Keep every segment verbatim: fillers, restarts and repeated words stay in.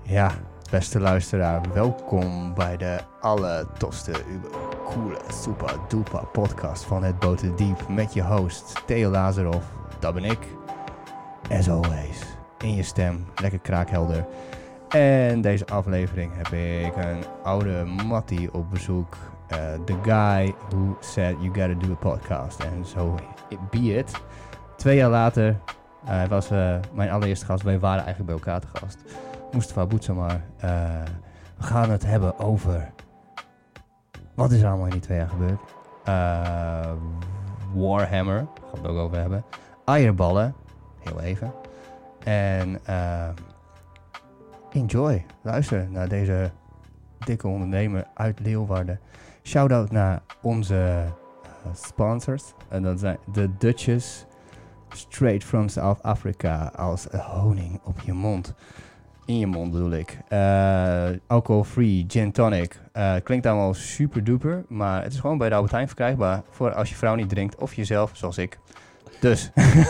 Ja, beste luisteraar, welkom bij de allertofste, coole, super duper podcast van Het Boterdiep met je host Theo Lazarov, dat ben ik. As always, in je stem, lekker kraakhelder. En deze aflevering heb ik een oude mattie op bezoek. Uh, the guy who said you gotta do a podcast. En zo so be it. Twee jaar later, hij uh, was uh, mijn allereerste gast. Wij waren eigenlijk bij elkaar te gast. Mustafa Boetsamar. Uh, we gaan het hebben over... Wat is er allemaal in die twee jaar gebeurd? Uh, Warhammer. Daar gaan we het ook over hebben. Eierballen. Heel even. En... Uh, enjoy. Luister naar deze dikke ondernemer uit Leeuwarden. Shout-out naar onze uh, sponsors. En dat zijn de Dutchess. Straight from South Africa. Als honing op je mond. In je mond bedoel ik. Uh, alcohol-free gin tonic. Uh, klinkt allemaal super duper. Maar het is gewoon bij de Albert Heijn verkrijgbaar. Voor als je vrouw niet drinkt. Of jezelf, zoals ik. Dus.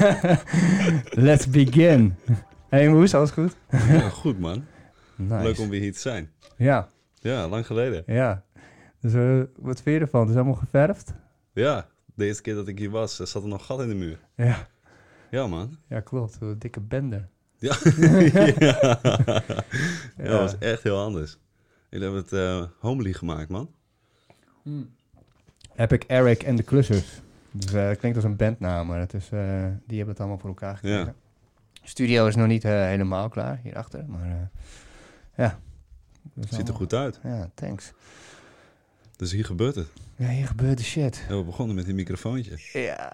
Let's begin. Hey Moes, alles goed? Ja, goed man. Nice. Leuk om weer hier te zijn. Ja. Ja, lang geleden. Ja. Dus uh, wat vind je ervan? Het is allemaal geverfd? Ja, de eerste keer dat ik hier was, zat er nog gat in de muur. Ja. Ja man. Ja, klopt. Een dikke bende. Ja. ja. ja. Ja. Dat was echt heel anders. Jullie hebben het uh, homely gemaakt, man. Hmm. Epic Eric en de Klussers. Dus uh, het klinkt als een bandnaam, maar het is, uh, die hebben het allemaal voor elkaar gekregen. Ja. Studio is nog niet uh, helemaal klaar hierachter, maar uh, ja. Het ziet er goed uit. Ja, thanks. Dus hier gebeurt het. Ja, hier gebeurt de shit. En we begonnen met die microfoontje. Ja.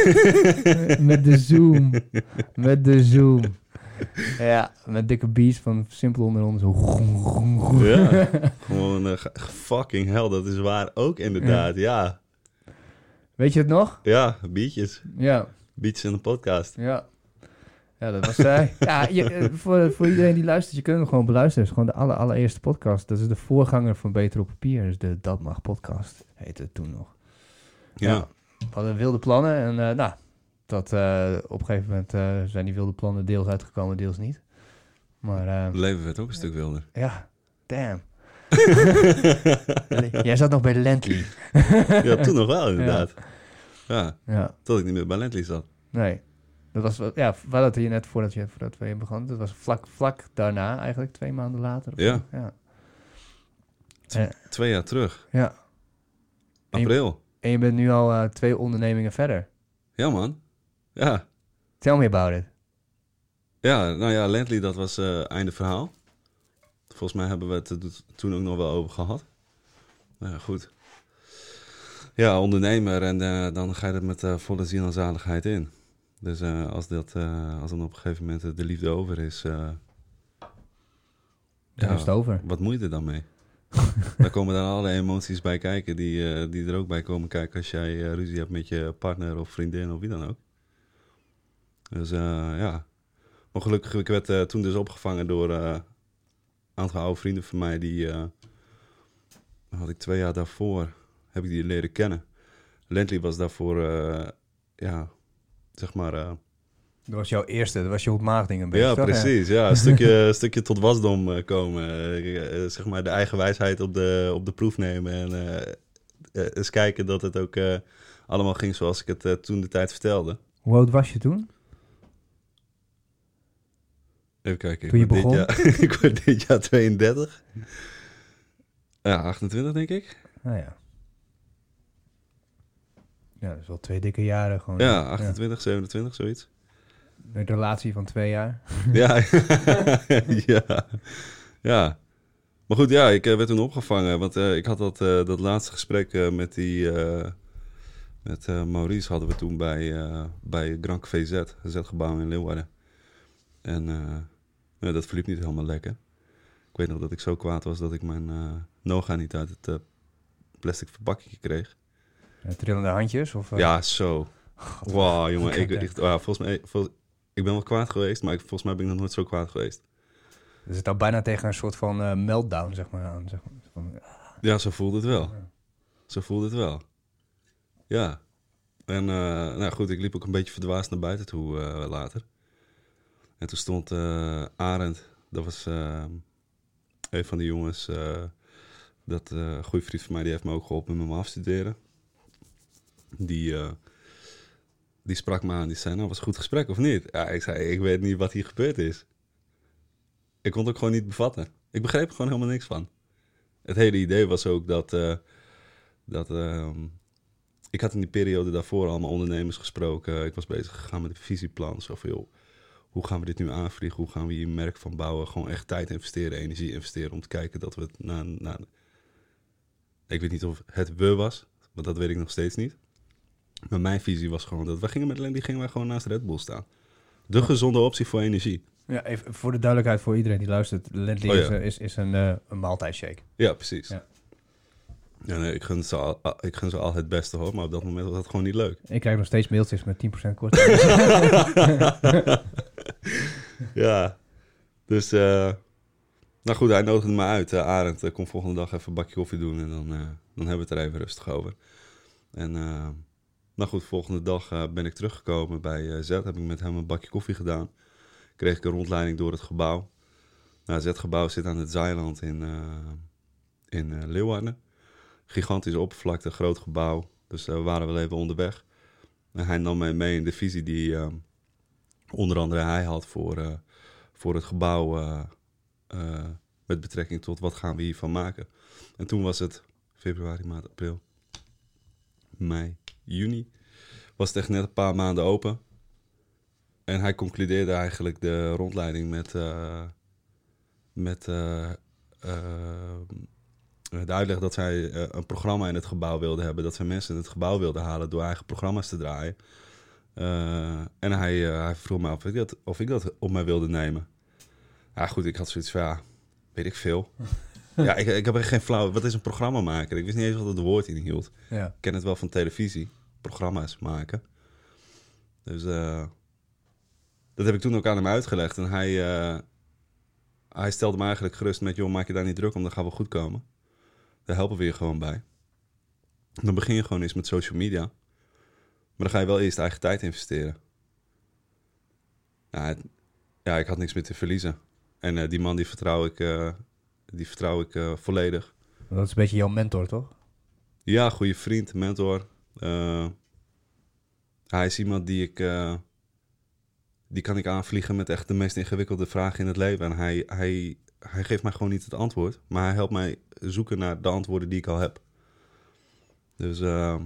Met de Zoom. Met de Zoom. Ja, met dikke beats van Simpel onder ons. Ja, gewoon uh, fucking hell, dat is waar ook inderdaad, ja. ja. Weet je het nog? Ja, beatjes. Ja. Beatjes in de podcast. Ja. Ja, dat was zij. ja, je, voor, voor iedereen die luistert, je kunt hem gewoon beluisteren. Het is gewoon de aller, allereerste podcast. Dat is de voorganger van Beter op Papier. Dus de Dat Mag podcast heette het toen nog. Ja. ja we hadden wilde plannen en uh, nou, dat, uh, op een gegeven moment uh, zijn die wilde plannen deels uitgekomen, deels niet. Maar uh, het leven werd ook een stuk wilder. Ja, damn. Jij zat nog bij de Lentley. Ja, toen nog wel inderdaad. Ja. Ja. ja. Tot ik niet meer bij Lentley zat. Nee. Dat was, ja, we hadden het hier net voordat, je, voordat we begonnen. Dat was vlak, vlak daarna eigenlijk, twee maanden later. Of ja. ja. T- uh, twee jaar terug. Ja. April. En je, en je bent nu al uh, twee ondernemingen verder. Ja, man. Ja. Tell me about it. Ja, nou ja, Lentley, dat was uh, einde verhaal. Volgens mij hebben we het er toen ook nog wel over gehad. Ja, goed. Ja, ondernemer en uh, dan ga je er met uh, volle ziel en zaligheid in. Dus uh, als, dat, uh, als dan op een gegeven moment uh, de liefde over is... Uh, dan ja, is het over. Wat moet je er dan mee? Daar komen dan allerlei emoties bij kijken die, uh, die er ook bij komen kijken... als jij uh, ruzie hebt met je partner of vriendin of wie dan ook. Dus uh, ja... Maar gelukkig, ik werd uh, toen dus opgevangen door uh, een aantal oude vrienden van mij... die uh, had ik twee jaar daarvoor, heb ik die leren kennen. Lentley was daarvoor, uh, ja... Zeg maar... Uh, dat was jouw eerste, dat was je ontmaagding een beetje. Ja, toch? precies. Ja, een stukje, een stukje tot wasdom uh, komen. Uh, uh, zeg maar de eigen wijsheid op de, op de proef nemen. En uh, uh, eens kijken dat het ook uh, allemaal ging zoals ik het uh, toen de tijd vertelde. Hoe oud was je toen? Even kijken. Toen je ik word begon? Dit jaar, ik word dit jaar tweeëndertig. Ja, achtentwintig denk ik. Nou ja. Ja, dat is wel twee dikke jaren gewoon. Ja, achtentwintig, ja. zevenentwintig, zoiets. Een relatie van twee jaar. Ja, ja, ja. Maar goed, ja, ik uh, werd toen opgevangen. Want uh, ik had dat, uh, dat laatste gesprek uh, met die... Uh, met uh, Maurice hadden we toen bij, uh, bij Grand Café Z. Een Z-gebouw in Leeuwarden. En uh, ja, dat verliep niet helemaal lekker. Ik weet nog dat ik zo kwaad was dat ik mijn uh, Noga niet uit het uh, plastic verpakje kreeg. Ja, trillende handjes? Of, uh... Ja, zo. God, wow, jongen. Ik, ik, wow, volgens mij, vol, ik ben wel kwaad geweest, maar ik, volgens mij ben ik nog nooit zo kwaad geweest. Dus het al bijna tegen een soort van uh, meltdown, zeg maar, aan. Zeg maar. Van, uh... Ja, zo voelde het wel. Ja. Zo voelde het wel. Ja. En uh, nou goed, ik liep ook een beetje verdwaasd naar buiten toe uh, later. En toen stond uh, Arend, dat was uh, Een van die jongens, uh, dat uh, een goede vriend van mij, die heeft me ook geholpen met me afstuderen. Die, uh, die sprak me aan, die zei, nou, was een goed gesprek of niet? Ja, ik zei, ik weet niet wat hier gebeurd is. Ik kon het ook gewoon niet bevatten. Ik begreep er gewoon helemaal niks van. Het hele idee was ook dat... Uh, dat uh, ik had in die periode daarvoor allemaal ondernemers gesproken. Ik was bezig gegaan met een visieplan. Zo van, joh, hoe gaan we dit nu aanvliegen? Hoe gaan we hier een merk van bouwen? Gewoon echt tijd investeren, energie investeren... om te kijken dat we het naar... naar ik weet niet of het we was, want dat weet ik nog steeds niet. Maar mijn visie was gewoon dat... we gingen met Landy gingen wij gewoon naast Red Bull staan. De gezonde optie voor energie. Ja, even voor de duidelijkheid voor iedereen die luistert. Landy oh, ja. is, is, is een, uh, een maaltijdshake. Ja, precies. Ja. Ja, nee, ik, gun ze al, ik gun ze al het beste hoor, maar op dat moment was dat gewoon niet leuk. Ik krijg nog steeds mailtjes met tien procent korting. Ja, dus... Uh, nou goed, hij nodigde me uit. Uh, Arend, uh, kom volgende dag even een bakje koffie doen en dan, uh, dan hebben we het er even rustig over. En uh, nou goed, volgende dag uh, ben ik teruggekomen bij uh, Z. Heb ik met hem een bakje koffie gedaan. Kreeg ik een rondleiding door het gebouw. Nou, het Z-gebouw zit aan het Zeiland in, uh, in uh, Leeuwarden. Gigantische oppervlakte, groot gebouw. Dus uh, we waren wel even onderweg. En hij nam mij mee in de visie die uh, onder andere hij had voor, uh, voor het gebouw... Uh, uh, met betrekking tot wat gaan we hiervan maken. En toen was het februari, maart, april, mei, juni. Was het echt net een paar maanden open. En hij concludeerde eigenlijk de rondleiding met... Uh, met uh, uh, de uitleg dat zij uh, een programma in het gebouw wilden hebben. Dat zij mensen in het gebouw wilden halen door eigen programma's te draaien. Uh, en hij, uh, hij vroeg me af of ik, dat, of ik dat op mij wilde nemen. Ja goed, ik had zoiets van, ja, weet ik veel. ja, ik, ik heb echt geen flauw... Wat is een programma maken? Ik wist niet eens wat het woord inhield. Ja. Ik ken het wel van televisie. Programma's maken. Dus uh, dat heb ik toen ook aan hem uitgelegd. En hij, uh, hij stelde me eigenlijk gerust met... joh, maak je daar niet druk om, dan gaan we goed komen. Daar helpen we je gewoon bij. Dan begin je gewoon eens met social media. Maar dan ga je wel eerst eigen tijd investeren. Ja, het, ja ik had niks meer te verliezen. En uh, die man, die vertrouw ik, uh, die vertrouw ik uh, volledig. Dat is een beetje jouw mentor, toch? Ja, goede vriend, mentor. Uh, hij is iemand die ik... Uh, die kan ik aanvliegen met echt de meest ingewikkelde vragen in het leven. En hij, hij, hij geeft mij gewoon niet het antwoord. Maar hij helpt mij zoeken naar de antwoorden die ik al heb. Dus... Uh,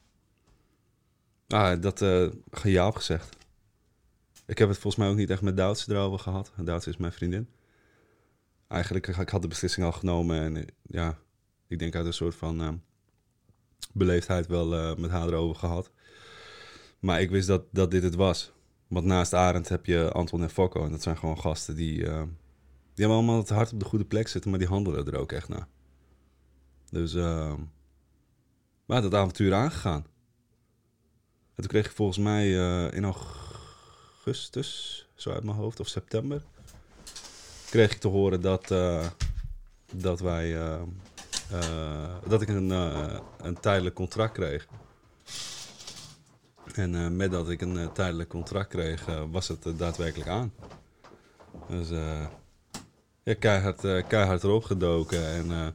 ah, dat uh, ja opgezegd. Ik heb het volgens mij ook niet echt met Duits erover gehad. Duits is mijn vriendin. Eigenlijk, ik had de beslissing al genomen. En ja, ik denk uit een soort van uh, beleefdheid wel uh, met haar erover gehad. Maar ik wist dat, dat dit het was. Want naast Arend heb je Anton en Fokko. En dat zijn gewoon gasten die... Uh, die hebben allemaal het hart op de goede plek zitten. Maar die handelen er ook echt naar. Dus... Uh, maar dat avontuur aangegaan. En toen kreeg ik volgens mij uh, in augustus, zo uit mijn hoofd, of september... kreeg ik te horen dat, uh, dat wij... Uh, uh, dat ik een, uh, een tijdelijk contract kreeg. En uh, met dat ik een uh, tijdelijk contract kreeg, uh, was het uh, daadwerkelijk aan. Dus uh, ja, keihard, uh, keihard erop gedoken. En uh,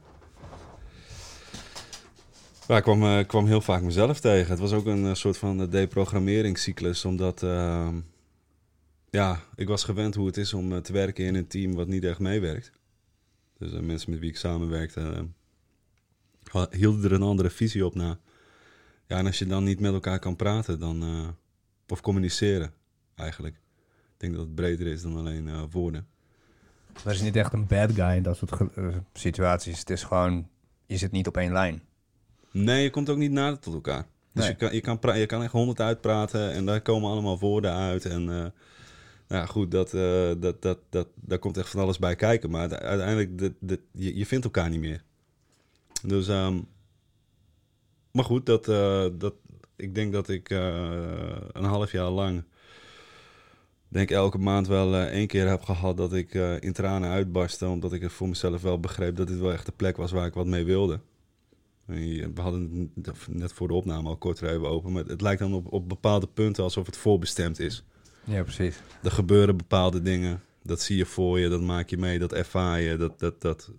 ja, ik kwam, uh, kwam heel vaak mezelf tegen. Het was ook een uh, soort van uh, deprogrammeringscyclus, omdat... Uh, ja, ik was gewend hoe het is om uh, te werken in een team wat niet echt meewerkt. Dus uh, mensen met wie ik samenwerkte... Uh, hielden er een andere visie op na. Ja, en als je dan niet met elkaar kan praten, dan... Uh, of communiceren, eigenlijk. Ik denk dat het breder is dan alleen uh, woorden. Er is niet echt een bad guy in dat soort ge- uh, situaties. Het is gewoon... Je zit niet op één lijn. Nee, je komt ook niet nader tot elkaar. Dus nee. je, kan, je, kan pra- je kan echt honderd uitpraten en daar komen allemaal woorden uit. En uh, nou goed, dat, uh, dat, dat, dat, daar komt echt van alles bij kijken. Maar uiteindelijk, de, de, je, je vindt elkaar niet meer. Dus... Um, Maar goed, dat, uh, dat, ik denk dat ik uh, een half jaar lang... denk elke maand wel uh, één keer heb gehad dat ik uh, in tranen uitbarstte... omdat ik er voor mezelf wel begreep dat dit wel echt de plek was waar ik wat mee wilde. We hadden het net voor de opname al kort er even open... maar het lijkt dan op, op bepaalde punten alsof het voorbestemd is. Ja, precies. Er gebeuren bepaalde dingen, dat zie je voor je, dat maak je mee, dat ervaar je... dat, dat, dat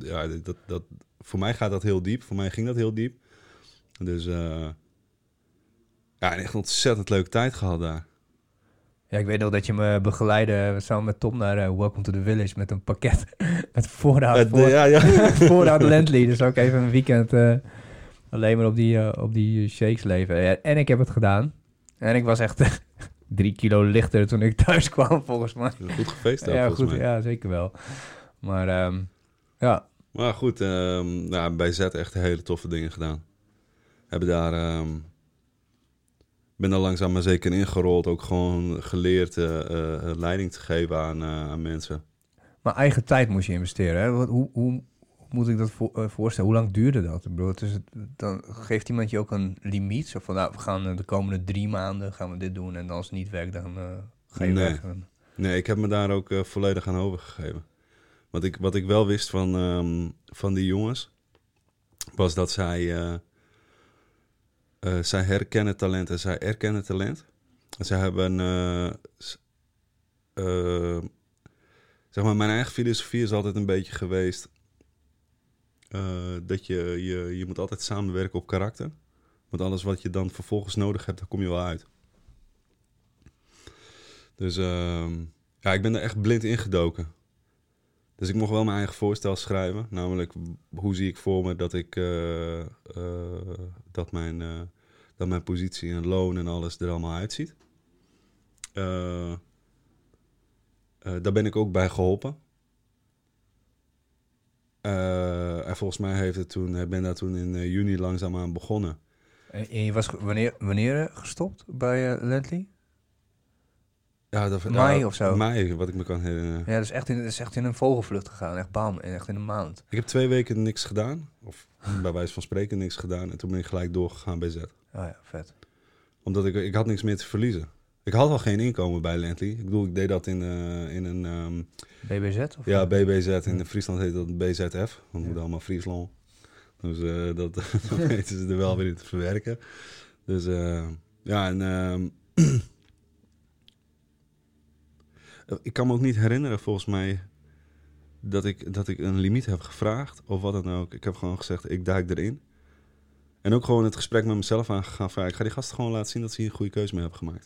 ja, dat, dat, voor mij gaat dat heel diep. Voor mij ging dat heel diep. Dus uh, ja, echt een ontzettend leuke tijd gehad daar. Ja, ik weet nog dat je me begeleidde samen met Tom naar uh, Welcome to the Village met een pakket met voorraad, Uh, de, voor, ja, ja. voorraad Lently. Dus ook even een weekend uh, alleen maar op die, uh, op die shakes leven. Ja, en ik heb het gedaan. En ik was echt uh, drie kilo lichter toen ik thuis kwam, volgens mij. Goed gefeest ook, ja, volgens goed, mij. Ja, zeker wel. Maar um, ja. Maar goed, um, nou, bij Z echt hele toffe dingen gedaan. Hebben daar... Um, ben daar langzaam maar zeker ingerold. Ook gewoon geleerd uh, uh, leiding te geven aan, uh, aan mensen. Maar eigen tijd moest je investeren. Hè? Hoe, hoe, hoe moet ik dat voor, uh, voorstellen? Hoe lang duurde dat? Ik bedoel, het is het, dan geeft iemand je ook een limiet? Zo van, nou, we gaan de komende drie maanden gaan we dit doen. En als het niet werkt, dan uh, ga je nee. weg. En... Nee, ik heb me daar ook uh, volledig aan overgegeven. Wat ik, wat ik wel wist van, um, van die jongens... was dat zij... Uh, Uh, zij herkennen talent en zij erkennen talent. En zij hebben... Uh, uh, zeg maar, mijn eigen filosofie is altijd een beetje geweest... Uh, dat je, je... Je moet altijd samenwerken op karakter. Want alles wat je dan vervolgens nodig hebt, daar kom je wel uit. Dus uh, ja, ik ben er echt blind ingedoken. Dus ik mocht wel mijn eigen voorstel schrijven. Namelijk, hoe zie ik voor me dat ik... Uh, uh, dat mijn... Uh, dat mijn positie en loon en alles er allemaal uitziet. Uh, uh, daar ben ik ook bij geholpen. Uh, en volgens mij heeft het toen, ik ben daar toen in uh, juni langzaam aan begonnen. En je was wanneer, wanneer gestopt bij uh, Lently? Ja, dat, mei uh, of zo? Mei, wat ik me kan herinneren. Ja, dat is echt in, dat is echt in een vogelvlucht gegaan. Echt bam, echt in een maand. Ik heb twee weken niks gedaan. Of bij wijze van spreken niks gedaan. En toen ben ik gelijk doorgegaan bij Z. Oh ja, vet. Omdat ik, ik had niks meer te verliezen. Ik had al geen inkomen bij Lently. Ik bedoel, ik deed dat in, uh, in een... Um, B B Z? Of ja, B B Z. In ja. Friesland heet dat B Z F. Want we ja. moeten allemaal Friesland. Dus uh, dat, dat weten ze er wel weer in te verwerken. Dus uh, ja, en... Um, ik kan me ook niet herinneren, volgens mij... Dat ik, dat ik een limiet heb gevraagd. Of wat dan ook. Ik heb gewoon gezegd, ik duik erin. En ook gewoon het gesprek met mezelf aangegaan van... ik ga die gasten gewoon laten zien dat ze hier een goede keuze mee hebben gemaakt.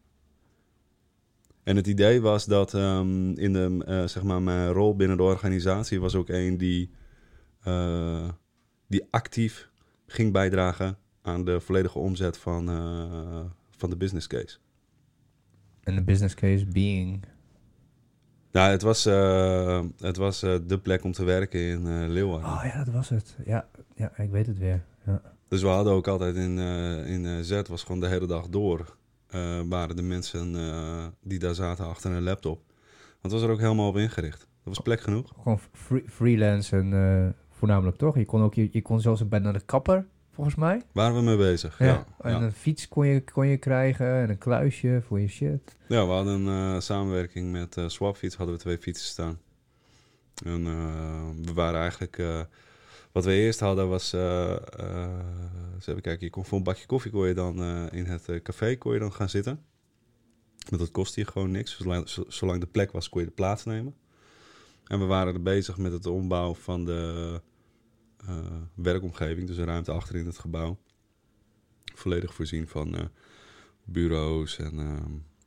En het idee was dat um, in de, uh, zeg maar mijn rol binnen de organisatie... was ook een die, uh, die actief ging bijdragen... aan de volledige omzet van, uh, van de business case. En de business case being... Nou, het was, uh, het was uh, de plek om te werken in uh, Leeuwarden. Oh ja, dat was het. Ja, ja ik weet het weer. Ja. Dus we hadden ook altijd in, uh, in uh, Z, was gewoon de hele dag door... Uh, waren de mensen uh, die daar zaten achter een laptop. Want het was er ook helemaal op ingericht. Dat was plek genoeg. Gewoon free, freelance en uh, voornamelijk toch? Je kon ook je, je kon zelfs bij naar de kapper, volgens mij. Waren we mee bezig, ja. ja. En ja. een fiets kon je, kon je krijgen en een kluisje voor je shit. Ja, we hadden een uh, samenwerking met uh, Swapfiets. Hadden we twee fietsen staan. En uh, we waren eigenlijk... Uh, wat we eerst hadden was... Uh, uh, eens even kijken, je kon voor een bakje koffie kon je dan uh, in het uh, café kon je dan gaan zitten. Maar dat kostte je gewoon niks. Zolang, zolang de plek was, kon je de plaats nemen. En we waren er bezig met het ombouw van de uh, werkomgeving. Dus een ruimte achter in het gebouw. Volledig voorzien van uh, bureaus. En uh,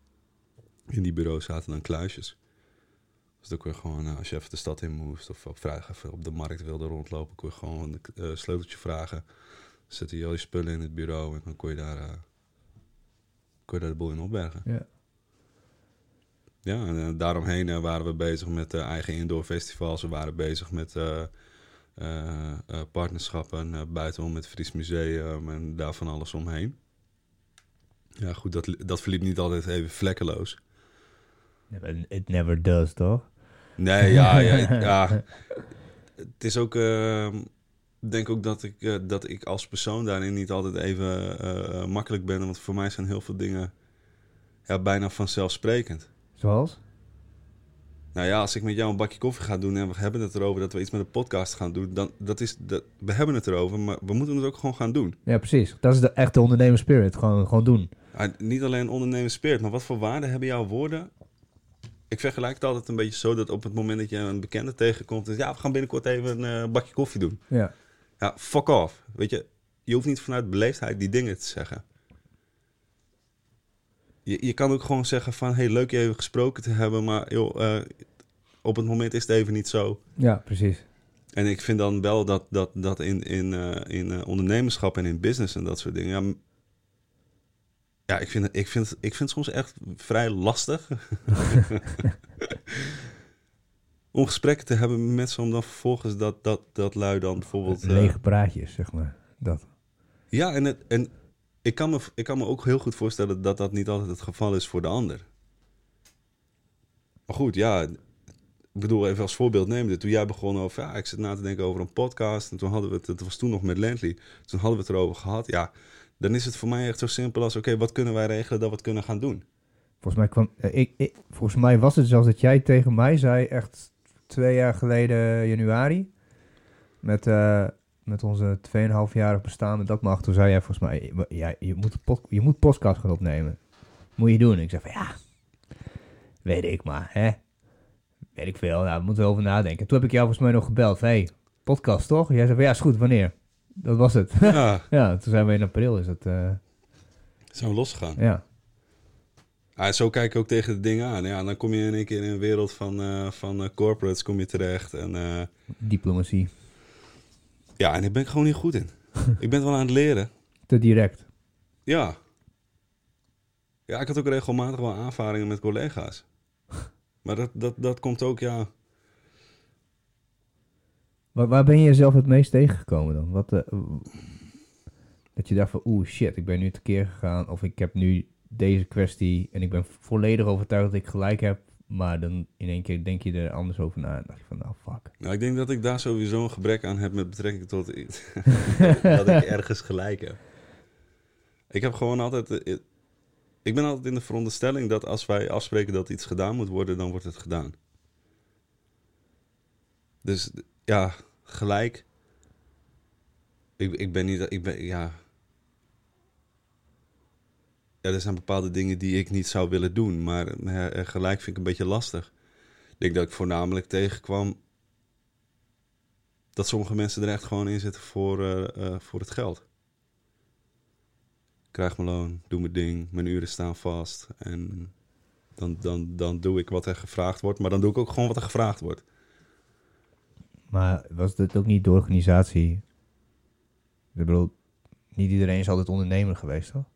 in die bureaus zaten dan kluisjes. Dus dan kon je gewoon, uh, als je even de stad in moest... of op vrijdag even op de markt wilde rondlopen... kon je gewoon een uh, sleuteltje vragen. Zette je al je spullen in het bureau... en dan kon je daar, uh, kon je daar de boel in opbergen. Ja. Ja, en uh, daaromheen uh, waren we bezig met uh, eigen indoor festivals. We waren bezig met uh, uh, uh, partnerschappen uh, buitenom met het Fries Museum... en daar van alles omheen. Ja, goed, dat, dat verliep niet altijd even vlekkeloos. It never does, toch? Nee, ja, ja, ja. Het is ook... Uh, ik denk ook dat ik, uh, dat ik als persoon daarin niet altijd even uh, makkelijk ben. Want voor mij zijn heel veel dingen ja, bijna vanzelfsprekend. Zoals? Nou ja, als ik met jou een bakje koffie ga doen en we hebben het erover dat we iets met een podcast gaan doen, dan dat is dat, we hebben het erover, maar we moeten het ook gewoon gaan doen. Ja, precies. Dat is de echte ondernemer spirit. Gewoon, gewoon doen. Ja, niet alleen ondernemer spirit, maar wat voor waarde hebben jouw woorden ik vergelijk het altijd een beetje zo dat op het moment dat je een bekende tegenkomt, dus ja, we gaan binnenkort even een uh, bakje koffie doen. Ja. Ja, fuck off. Weet je, je hoeft niet vanuit beleefdheid die dingen te zeggen. Je, je kan ook gewoon zeggen van, hey, leuk je even gesproken te hebben, maar joh, uh, op het moment is het even niet zo. Ja, precies. En ik vind dan wel dat, dat, dat in, in, uh, in uh, ondernemerschap en in business en dat soort dingen, ja, ja ik, vind, ik, vind, ik vind het soms echt vrij lastig om gesprekken te hebben met mensen, om dan vervolgens dat, dat, dat lui dan bijvoorbeeld... Uh, lege praatjes, zeg maar. Dat. Ja, en, het, en ik, kan me, ik kan me ook heel goed voorstellen dat dat niet altijd het geval is voor de ander. Maar goed, ja, ik bedoel, even als voorbeeld nemen. Toen jij begon over, ja, ik zit na te denken over een podcast. En toen hadden we het, het was toen nog met Landly. Toen hadden we het erover gehad. Ja, dan is het voor mij echt zo simpel als, oké, okay, wat kunnen wij regelen dat we het kunnen gaan doen? Volgens mij, kwam, ik, ik, volgens mij was het zelfs dat jij tegen mij zei, echt twee jaar geleden januari, met, uh, met onze tweeënhalfjarig bestaan, dat mag. Toen zei jij volgens mij, ja, je moet pod, je moet podcast gaan opnemen. Moet je doen. Ik zei van, ja, weet ik maar, hè. Weet ik veel, nou, we moeten erover nadenken. Toen heb ik jou volgens mij nog gebeld. Hey, podcast toch? Jij zei van, ja, is goed, wanneer? Dat was het. Ja, ja, toen zijn we in april, is het... Uh... Zijn we losgegaan. Ja. Ah, zo kijk ik ook tegen de dingen aan. Ja, dan kom je in één keer in een wereld van, uh, van uh, corporates kom je terecht. En, uh... diplomatie. Ja, en daar ben ik gewoon niet goed in. Ik ben het wel aan het leren. Te direct. Ja. Ja, ik had ook regelmatig wel aanvaringen met collega's. Maar dat, dat, dat komt ook, ja... Waar, waar ben je jezelf het meest tegengekomen dan? Wat, uh, dat je dacht van, oeh, shit, ik ben nu tekeer gegaan. Of ik heb nu deze kwestie en ik ben volledig overtuigd dat ik gelijk heb. Maar dan in één keer denk je er anders over na. En dacht je van, nou, fuck. Nou, ik denk dat ik daar sowieso een gebrek aan heb met betrekking tot... dat ik ergens gelijk heb. Ik heb gewoon altijd... Ik ben altijd in de veronderstelling dat als wij afspreken dat iets gedaan moet worden, dan wordt het gedaan. Dus ja, gelijk. Ik, ik ben niet... Ik ben, ja. ja, er zijn bepaalde dingen die ik niet zou willen doen, maar uh, gelijk vind ik een beetje lastig. Ik denk dat ik voornamelijk tegenkwam dat sommige mensen er echt gewoon in zitten voor, uh, uh, voor het geld. Ik krijg mijn loon, doe mijn ding, mijn uren staan vast. En dan, dan, dan doe ik wat er gevraagd wordt, maar dan doe ik ook gewoon wat er gevraagd wordt. Maar was dit ook niet de organisatie? Ik bedoel, niet iedereen is altijd ondernemer geweest, toch?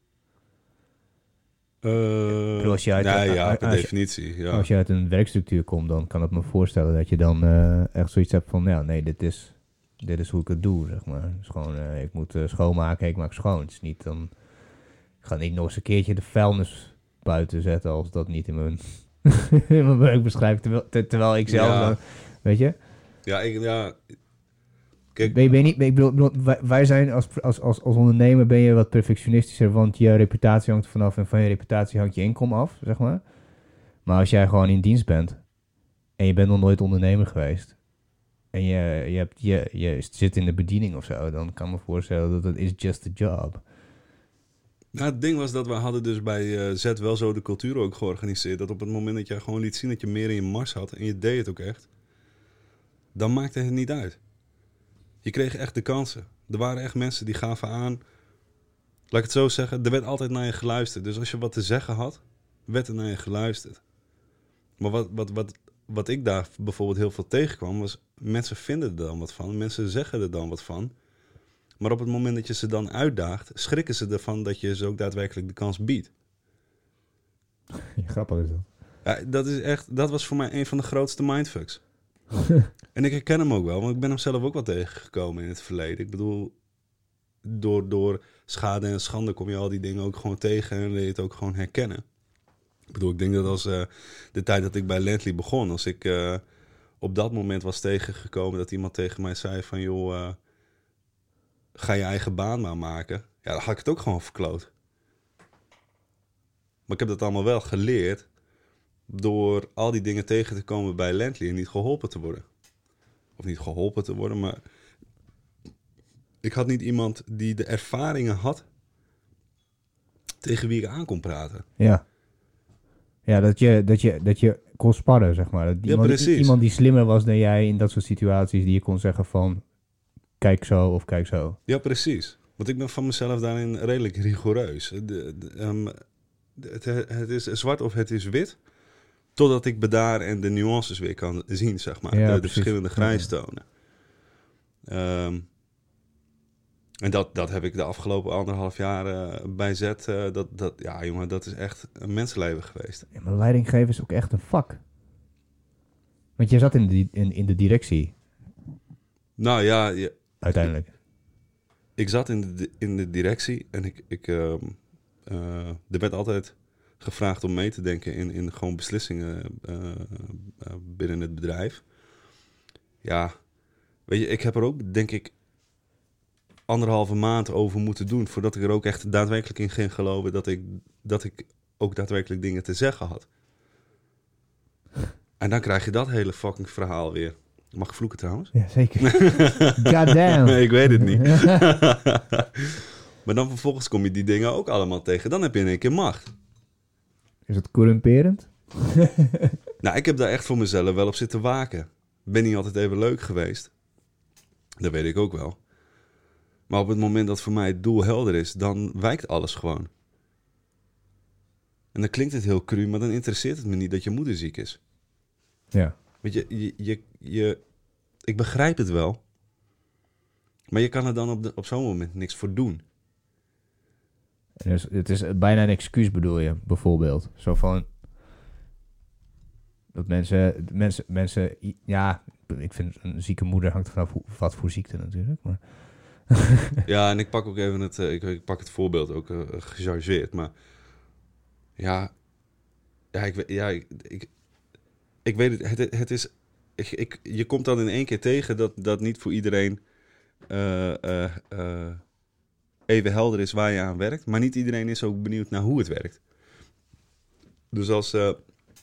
Uh, als je uit, nee, uh, ja, per als definitie. Je, ja. Als je uit een werkstructuur komt, dan kan ik me voorstellen dat je dan uh, echt zoiets hebt van, ja, nee, dit is, dit is hoe ik het doe, zeg maar. Dus gewoon, uh, ik moet uh, schoonmaken, ik maak schoon. Het is niet dan, ik ga niet nog eens een keertje de vuilnis buiten zetten als dat niet in mijn, in mijn werk beschrijft, terwijl, ter, terwijl ik zelf, Ja. dan, weet je? Ja, ik, ja. Kijk, Ben je, ben je niet, ben, ik bedoel, bedoel, wij, wij zijn als, als, als, als ondernemer ben je wat perfectionistischer, want je reputatie hangt vanaf en van je reputatie hangt je inkomen af, zeg maar. Maar als jij gewoon in dienst bent en je bent nog nooit ondernemer geweest en je, je, hebt, je, je zit in de bediening of zo, dan kan ik me voorstellen dat het is just a job. Nou, het ding was dat we hadden dus bij uh, Z wel zo de cultuur ook georganiseerd, dat op het moment dat jij gewoon liet zien dat je meer in je mars had en je deed het ook echt, dan maakte het niet uit. Je kreeg echt de kansen. Er waren echt mensen die gaven aan. Laat ik het zo zeggen, er werd altijd naar je geluisterd. Dus als je wat te zeggen had, werd er naar je geluisterd. Maar wat, wat, wat, wat ik daar bijvoorbeeld heel veel tegenkwam, was mensen vinden er dan wat van. Mensen zeggen er dan wat van. Maar op het moment dat je ze dan uitdaagt, schrikken ze ervan dat je ze ook daadwerkelijk de kans biedt. Ja, grappig is dat. Ja, dat, is echt, dat was voor mij een van de grootste mindfucks. En ik herken hem ook wel, want ik ben hem zelf ook wel tegengekomen in het verleden. Ik bedoel, door, door schade en schande kom je al die dingen ook gewoon tegen en leer je het ook gewoon herkennen. Ik bedoel, ik denk dat als uh, de tijd dat ik bij Landly begon, als ik uh, op dat moment was tegengekomen dat iemand tegen mij zei van, joh, uh, ga je eigen baan maar maken. Ja, dan had ik het ook gewoon verkloot. Maar ik heb dat allemaal wel geleerd door al die dingen tegen te komen bij Landly en niet geholpen te worden. Of niet geholpen te worden, maar ik had niet iemand die de ervaringen had tegen wie ik aan kon praten. Ja. Ja, dat je, dat je, dat je kon sparren, zeg maar. Dat Ja, iemand, precies. iemand die slimmer was dan jij in dat soort situaties, die je kon zeggen van, kijk zo of kijk zo. Ja, precies. Want ik ben van mezelf daarin redelijk rigoureus. De, de, um, het, het is zwart of het is wit, totdat ik bedaar en de nuances weer kan zien, zeg maar. Ja, de, de precies. verschillende grijstonen. Um, en dat, dat heb ik de afgelopen anderhalf jaar uh, bij Z. Uh, dat, dat, ja, jongen, dat is echt een mensenleven geweest. Ja, maar leidinggeven is ook echt een vak. Want je zat in de, in, in de directie, Nou ja, je, uiteindelijk. ik zat in de, in de directie en ik, ik, um, uh, er werd altijd gevraagd om mee te denken in, in gewoon beslissingen uh, uh, binnen het bedrijf. Ja, weet je, ik heb er ook, denk ik, anderhalve maand over moeten doen voordat ik er ook echt daadwerkelijk in ging geloven dat ik, dat ik ook daadwerkelijk dingen te zeggen had. En dan krijg je dat hele fucking verhaal weer. Mag ik vloeken trouwens? Ja, zeker. Goddamn. Nee, ik weet het niet. Maar dan vervolgens kom je die dingen ook allemaal tegen. Dan heb je in één keer macht. Is het corrumperend? Nou, ik heb daar echt voor mezelf wel op zitten waken. Ben niet altijd even leuk geweest. Dat weet ik ook wel. Maar op het moment dat voor mij het doel helder is, dan wijkt alles gewoon. En dan klinkt het heel cru, maar dan interesseert het me niet dat je moeder ziek is. Ja. Weet je, je, je, je ik begrijp het wel. Maar je kan er dan op, de, op zo'n moment niks voor doen. En dus, het is bijna een excuus, bedoel je, bijvoorbeeld. Zo van, dat mensen, mensen, mensen, ja, ik vind een zieke moeder hangt vanaf hoe, wat voor ziekte natuurlijk. Maar. Ja, en ik pak ook even het, ik, ik pak het voorbeeld ook uh, gechargeerd, maar ja, ja, ik, ja, ik, ik, ik weet het, het, het is, ik, ik, je komt dan in één keer tegen dat, dat niet voor iedereen uh, uh, uh, even helder is waar je aan werkt, maar niet iedereen is ook benieuwd naar hoe het werkt. Dus als, uh,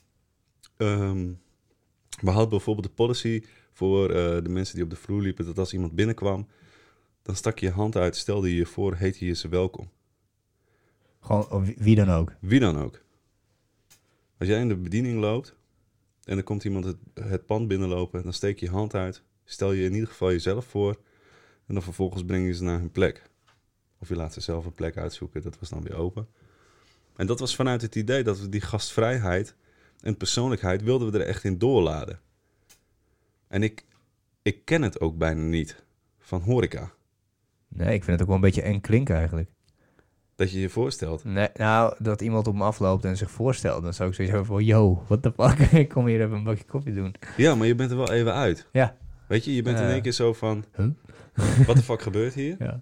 um, we hadden bijvoorbeeld de policy voor uh, de mensen die op de vloer liepen, dat als iemand binnenkwam, dan stak je je hand uit, stelde je je voor, heette je ze welkom. Gewoon wie, wie dan ook? Wie dan ook. Als jij in de bediening loopt en er komt iemand het, het pand binnenlopen, dan steek je je hand uit, stel je in ieder geval jezelf voor en dan vervolgens breng je ze naar hun plek. Of je laat ze zelf een plek uitzoeken, dat was dan weer open. En dat was vanuit het idee dat we die gastvrijheid en persoonlijkheid wilden we er echt in doorladen. En ik, ik ken het ook bijna niet van horeca. Nee, ik vind het ook wel een beetje eng klinken eigenlijk. Dat je je voorstelt. Nee, nou, dat iemand op me afloopt en zich voorstelt, dan zou ik zoiets hebben van, yo, what the fuck, ik kom hier even een bakje koffie doen. Ja, maar je bent er wel even uit. Ja. Weet je, je bent uh, in één keer zo van, huh? wat de fuck gebeurt hier? Ja.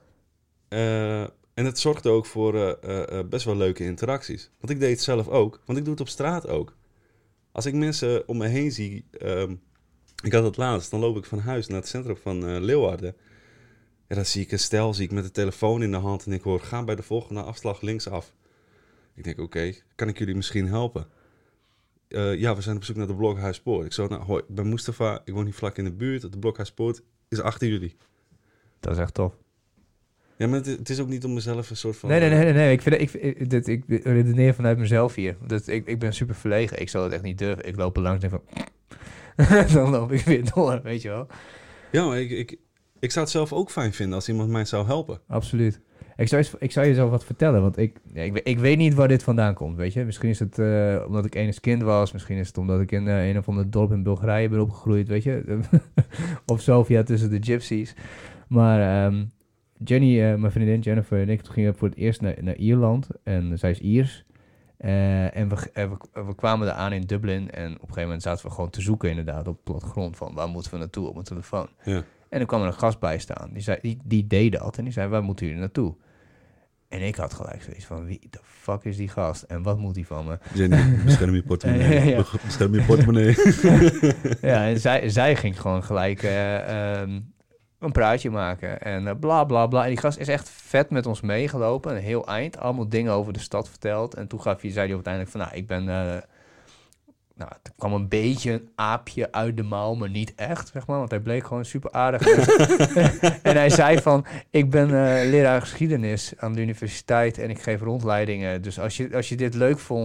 Uh, en het zorgde ook voor uh, uh, best wel leuke interacties. Want ik deed het zelf ook, want ik doe het op straat ook. Als ik mensen om me heen zie, um, ik had het laatst, dan loop ik van huis naar het centrum van uh, Leeuwarden. Ja, dan zie ik een stel, zie ik met de telefoon in de hand en ik hoor, ga bij de volgende afslag linksaf. Ik denk, oké, okay, kan ik jullie misschien helpen? Uh, ja, we zijn op zoek naar de Blokhuispoort. Ik zei, nou, hoi, ik ben Mustafa, ik woon hier vlak in de buurt. De Blokhuispoort is achter jullie. Dat is echt tof. Ja, maar het, het is ook niet om mezelf een soort van... Nee, nee, nee, nee, nee. Ik, vind, ik, ik, dit, ik redeneer vanuit mezelf hier. Dat, ik, ik ben super verlegen. Ik zal het echt niet durven. Ik loop er langs en denk van... dan loop ik weer door, weet je wel. Ja, maar ik, ik, ik zou het zelf ook fijn vinden als iemand mij zou helpen. Absoluut. Ik zou, ik zou je zo wat vertellen, want ik, ja, ik, ik weet niet waar dit vandaan komt, weet je. Misschien is het uh, omdat ik enig kind was. Misschien is het omdat ik in uh, een of ander dorp in Bulgarije ben opgegroeid, weet je. Of Sofia tussen de gypsies. Maar um, Jenny, uh, mijn vriendin Jennifer en ik, toen gingen we voor het eerst naar, naar Ierland. En zij is Iers. Uh, en we, uh, we, we kwamen daar aan in Dublin. En op een gegeven moment zaten we gewoon te zoeken inderdaad op het plattegrond van waar moeten we naartoe op mijn telefoon. Ja. En er kwam er een gast bij staan. Die, zei, die, die deed dat en die zei, waar moeten jullie naartoe? En ik had gelijk zoiets van, wie de fuck is die gast? En wat moet die van me? Jenny, bescherm je portemonnee. ja. Bescherm je portemonnee. ja, en zij, zij ging gewoon gelijk uh, um, een praatje maken. En uh, bla, bla, bla. En die gast is echt vet met ons meegelopen. Een heel eind. Allemaal dingen over de stad verteld. En toen gaf hij, zei hij uiteindelijk van, nou, ik ben... Uh, Nou, er kwam een beetje een aapje uit de mouw, maar niet echt, zeg maar. Want hij bleek gewoon super aardig. En hij zei van, ik ben uh, leraar geschiedenis aan de universiteit en ik geef rondleidingen. Dus als je, als je dit leuk vond,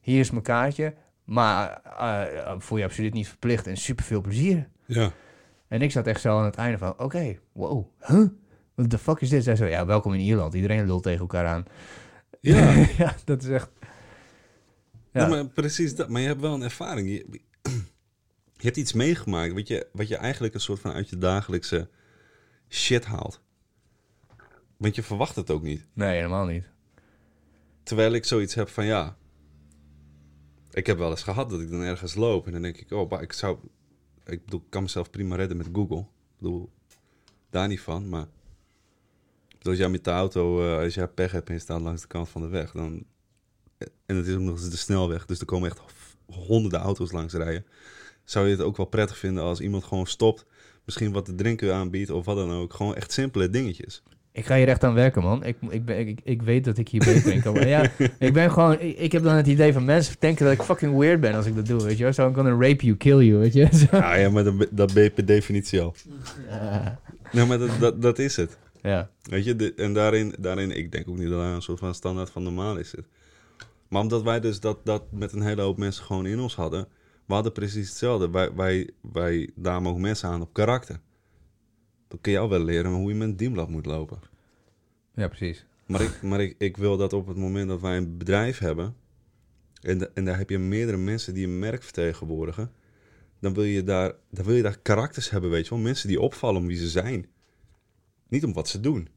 hier is mijn kaartje, maar uh, voel je absoluut niet verplicht en super veel plezier. Ja. En ik zat echt zo aan het einde van, oké, okay, wow, huh? What the fuck is dit? Zij zo, ja, welkom in Ierland. Iedereen lult tegen elkaar aan. Ja. Ja, dat is echt... Ja. Ja, maar precies dat. Maar je hebt wel een ervaring. Je, je hebt iets meegemaakt wat je, wat je eigenlijk een soort van uit je dagelijkse shit haalt. Want je verwacht het ook niet. Nee, helemaal niet. Terwijl ik zoiets heb van, ja... Ik heb wel eens gehad dat ik dan ergens loop en dan denk ik, oh, maar ik zou... Ik bedoel, ik kan mezelf prima redden met Google. Ik bedoel, daar niet van, maar... Als jij met de auto, uh, als jij pech hebt en je staat langs de kant van de weg, dan... En het is ook nog eens de snelweg, dus er komen echt honderden auto's langs rijden. Zou je het ook wel prettig vinden als iemand gewoon stopt, misschien wat te drinken aanbiedt of wat dan ook. Gewoon echt simpele dingetjes. Ik ga hier echt aan werken, man. Ik, ik, ben, ik, ik weet dat ik hier beter in kan. Maar ja, ik ben gewoon... Ik, ik heb dan het idee van mensen denken dat ik fucking weird ben als ik dat doe, weet je wel. So I'm gonna rape you, kill you, weet je. Zo. Ah ja, maar dat, dat ben je per definitie al. Ja. Nou, maar dat, dat, dat is het. Ja. Weet je, de, en daarin, daarin, ik denk ook niet dat daar een soort van standaard van normaal is zit. Maar omdat wij dus dat, dat met een hele hoop mensen gewoon in ons hadden, we hadden precies hetzelfde. Wij, wij, wij namen ook mensen aan op karakter. Dan kun je al wel leren hoe je met een dienblad moet lopen. Ja, precies. Maar, ik, maar ik, ik wil dat op het moment dat wij een bedrijf hebben, en, de, en daar heb je meerdere mensen die een merk vertegenwoordigen, dan wil je daar, dan wil je daar karakters hebben, weet je wel. Mensen die opvallen om wie ze zijn. Niet om wat ze doen.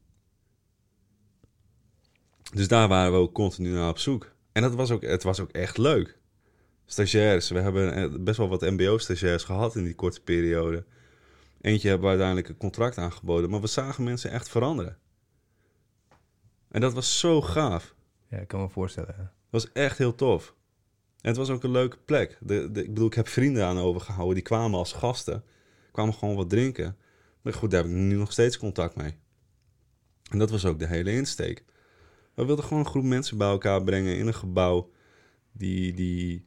Dus daar waren we ook continu naar op zoek. En dat was ook, het was ook echt leuk. Stagiaires. We hebben best wel wat mbo-stagiaires gehad in die korte periode. Eentje hebben we uiteindelijk een contract aangeboden. Maar we zagen mensen echt veranderen. En dat was zo gaaf. Ja, ik kan me voorstellen. Dat was echt heel tof. En het was ook een leuke plek. De, de, ik bedoel, ik heb vrienden aan overgehouden. Die kwamen als gasten. Kwamen gewoon wat drinken. Maar goed, daar heb ik nu nog steeds contact mee. En dat was ook de hele insteek. We wilden gewoon een groep mensen bij elkaar brengen in een gebouw die, die,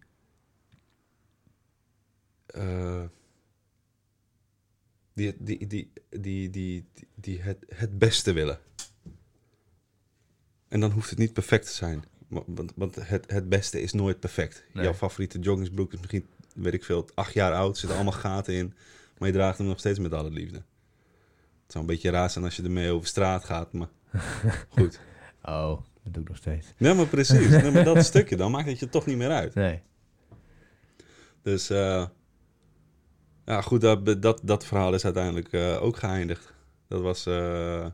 uh, die, die, die, die, die, die het, het beste willen. En dan hoeft het niet perfect te zijn. Want, want het, het beste is nooit perfect. Nee. Jouw favoriete joggingsbroek is misschien, weet ik veel, acht jaar oud. Er zitten allemaal gaten in. Maar je draagt hem nog steeds met alle liefde. Het zou een beetje raar zijn als je ermee over straat gaat, maar goed. Oh, dat doe ik nog steeds. Nee, maar precies. Nee, maar dat stukje, dan maakt het je toch niet meer uit. Nee. Dus, uh, ja goed, dat, dat, dat verhaal is uiteindelijk uh, ook geëindigd. Dat was uh,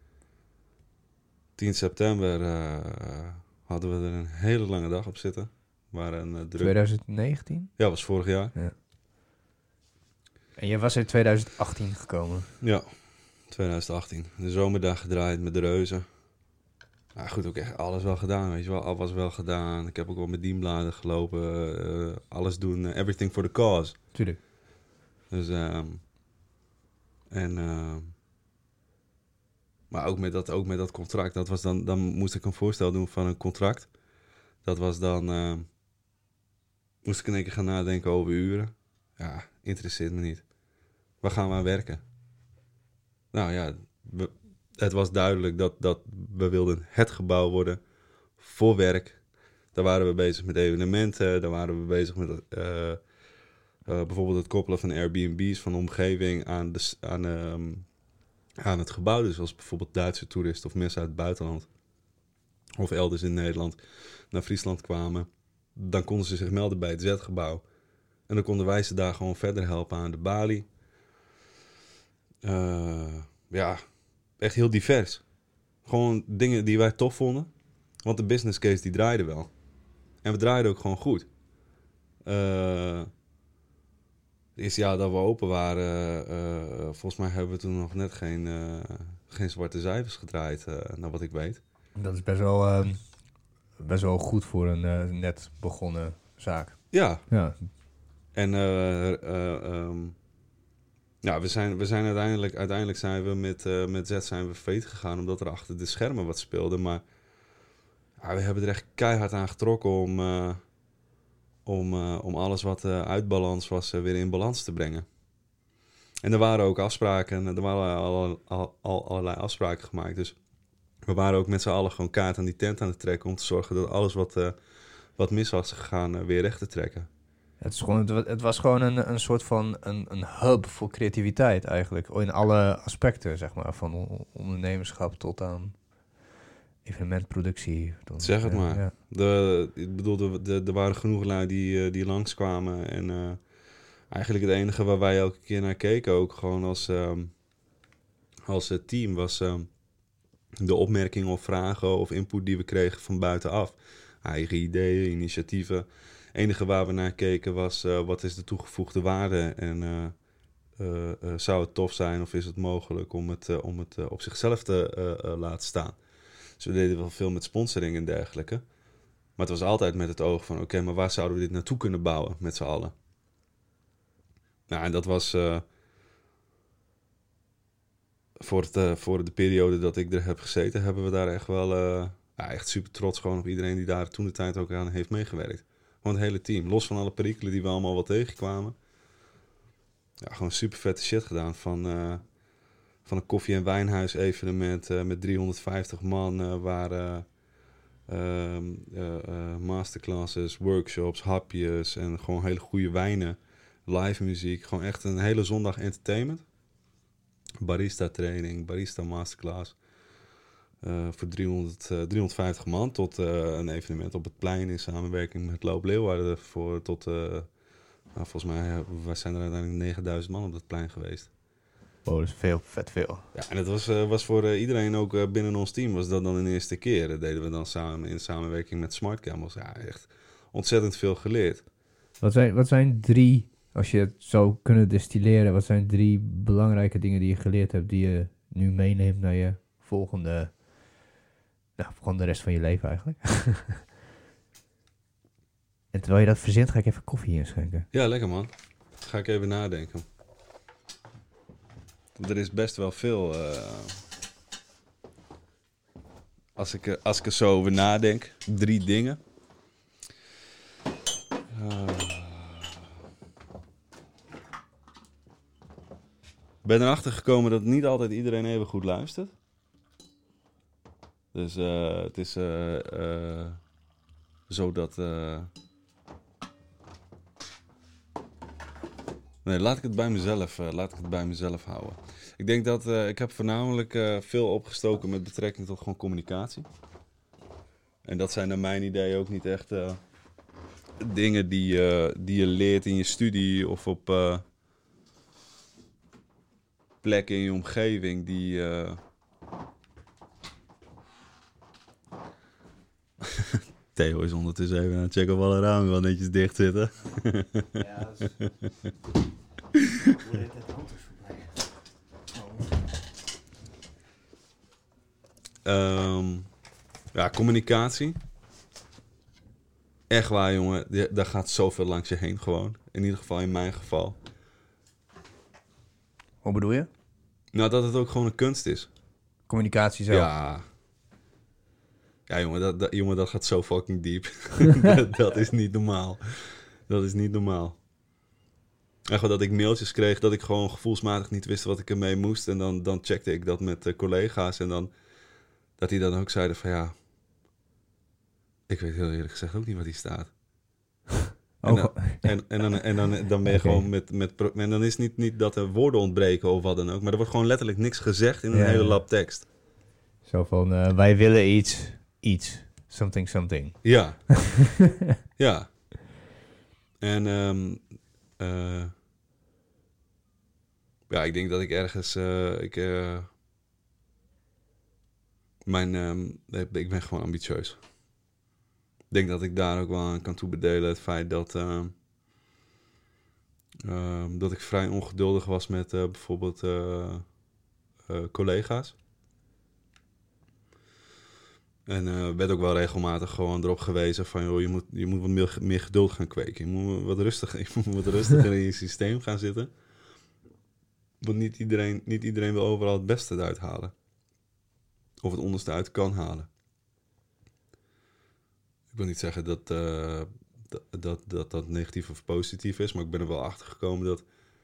tien september, uh, hadden we er een hele lange dag op zitten. Waren, uh, druk. twintig negentien? Ja, was vorig jaar. Ja. En je was in twintig achttien gekomen? Ja, twintig achttien. De zomerdag gedraaid met de reuzen. Ja, goed, ook echt alles wel gedaan, weet je wel. Alles wel gedaan. Ik heb ook wel met dienbladen gelopen. Uh, alles doen. Uh, everything for the cause. Tuurlijk. Dus, um, en... Uh, maar ook met, dat, ook met dat contract. Dat was dan, dan moest ik een voorstel doen van een contract. Dat was dan... Uh, moest ik in één keer gaan nadenken over uren. Ja, interesseert me niet. Waar gaan we aan werken? Nou ja, we, het was duidelijk dat, dat we wilden het gebouw worden voor werk. Daar waren we bezig met evenementen. Daar waren we bezig met uh, uh, bijvoorbeeld het koppelen van Airbnb's van de omgeving aan, de, aan, um, aan het gebouw. Dus als bijvoorbeeld Duitse toeristen of mensen uit het buitenland of elders in Nederland naar Friesland kwamen, dan konden ze zich melden bij het Z-gebouw. En dan konden wij ze daar gewoon verder helpen aan de balie. Uh, ja, echt heel divers. Gewoon dingen die wij tof vonden. Want de business case die draaide wel. En we draaiden ook gewoon goed. Uh, het eerste jaar dat we open waren, uh, volgens mij hebben we toen nog net geen, uh, geen zwarte cijfers gedraaid, uh, naar wat ik weet. Dat is best wel, uh, best wel goed voor een uh, net begonnen zaak. Ja. Ja. En uh, uh, um, ja, we zijn, we zijn uiteindelijk, uiteindelijk zijn we met, uh, met Z zijn we failliet gegaan, omdat er achter de schermen wat speelde. Maar ja, we hebben er echt keihard aan getrokken om, uh, om, uh, om alles wat uh, uit balans was uh, weer in balans te brengen. En er waren ook afspraken, er waren al, al, al allerlei afspraken gemaakt. Dus we waren ook met z'n allen gewoon kaart aan die tent aan het trekken om te zorgen dat alles wat, uh, wat mis was gegaan uh, weer recht te trekken. Het, is gewoon, het, het was gewoon een, een soort van een, een hub voor creativiteit eigenlijk. In alle aspecten, zeg maar. Van on- ondernemerschap tot aan evenementproductie. Tot, Zeg het ja, maar. Ja. De, ik bedoel, de, de, er waren genoeg lui die, uh, die langskwamen. En uh, eigenlijk het enige waar wij elke keer naar keken, ook gewoon als, um, als uh, team, was um, de opmerkingen of vragen of input die we kregen van buitenaf. Eigen ideeën, initiatieven. Het enige waar we naar keken was, uh, wat is de toegevoegde waarde? En uh, uh, uh, zou het tof zijn of is het mogelijk om het, uh, om het uh, op zichzelf te uh, uh, laten staan? Dus we deden wel veel met sponsoring en dergelijke. Maar het was altijd met het oog van, oké, okay, maar waar zouden we dit naartoe kunnen bouwen met z'n allen? Nou, en dat was uh, voor, het, uh, voor de periode dat ik er heb gezeten, hebben we daar echt wel uh, ja, echt super trots gewoon op iedereen die daar toen de tijd ook aan heeft meegewerkt. Gewoon het hele team. Los van alle perikelen die we allemaal wel tegenkwamen. Ja, gewoon super vette shit gedaan. Van, uh, van een koffie- en wijnhuis evenement uh, met driehonderdvijftig man. Uh, waar uh, uh, uh, uh, masterclasses, workshops, hapjes en gewoon hele goede wijnen. Live muziek. Gewoon echt een hele zondag entertainment. Barista training, barista masterclass. Uh, voor driehonderd, uh, driehonderdvijftig man tot uh, een evenement op het plein in samenwerking met Loop Leeuwarden. Voor tot, uh, nou, volgens mij uh, wij zijn er uiteindelijk negenduizend man op dat plein geweest. Oh, dat is veel, vet veel. Ja, en het was, uh, was voor uh, iedereen ook uh, binnen ons team was dat dan een eerste keer. Dat deden we dan samen in samenwerking met Smart Camels. Ja, echt ontzettend veel geleerd. Wat zijn, wat zijn drie, als je het zou kunnen destilleren, wat zijn drie belangrijke dingen die je geleerd hebt, die je nu meeneemt naar je volgende, nou, gewoon de rest van je leven eigenlijk? En terwijl je dat verzint, ga ik even koffie inschenken. Ja, lekker man. Ga ik even nadenken. Er is best wel veel. Uh, als, ik, als ik er zo over nadenk, drie dingen. Uh, Ik ben erachter gekomen dat niet altijd iedereen even goed luistert. Dus uh, het is uh, uh, zo dat... Uh... Nee, laat ik het bij mezelf, uh, laat ik het bij mezelf houden. Ik denk dat uh, ik heb voornamelijk uh, veel opgestoken met betrekking tot gewoon communicatie. En dat zijn naar mijn idee ook niet echt uh, dingen die, uh, die je leert in je studie of op... Uh, plekken in je omgeving die... Uh... Theo is ondertussen even aan het checken of alle ramen wel netjes dicht zitten. Ja, dat is... Hoe heet het um, Ja, communicatie. Echt waar, jongen. Daar gaat zoveel langs je heen gewoon. In ieder geval in mijn geval. Hoe bedoel je? Nou, dat het ook gewoon een kunst is. Communicatie zelf? Ja. Ja, jongen, dat, dat, jongen, dat gaat zo fucking diep. dat, dat is niet normaal. Dat is niet normaal. Echt wel dat ik mailtjes kreeg dat ik gewoon gevoelsmatig niet wist wat ik ermee moest. En dan, dan checkte ik dat met uh, collega's. En dan dat die dan ook zeiden van ja... Ik weet heel eerlijk gezegd ook niet wat hier staat. En dan, en, en, dan, en dan, dan ben je okay. gewoon met, met... En dan is het niet, niet dat er woorden ontbreken of wat dan ook. Maar er wordt gewoon letterlijk niks gezegd in een ja, hele lap tekst. Zo van, uh, wij willen iets, iets. Something, something. Ja. ja. En... Um, uh, ja, ik denk dat ik ergens... Uh, ik, uh, mijn... Um, ik ben gewoon ambitieus. Ik denk dat ik daar ook wel aan kan toebedelen. Het feit dat... Uh, uh, dat ik vrij ongeduldig was met uh, bijvoorbeeld uh, uh, collega's. En uh, werd ook wel regelmatig gewoon erop gewezen van... joh, je moet, je moet wat meer, meer geduld gaan kweken. Je moet wat rustiger, je moet wat rustiger in je systeem gaan zitten. Want niet iedereen, niet iedereen wil overal het beste eruit halen. Of het onderste uit kan halen. Ik wil niet zeggen dat, uh, dat, dat, dat dat negatief of positief is... maar ik ben er wel achter gekomen dat...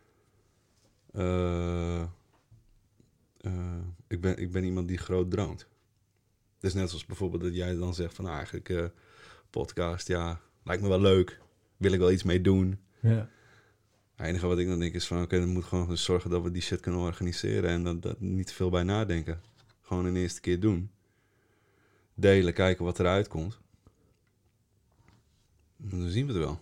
Uh, uh, ik, ben, ik ben iemand die groot droomt. Het is net zoals bijvoorbeeld dat jij dan zegt van... Nou, eigenlijk uh, podcast, ja... lijkt me wel leuk. Wil ik wel iets mee doen. Ja. Het enige wat ik dan denk is van... oké, okay, dan moet gewoon dus zorgen dat we die shit kunnen organiseren... en dat, dat niet te veel bij nadenken. Gewoon een eerste keer doen. Delen, kijken wat eruit komt. En dan zien we het wel.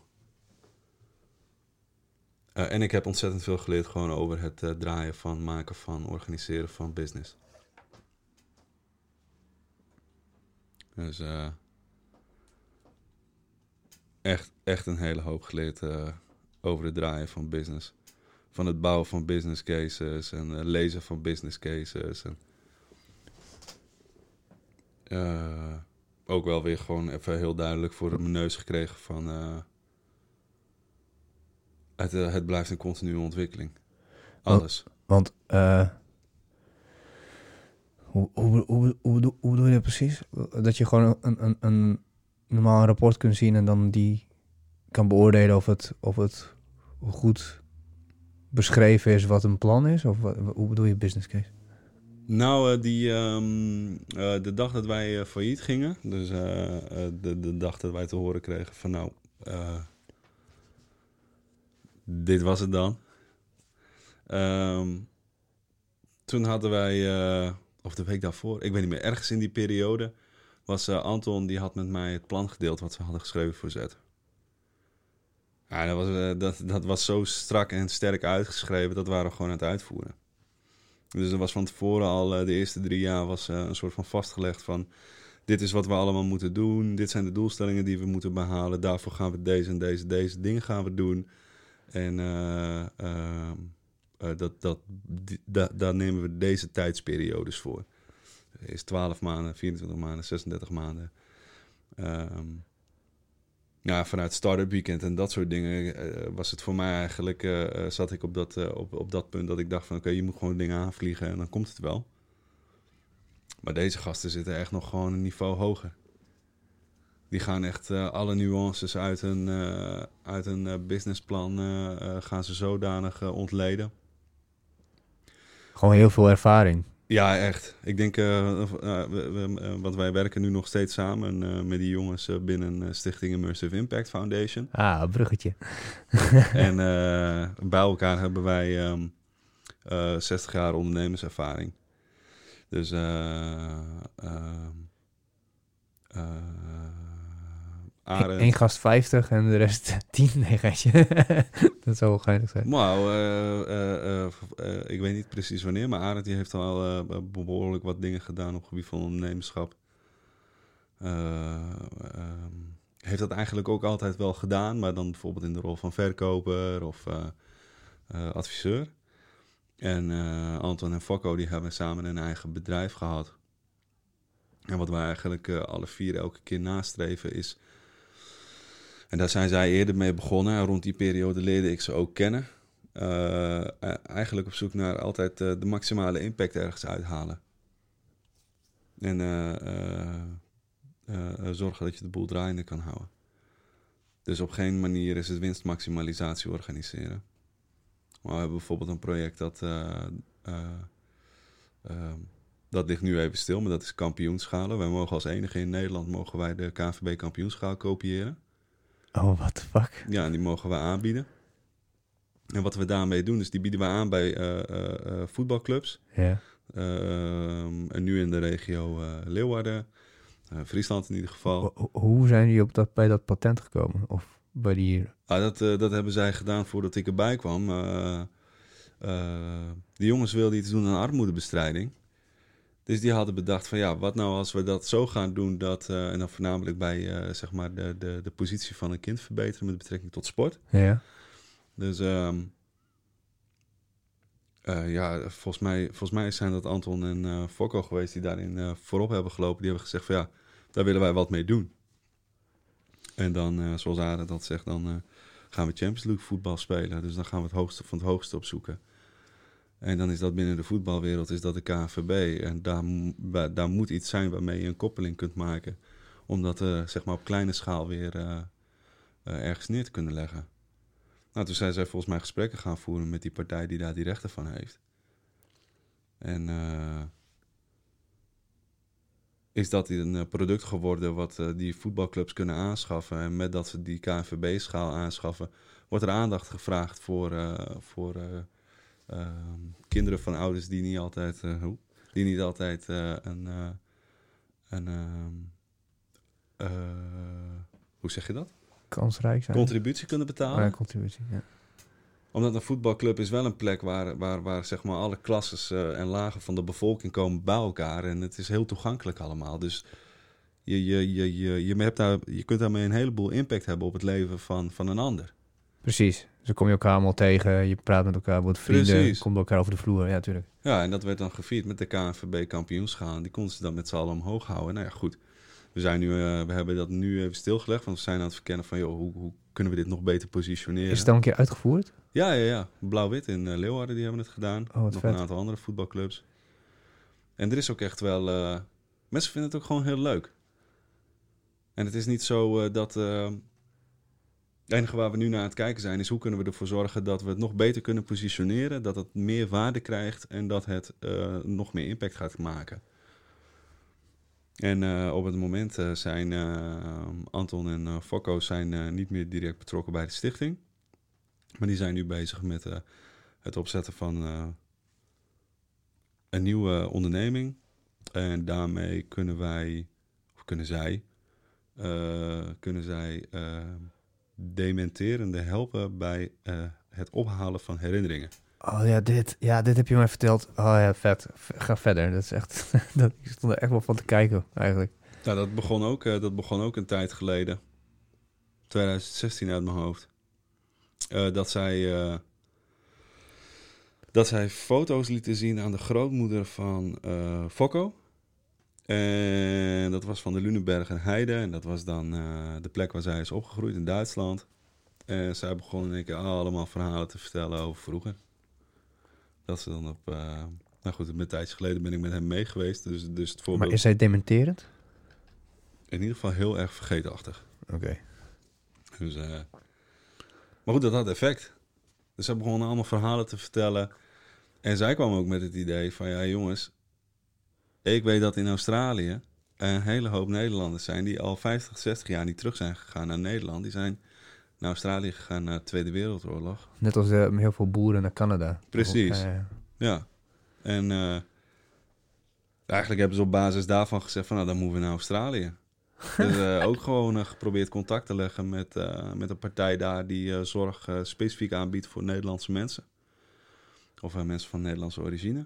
Uh, en ik heb ontzettend veel geleerd gewoon over het uh, draaien van, maken van, organiseren van business. Dus uh, echt, echt een hele hoop geleerd uh, over het draaien van business. Van het bouwen van business cases en uh, lezen van business cases. En, uh, ook wel weer gewoon even heel duidelijk voor mijn neus gekregen van... Uh, het, uh, het blijft een continue ontwikkeling. Alles. Want, want uh, hoe, hoe, hoe, hoe, hoe, hoe doe je dat precies? Dat je gewoon een, een, een normaal rapport kunt zien en dan die kan beoordelen of het, of het goed beschreven is wat een plan is? Of wat, hoe bedoel je business case? Nou, uh, die, um, uh, de dag dat wij uh, failliet gingen, dus uh, uh, de, de dag dat wij te horen kregen van nou, uh, dit was het dan. Um, toen hadden wij, uh, of de week daarvoor, ik weet niet meer, ergens in die periode was uh, Anton, die had met mij het plan gedeeld wat we hadden geschreven voor Z. Ja, dat was, uh, dat, dat was zo strak en sterk uitgeschreven, dat waren we gewoon aan het uitvoeren. Dus er was van tevoren al, uh, de eerste drie jaar was uh, een soort van vastgelegd van... dit is wat we allemaal moeten doen, dit zijn de doelstellingen die we moeten behalen... daarvoor gaan we deze en deze, deze dingen gaan we doen. En uh, uh, uh, dat, dat, die, da, daar nemen we deze tijdsperiodes voor. Is twaalf maanden, vierentwintig maanden, zesendertig maanden... Um, Ja, vanuit Startup Weekend en dat soort dingen uh, was het voor mij eigenlijk... Uh, zat ik op dat, uh, op, op dat punt dat ik dacht van... oké, okay, je moet gewoon dingen aanvliegen en dan komt het wel. Maar deze gasten zitten echt nog gewoon een niveau hoger. Die gaan echt uh, alle nuances uit een, uh, uit een uh, businessplan... Uh, uh, gaan ze zodanig uh, ontleden. Gewoon heel veel ervaring. Ja, echt. Ik denk, uh, uh, we, we, uh, want wij werken nu nog steeds samen uh, met die jongens uh, binnen uh, Stichting Immersive Impact Foundation. Ah, een bruggetje. En uh, bij elkaar hebben wij um, uh, zestig jaar ondernemerservaring. Dus uh, uh, uh, Arend... Eén gast vijftig en de rest tien. Nee, geitje. Dat zou wel geinig zijn. Nou, uh, uh, uh, uh, ik weet niet precies wanneer, maar Arend die heeft al uh, behoorlijk wat dingen gedaan op het gebied van ondernemerschap. Uh, uh, heeft dat eigenlijk ook altijd wel gedaan, maar dan bijvoorbeeld in de rol van verkoper of uh, uh, adviseur. En uh, Anton en Fokko die hebben samen een eigen bedrijf gehad. En wat wij eigenlijk uh, alle vier elke keer nastreven is... En daar zijn zij eerder mee begonnen. En rond die periode leerde ik ze ook kennen. Uh, eigenlijk op zoek naar altijd uh, de maximale impact ergens uithalen. En uh, uh, uh, zorgen dat je de boel draaiende kan houden. Dus op geen manier is het winstmaximalisatie organiseren. Maar we hebben bijvoorbeeld een project dat... Uh, uh, uh, dat ligt nu even stil, maar dat is kampioenschalen. Wij mogen als enige in Nederland mogen wij de K N V B kampioenschaal kopiëren. Oh, what the fuck? Ja, en die mogen we aanbieden. En wat we daarmee doen, is die bieden we aan bij uh, uh, uh, voetbalclubs. Ja. Uh, en nu in de regio uh, Leeuwarden, uh, Friesland in ieder geval. Ho- hoe zijn jullie op dat, bij dat patent gekomen? Of bij die... Ah, dat, uh, dat hebben zij gedaan voordat ik erbij kwam. Uh, uh, de jongens wilden iets doen aan armoedebestrijding. Dus die hadden bedacht van ja, wat nou als we dat zo gaan doen dat, uh, en dan voornamelijk bij uh, zeg maar de, de, de positie van een kind verbeteren met betrekking tot sport. Ja. Dus um, uh, ja, volgens mij, volgens mij zijn dat Anton en uh, Fokko geweest die daarin uh, voorop hebben gelopen. Die hebben gezegd van ja, daar willen wij wat mee doen. En dan, uh, zoals Arend dat zegt, dan uh, gaan we Champions League voetbal spelen. Dus dan gaan we het hoogste van het hoogste opzoeken. En dan is dat binnen de voetbalwereld is dat de K N V B. En daar, daar moet iets zijn waarmee je een koppeling kunt maken. Om dat uh, zeg maar op kleine schaal weer uh, uh, ergens neer te kunnen leggen. Nou, toen zijn zij volgens mij gesprekken gaan voeren met die partij die daar die rechten van heeft. En uh, is dat een uh, product geworden wat uh, die voetbalclubs kunnen aanschaffen. En met dat ze die K N V B-schaal aanschaffen, wordt er aandacht gevraagd voor, uh, voor uh, uh, kinderen van ouders die niet altijd, uh, die niet altijd uh, een, uh, een uh, uh, hoe zeg je dat? Kansrijk zijn. Contributie kunnen betalen. Oh ja, contributie, ja. Omdat een voetbalclub is wel een plek waar, waar, waar zeg maar alle klasses uh, en lagen van de bevolking komen bij elkaar. En het is heel toegankelijk allemaal. Dus je, je, je, je, je, hebt daar, je kunt daarmee een heleboel impact hebben op het leven van, van een ander. Precies. Dus dan kom je elkaar allemaal tegen, je praat met elkaar, wordt vrienden, Precies. je komt bij elkaar over de vloer. Ja, natuurlijk. Ja, en dat werd dan gevierd met de K N V B kampioenschaal. Die konden ze dan met z'n allen omhoog houden. Nou ja, goed. We, zijn nu, uh, we hebben dat nu even stilgelegd, want we zijn aan het verkennen van, joh, hoe, hoe kunnen we dit nog beter positioneren? Is het dan een keer uitgevoerd? Ja, ja, ja. Blauw-wit in uh, Leeuwarden, die hebben het gedaan. Oh, wat nog vet. een aantal andere voetbalclubs. En er is ook echt wel... Uh, mensen vinden het ook gewoon heel leuk. En het is niet zo uh, dat... Uh, het enige waar we nu naar aan het kijken zijn, is hoe kunnen we ervoor zorgen dat we het nog beter kunnen positioneren, dat het meer waarde krijgt en dat het uh, nog meer impact gaat maken. En uh, op het moment uh, zijn uh, Anton en uh, Fokko zijn uh, niet meer direct betrokken bij de stichting. Maar die zijn nu bezig met uh, het opzetten van uh, een nieuwe onderneming. En daarmee kunnen wij, of kunnen zij, uh, kunnen zij uh, dementerenden helpen bij uh, het ophalen van herinneringen. Oh ja, dit, ja, dit heb je mij verteld. Oh ja, vet. Ga verder. Dat is echt, dat, ik stond er echt wel van te kijken, eigenlijk. Nou, dat begon ook, uh, dat begon ook een tijd geleden. twintig zestien uit mijn hoofd. Uh, dat zij uh, dat zij foto's lieten zien aan de grootmoeder van uh, Fokko. En dat was van de Lunenberg en Heide. En dat was dan uh, de plek waar zij is opgegroeid in Duitsland. En zij begon in één keer allemaal verhalen te vertellen over vroeger. Dat ze dan op... Uh, nou goed, een tijdje geleden ben ik met hem mee geweest. Dus, dus het voorbeeld... Maar is hij dementerend? In ieder geval heel erg vergeetachtig. Oké. Okay. Dus, uh... Maar goed, dat had effect. Dus zij begonnen allemaal verhalen te vertellen. En zij kwam ook met het idee van... Ja, jongens... Ik weet dat in Australië een hele hoop Nederlanders zijn... die al vijftig, zestig jaar niet terug zijn gegaan naar Nederland. Die zijn naar Australië gegaan na de Tweede Wereldoorlog. Net als uh, heel veel boeren naar Canada. Precies, uh, ja. En uh, eigenlijk hebben ze op basis daarvan gezegd... van nou, dan moeten we naar Australië. Dus uh, ook gewoon uh, geprobeerd contact te leggen met, uh, met een partij daar... die uh, zorg uh, specifiek aanbiedt voor Nederlandse mensen. Of uh, mensen van Nederlandse origine.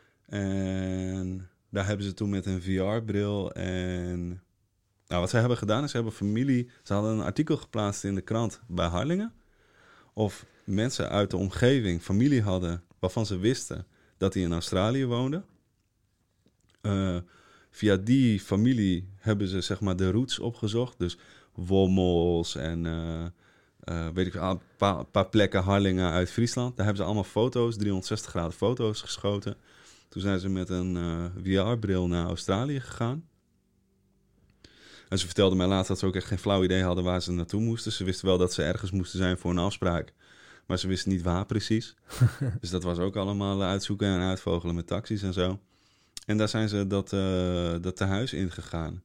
En daar hebben ze toen met een V R-bril en... Nou, wat zij hebben gedaan is, ze hebben familie... Ze hadden een artikel geplaatst in de krant bij Harlingen. Of mensen uit de omgeving familie hadden... waarvan ze wisten dat die in Australië woonden. Uh, via die familie hebben ze zeg maar de roots opgezocht. Dus Wommels en uh, uh, weet ik een paar, paar plekken Harlingen uit Friesland. Daar hebben ze allemaal foto's, driehonderdzestig graden foto's geschoten. Toen zijn ze met een uh, V R-bril naar Australië gegaan. En ze vertelden mij later dat ze ook echt geen flauw idee hadden waar ze naartoe moesten. Ze wisten wel dat ze ergens moesten zijn voor een afspraak. Maar ze wisten niet waar precies. Dus dat was ook allemaal uitzoeken en uitvogelen met taxis en zo. En daar zijn ze dat, uh, dat tehuis ingegaan.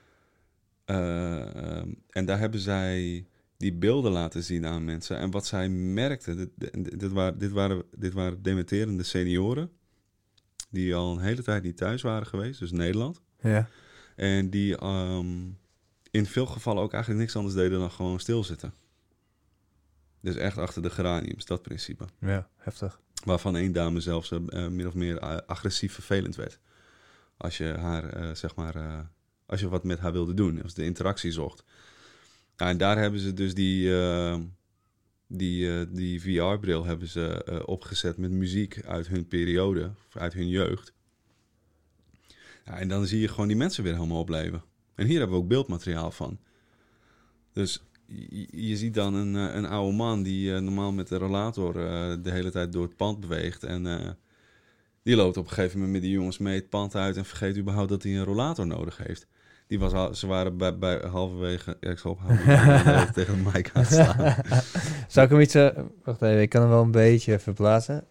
Uh, en daar hebben zij die beelden laten zien aan mensen. En wat zij merkten, dit, dit, waren, dit, waren, dit waren dementerende senioren... die al een hele tijd niet thuis waren geweest, dus Nederland. Ja. En die um, in veel gevallen ook eigenlijk niks anders deden dan gewoon stilzitten. Dus echt achter de geraniums, dat principe. Ja, heftig. Waarvan één dame zelfs uh, min of meer uh, agressief vervelend werd. Als je haar, uh, zeg maar, uh, als je wat met haar wilde doen, als de interactie zocht. Nou, en daar hebben ze dus die, uh, die, uh, die V R-bril hebben ze uh, opgezet met muziek uit hun periode, uit hun jeugd. Ja, en dan zie je gewoon die mensen weer helemaal opleven. En hier hebben we ook beeldmateriaal van. Dus je, je ziet dan een, een oude man die uh, normaal met de rollator uh, de hele tijd door het pand beweegt. En uh, die loopt op een gegeven moment met die jongens mee het pand uit en vergeet überhaupt dat hij een rollator nodig heeft. Die was al, ze waren bij, bij halverwege... Ja, ik zal ophouden tegen de mic aan te slaan. Zou ik hem iets... Uh, wacht even, ik kan hem wel een beetje verplaatsen.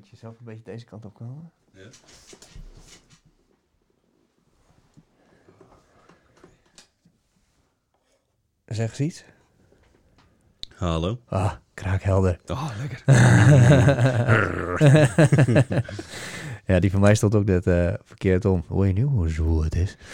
moet je zelf een beetje deze kant op komen. Ja. Zeg eens iets. Hallo. Ah, kraakhelder. Oh, lekker. Ja, die van mij stond ook net uh, verkeerd om. Hoor je nu hoe zwoel het is?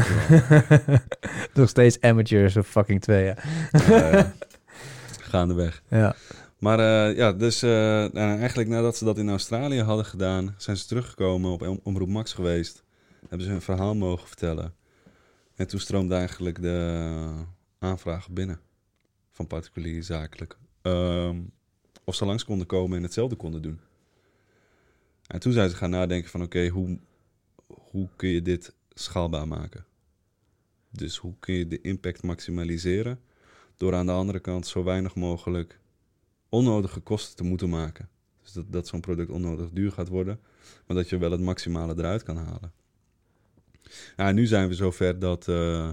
Nog steeds amateurs of fucking twee, ja. uh, gaandeweg. Ja. Maar uh, ja, dus uh, nou, eigenlijk nadat ze dat in Australië hadden gedaan, zijn ze teruggekomen, op Omroep Max geweest. Hebben ze hun verhaal mogen vertellen. En toen stroomde eigenlijk de aanvraag binnen. Van particulier zakelijk. Um, of ze langs konden komen en hetzelfde konden doen. En toen zijn ze gaan nadenken van oké, okay, hoe, hoe kun je dit schaalbaar maken? Dus hoe kun je de impact maximaliseren door aan de andere kant zo weinig mogelijk onnodige kosten te moeten maken. Dus dat, dat zo'n product onnodig duur gaat worden, maar dat je wel het maximale eruit kan halen. Nou, nu zijn we zover dat uh,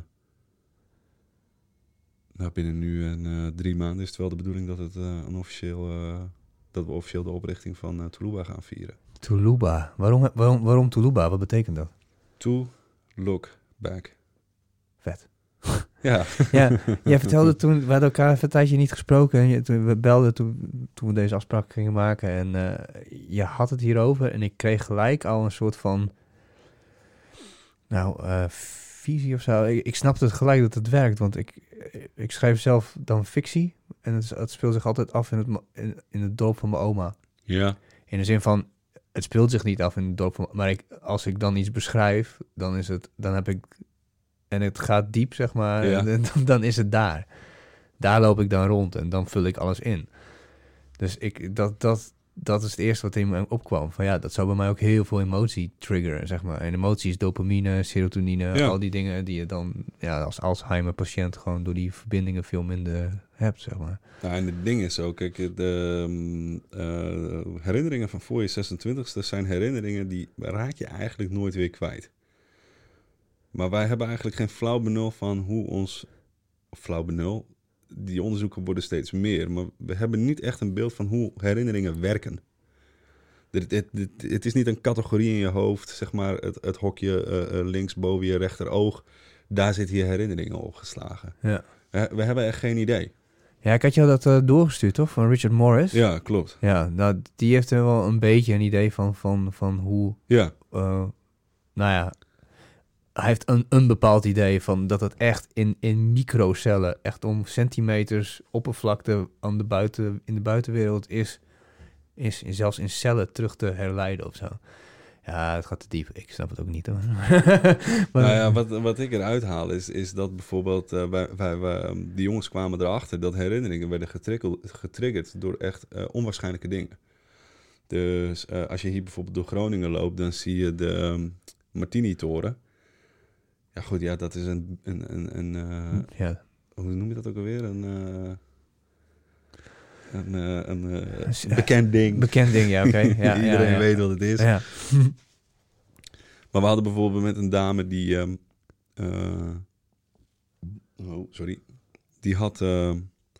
nou, binnen nu en uh, drie maanden is het wel de bedoeling dat, het, uh, een officieel, uh, dat we officieel de oprichting van uh, Tuluba gaan vieren. Tuluba. Waarom, waarom, waarom Tuluba? Wat betekent dat? To look back. Vet. Ja. Ja, jij vertelde toen, we hadden elkaar even een tijdje niet gesproken. En je, toen we belden toen, toen we deze afspraak gingen maken. En uh, je had het hierover. En ik kreeg gelijk al een soort van, nou, uh, visie of zo. Ik, ik snapte het gelijk dat het werkt. Want ik, ik schrijf zelf dan fictie. En het, het speelt zich altijd af in het, in, in het dorp van mijn oma. Ja. In de zin van, het speelt zich niet af in het dorp van, maar ik, als ik dan iets beschrijf, dan is het, dan heb ik, en het gaat diep, zeg maar, Ja. en dan, dan is het daar. Daar loop ik dan rond en dan vul ik alles in. Dus ik, dat, dat, dat is het eerste wat in me opkwam. Van ja, dat zou bij mij ook heel veel emotie triggeren, zeg maar. En emotie is dopamine, serotonine, Ja. al die dingen die je dan, ja, als Alzheimer-patiënt gewoon door die verbindingen veel minder hebt, zeg maar. Nou, en het ding is ook, kijk, de uh, herinneringen van voor je zesentwintigste zijn herinneringen die raak je eigenlijk nooit weer kwijt. Maar wij hebben eigenlijk geen flauw benul van hoe ons, of flauw benul, die onderzoeken worden steeds meer, maar we hebben niet echt een beeld van hoe herinneringen werken. Het, het, het, het is niet een categorie in je hoofd, zeg maar het, het hokje uh, links boven je rechteroog, daar zitten je herinneringen opgeslagen. Ja. Uh, we hebben echt geen idee. Ja, ik had jou dat uh, doorgestuurd, toch? Van Richard Morris. Ja, klopt. Ja, nou, die heeft er wel een beetje een idee van, van, van hoe... Ja. Uh, nou ja, hij heeft een, een bepaald idee van dat het echt in, in microcellen, echt om centimeters oppervlakte aan de buiten, in de buitenwereld is, is zelfs in cellen terug te herleiden of zo. Ja, het gaat te diep. Ik snap het ook niet, hoor. Maar, nou ja, wat, wat ik eruit haal is, is dat bijvoorbeeld, uh, wij, wij, wij, die jongens kwamen erachter dat herinneringen werden getriggerd door echt uh, onwaarschijnlijke dingen. Dus uh, als je hier bijvoorbeeld door Groningen loopt, dan zie je de um, Martini-toren. Ja goed, ja, dat is een... een, een, een uh, ja. Hoe noem je dat ook alweer? Een... Uh, Een, uh, een uh, bekend ding. Bekend ding, ja, oké. Okay. Ja, Iedereen ja, ja. weet wat het is. Ja. Maar we hadden bijvoorbeeld met een dame die... Um, uh, oh, sorry. Die had... Uh,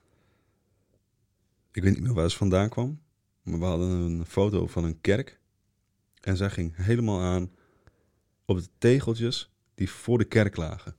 ik weet niet meer waar ze vandaan kwam. Maar we hadden een foto van een kerk. En zij ging helemaal aan op de tegeltjes die voor de kerk lagen.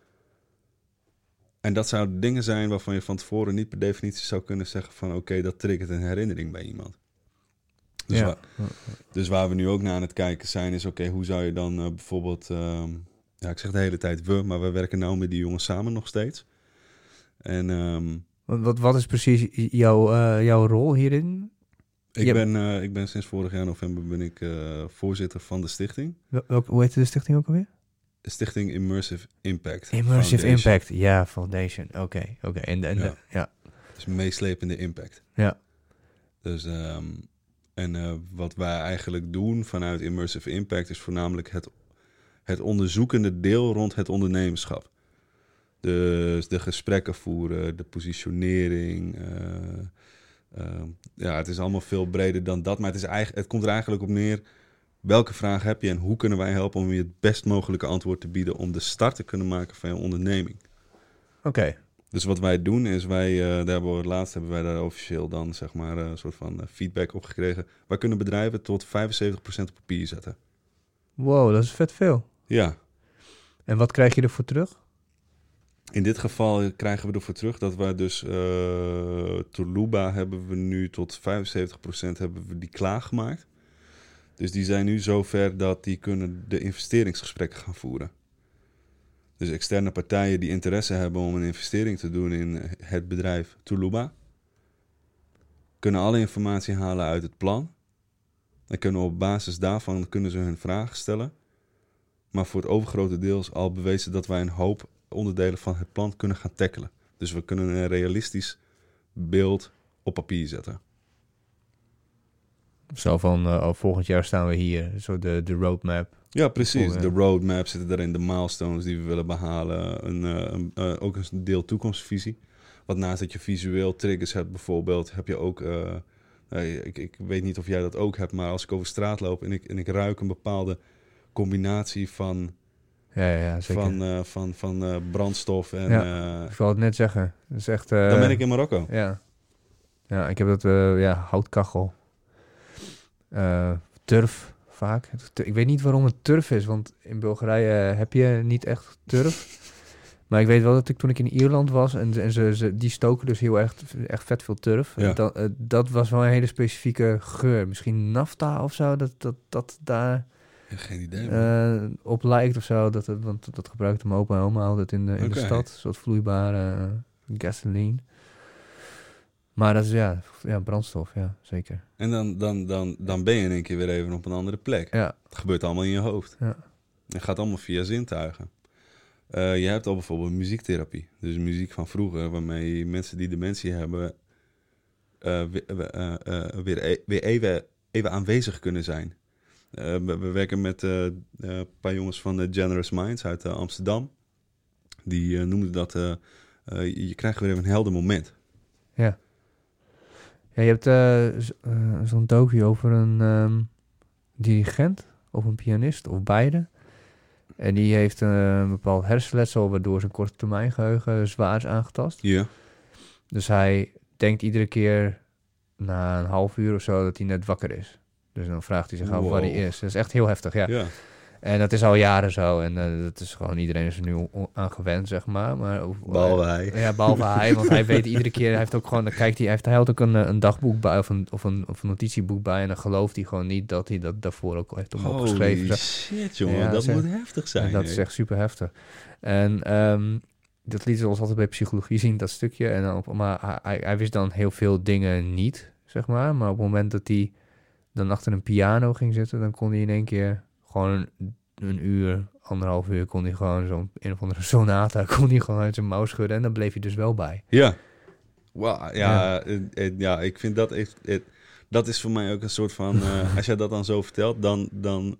En dat zouden dingen zijn waarvan je van tevoren niet per definitie zou kunnen zeggen van oké, okay, dat triggert een herinnering bij iemand. Dus, ja. waar, dus waar we nu ook naar aan het kijken zijn is oké, okay, hoe zou je dan uh, bijvoorbeeld, uh, ja ik zeg de hele tijd we, maar we werken nou met die jongens samen nog steeds. En um, wat, wat, wat is precies jouw, uh, jouw rol hierin? Ik, Je... ben, uh, ik ben sinds vorig jaar november ben ik uh, voorzitter van de stichting. Welk, hoe heet de stichting ook alweer? Stichting Immersive Impact. Immersive Foundation. Impact, ja, Foundation. Oké, okay, oké. Okay. En, en ja. De, ja. Dus meeslepende impact. Ja. Dus, um, en uh, wat wij eigenlijk doen vanuit Immersive Impact is voornamelijk het, het onderzoekende deel rond het ondernemerschap. Dus de gesprekken voeren, de positionering. Uh, uh, ja, het is allemaal veel breder dan dat, maar het, is eigenlijk, het komt er eigenlijk op neer. Welke vraag heb je en hoe kunnen wij helpen om je het best mogelijke antwoord te bieden om de start te kunnen maken van je onderneming? Oké. Okay. Dus wat wij doen is, wij, uh, daar hebben we het laatst hebben wij daar officieel dan zeg maar uh, een soort van uh, feedback op gekregen. Wij kunnen bedrijven tot vijfenzeventig procent op papier zetten. Wow, dat is vet veel. Ja. En wat krijg je ervoor terug? In dit geval krijgen we ervoor terug dat wij dus uh, Toluba hebben we nu tot vijfenzeventig procent hebben we die klaargemaakt. Dus die zijn nu zover dat die kunnen de investeringsgesprekken gaan voeren. Dus externe partijen die interesse hebben om een investering te doen in het bedrijf Toluba, kunnen alle informatie halen uit het plan. En kunnen op basis daarvan kunnen ze hun vragen stellen. Maar voor het overgrote deel is al bewezen dat wij een hoop onderdelen van het plan kunnen gaan tackelen. Dus we kunnen een realistisch beeld op papier zetten. Zo van, uh, oh, volgend jaar staan we hier. Zo de, de roadmap. Ja, precies. Oh, ja. De roadmap zitten erin, de milestones die we willen behalen. Een, uh, een, uh, ook een deel toekomstvisie. Want naast dat je visueel triggers hebt bijvoorbeeld, heb je ook... Uh, uh, ik, ik weet niet of jij dat ook hebt, maar als ik over straat loop en ik, en ik ruik een bepaalde combinatie van... Ja, ja, zeker. Van, uh, van, van uh, brandstof en... Ja, uh, ik wil het net zeggen. Dat is echt... Uh, dan ben ik in Marokko. Ja. Ja, ik heb dat... Uh, ja, houtkachel. Uh, turf, vaak. Ik weet niet waarom het turf is, want in Bulgarije heb je niet echt turf. Maar ik weet wel dat ik toen ik in Ierland was... en, en ze, ze, die stoken dus heel echt, echt vet veel turf. Ja. Dat, uh, dat was wel een hele specifieke geur. Misschien nafta of zo, dat dat, dat daar... Geen idee. Uh, op lijkt of zo, dat het, want dat gebruikte mijn opa en oma altijd in de, in okay. de stad. Een soort vloeibare uh, gasoline. Maar dat is ja, ja brandstof, ja, zeker. En dan, dan, dan, dan ben je in één keer weer even op een andere plek. Ja. Het gebeurt allemaal in je hoofd. Ja. Het gaat allemaal via zintuigen. Uh, je hebt al bijvoorbeeld muziektherapie. Dus muziek van vroeger, waarmee mensen die dementie hebben... Uh, weer, uh, uh, weer, e- weer even, even aanwezig kunnen zijn. Uh, we, we werken met uh, uh, een paar jongens van uh, Generous Minds uit uh, Amsterdam. Die uh, noemden dat... Uh, uh, je krijgt weer even een helder moment. Ja. Ja, je hebt uh, z- uh, zo'n docu over een um, dirigent of een pianist of beide. En die heeft uh, een bepaald hersenletsel waardoor zijn korte termijn geheugen zwaar is aangetast. Ja. Yeah. Dus hij denkt iedere keer na een half uur of zo dat hij net wakker is. Dus dan vraagt hij zich af wow. waar hij is. Dat is echt heel heftig, ja. Yeah. En dat is al jaren zo. En uh, dat is gewoon, iedereen is er nu on- aan gewend, zeg maar. maar behalve hij. Ja, behalve hij. Want hij weet iedere keer, hij heeft ook gewoon, dan kijkt hij, hij heeft, hij houdt ook een, een dagboek bij, of een, of, een, of een notitieboek bij. En dan gelooft hij gewoon niet dat hij dat daarvoor ook heeft opgeschreven. Holy shit, jongen. Ja, dat dat moet is, heftig zijn. En dat hè? is echt super heftig. En um, dat liet ze ons altijd bij psychologie zien, dat stukje. En dan op, maar hij, hij wist dan heel veel dingen niet, zeg maar. Maar op het moment dat hij dan achter een piano ging zitten, dan kon hij in één keer gewoon een, een uur, anderhalf uur, kon hij gewoon zo'n een of andere sonata, kon hij gewoon uit zijn mouw schudden. En dan bleef hij dus wel bij. Ja. Wow, ja, Ja. uh, uh, ja, ik vind dat echt... Uh, dat is voor mij ook een soort van... Uh, als jij dat dan zo vertelt, dan... dan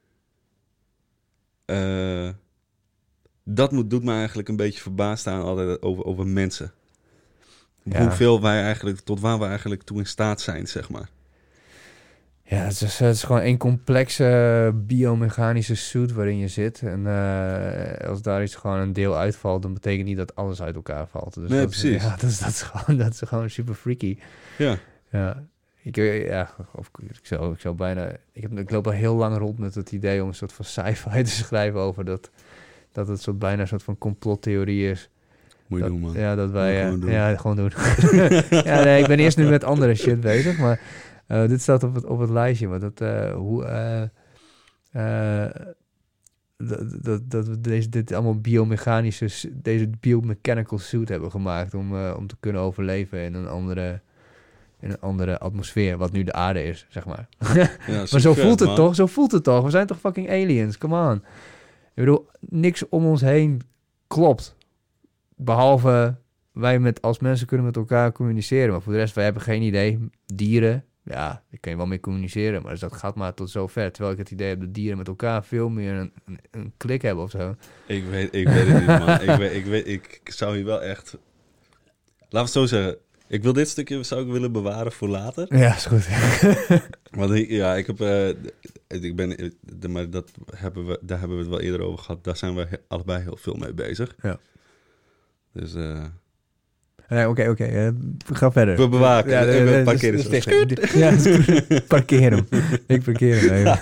uh, dat moet, doet me eigenlijk een beetje verbaasd staan altijd over, over mensen. Ja. Hoeveel wij eigenlijk... Tot waar we eigenlijk toe in staat zijn, zeg maar. Ja, het is, het is gewoon een complexe biomechanische suit waarin je zit. En uh, als daar iets gewoon een deel uitvalt, dan betekent niet dat alles uit elkaar valt. Dus nee, dat, precies. Ja, dat is, dat, is gewoon, dat is gewoon super freaky. Ja. Ja, ik, ja of, ik, zou, ik zou bijna... Ik, heb, ik loop al heel lang rond met het idee om een soort van sci-fi te schrijven over dat, dat het soort, bijna een soort van complottheorie is. Moet je dat, doen, man. Ja, dat wij... Gewoon doen. Ja, gewoon doen. Ja, nee, ik ben eerst nu met andere shit bezig, maar... Uh, dit staat op het, op het lijstje, maar dat uh, hoe uh, uh, dat, dat, dat we deze, dit allemaal biomechanische, deze biomechanical suit hebben gemaakt om, uh, om te kunnen overleven in een andere, in een andere atmosfeer, wat nu de aarde is, zeg maar. Ja, maar zo vet, voelt het man. toch? Zo voelt het toch? We zijn toch fucking aliens? Come on. Ik bedoel, niks om ons heen klopt, behalve wij met als mensen kunnen met elkaar communiceren, maar voor de rest wij hebben geen idee. Dieren. Ja, daar kun je wel mee communiceren, maar dus dat gaat maar tot zover. Terwijl ik het idee heb dat dieren met elkaar veel meer een, een, een klik hebben of zo. Ik weet, ik weet het niet, man. ik, weet, ik, weet, ik zou hier wel echt... Laten we het zo zeggen. Ik wil dit stukje zou ik willen bewaren voor later. Ja, is goed. Want ik, ja, ik heb... Uh, ik ben, de, maar dat hebben we, daar hebben we het wel eerder over gehad. Daar zijn we he, allebei heel veel mee bezig. Ja. Dus uh, Nee, oké, oké. eh, ga verder. We bewaken. Ja, Ja, nee, we nee, parkeren dus- zo. dus- Ja, dus- parkeer hem. Ik parkeer hem even.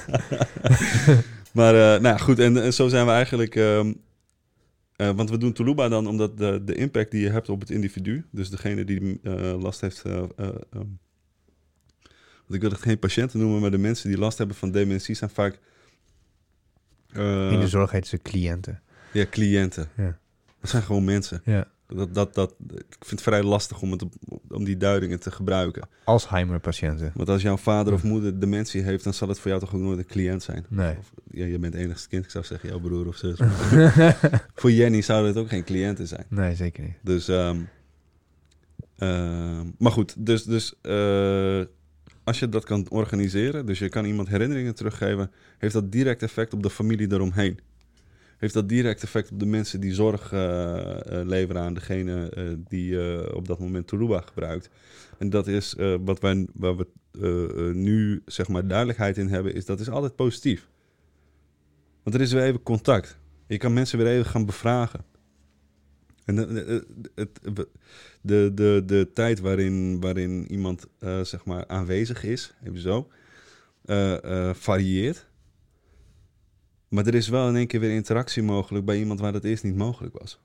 Maar uh, nou goed, en, en zo zijn we eigenlijk... Um, uh, want we doen Tuluba dan omdat de, de impact die je hebt op het individu... dus degene die uh, last heeft... Uh, uh, um, want ik wil het geen patiënten noemen... maar de mensen die last hebben van dementie zijn vaak... Uh, In de zorg heten ze cliënten. Ja, cliënten. Ja. Dat zijn gewoon mensen. Ja. Dat, dat, dat, ik vind het vrij lastig om, het op, om die duidingen te gebruiken. Alzheimer-patiënten. Want als jouw vader of moeder dementie heeft... dan zal het voor jou toch ook nooit een cliënt zijn. Nee. Of, ja, je bent enigste kind, ik zou zeggen jouw broer of zus. Voor Jenny zouden het ook geen cliënten zijn. Nee, zeker niet. Dus, um, uh, maar goed, dus, dus uh, als je dat kan organiseren... dus je kan iemand herinneringen teruggeven... heeft dat direct effect op de familie eromheen. Heeft dat direct effect op de mensen die zorg uh, uh, leveren aan degene uh, die uh, op dat moment Tuluba gebruikt. En dat is uh, wat wij, waar we uh, uh, nu zeg maar duidelijkheid in hebben, is dat is altijd positief. Want er is weer even contact. Je kan mensen weer even gaan bevragen. En de, de, de, de, de, de tijd waarin, waarin iemand uh, zeg maar aanwezig is, even zo, uh, uh, varieert. Maar er is wel in één keer weer interactie mogelijk bij iemand waar dat eerst niet mogelijk was.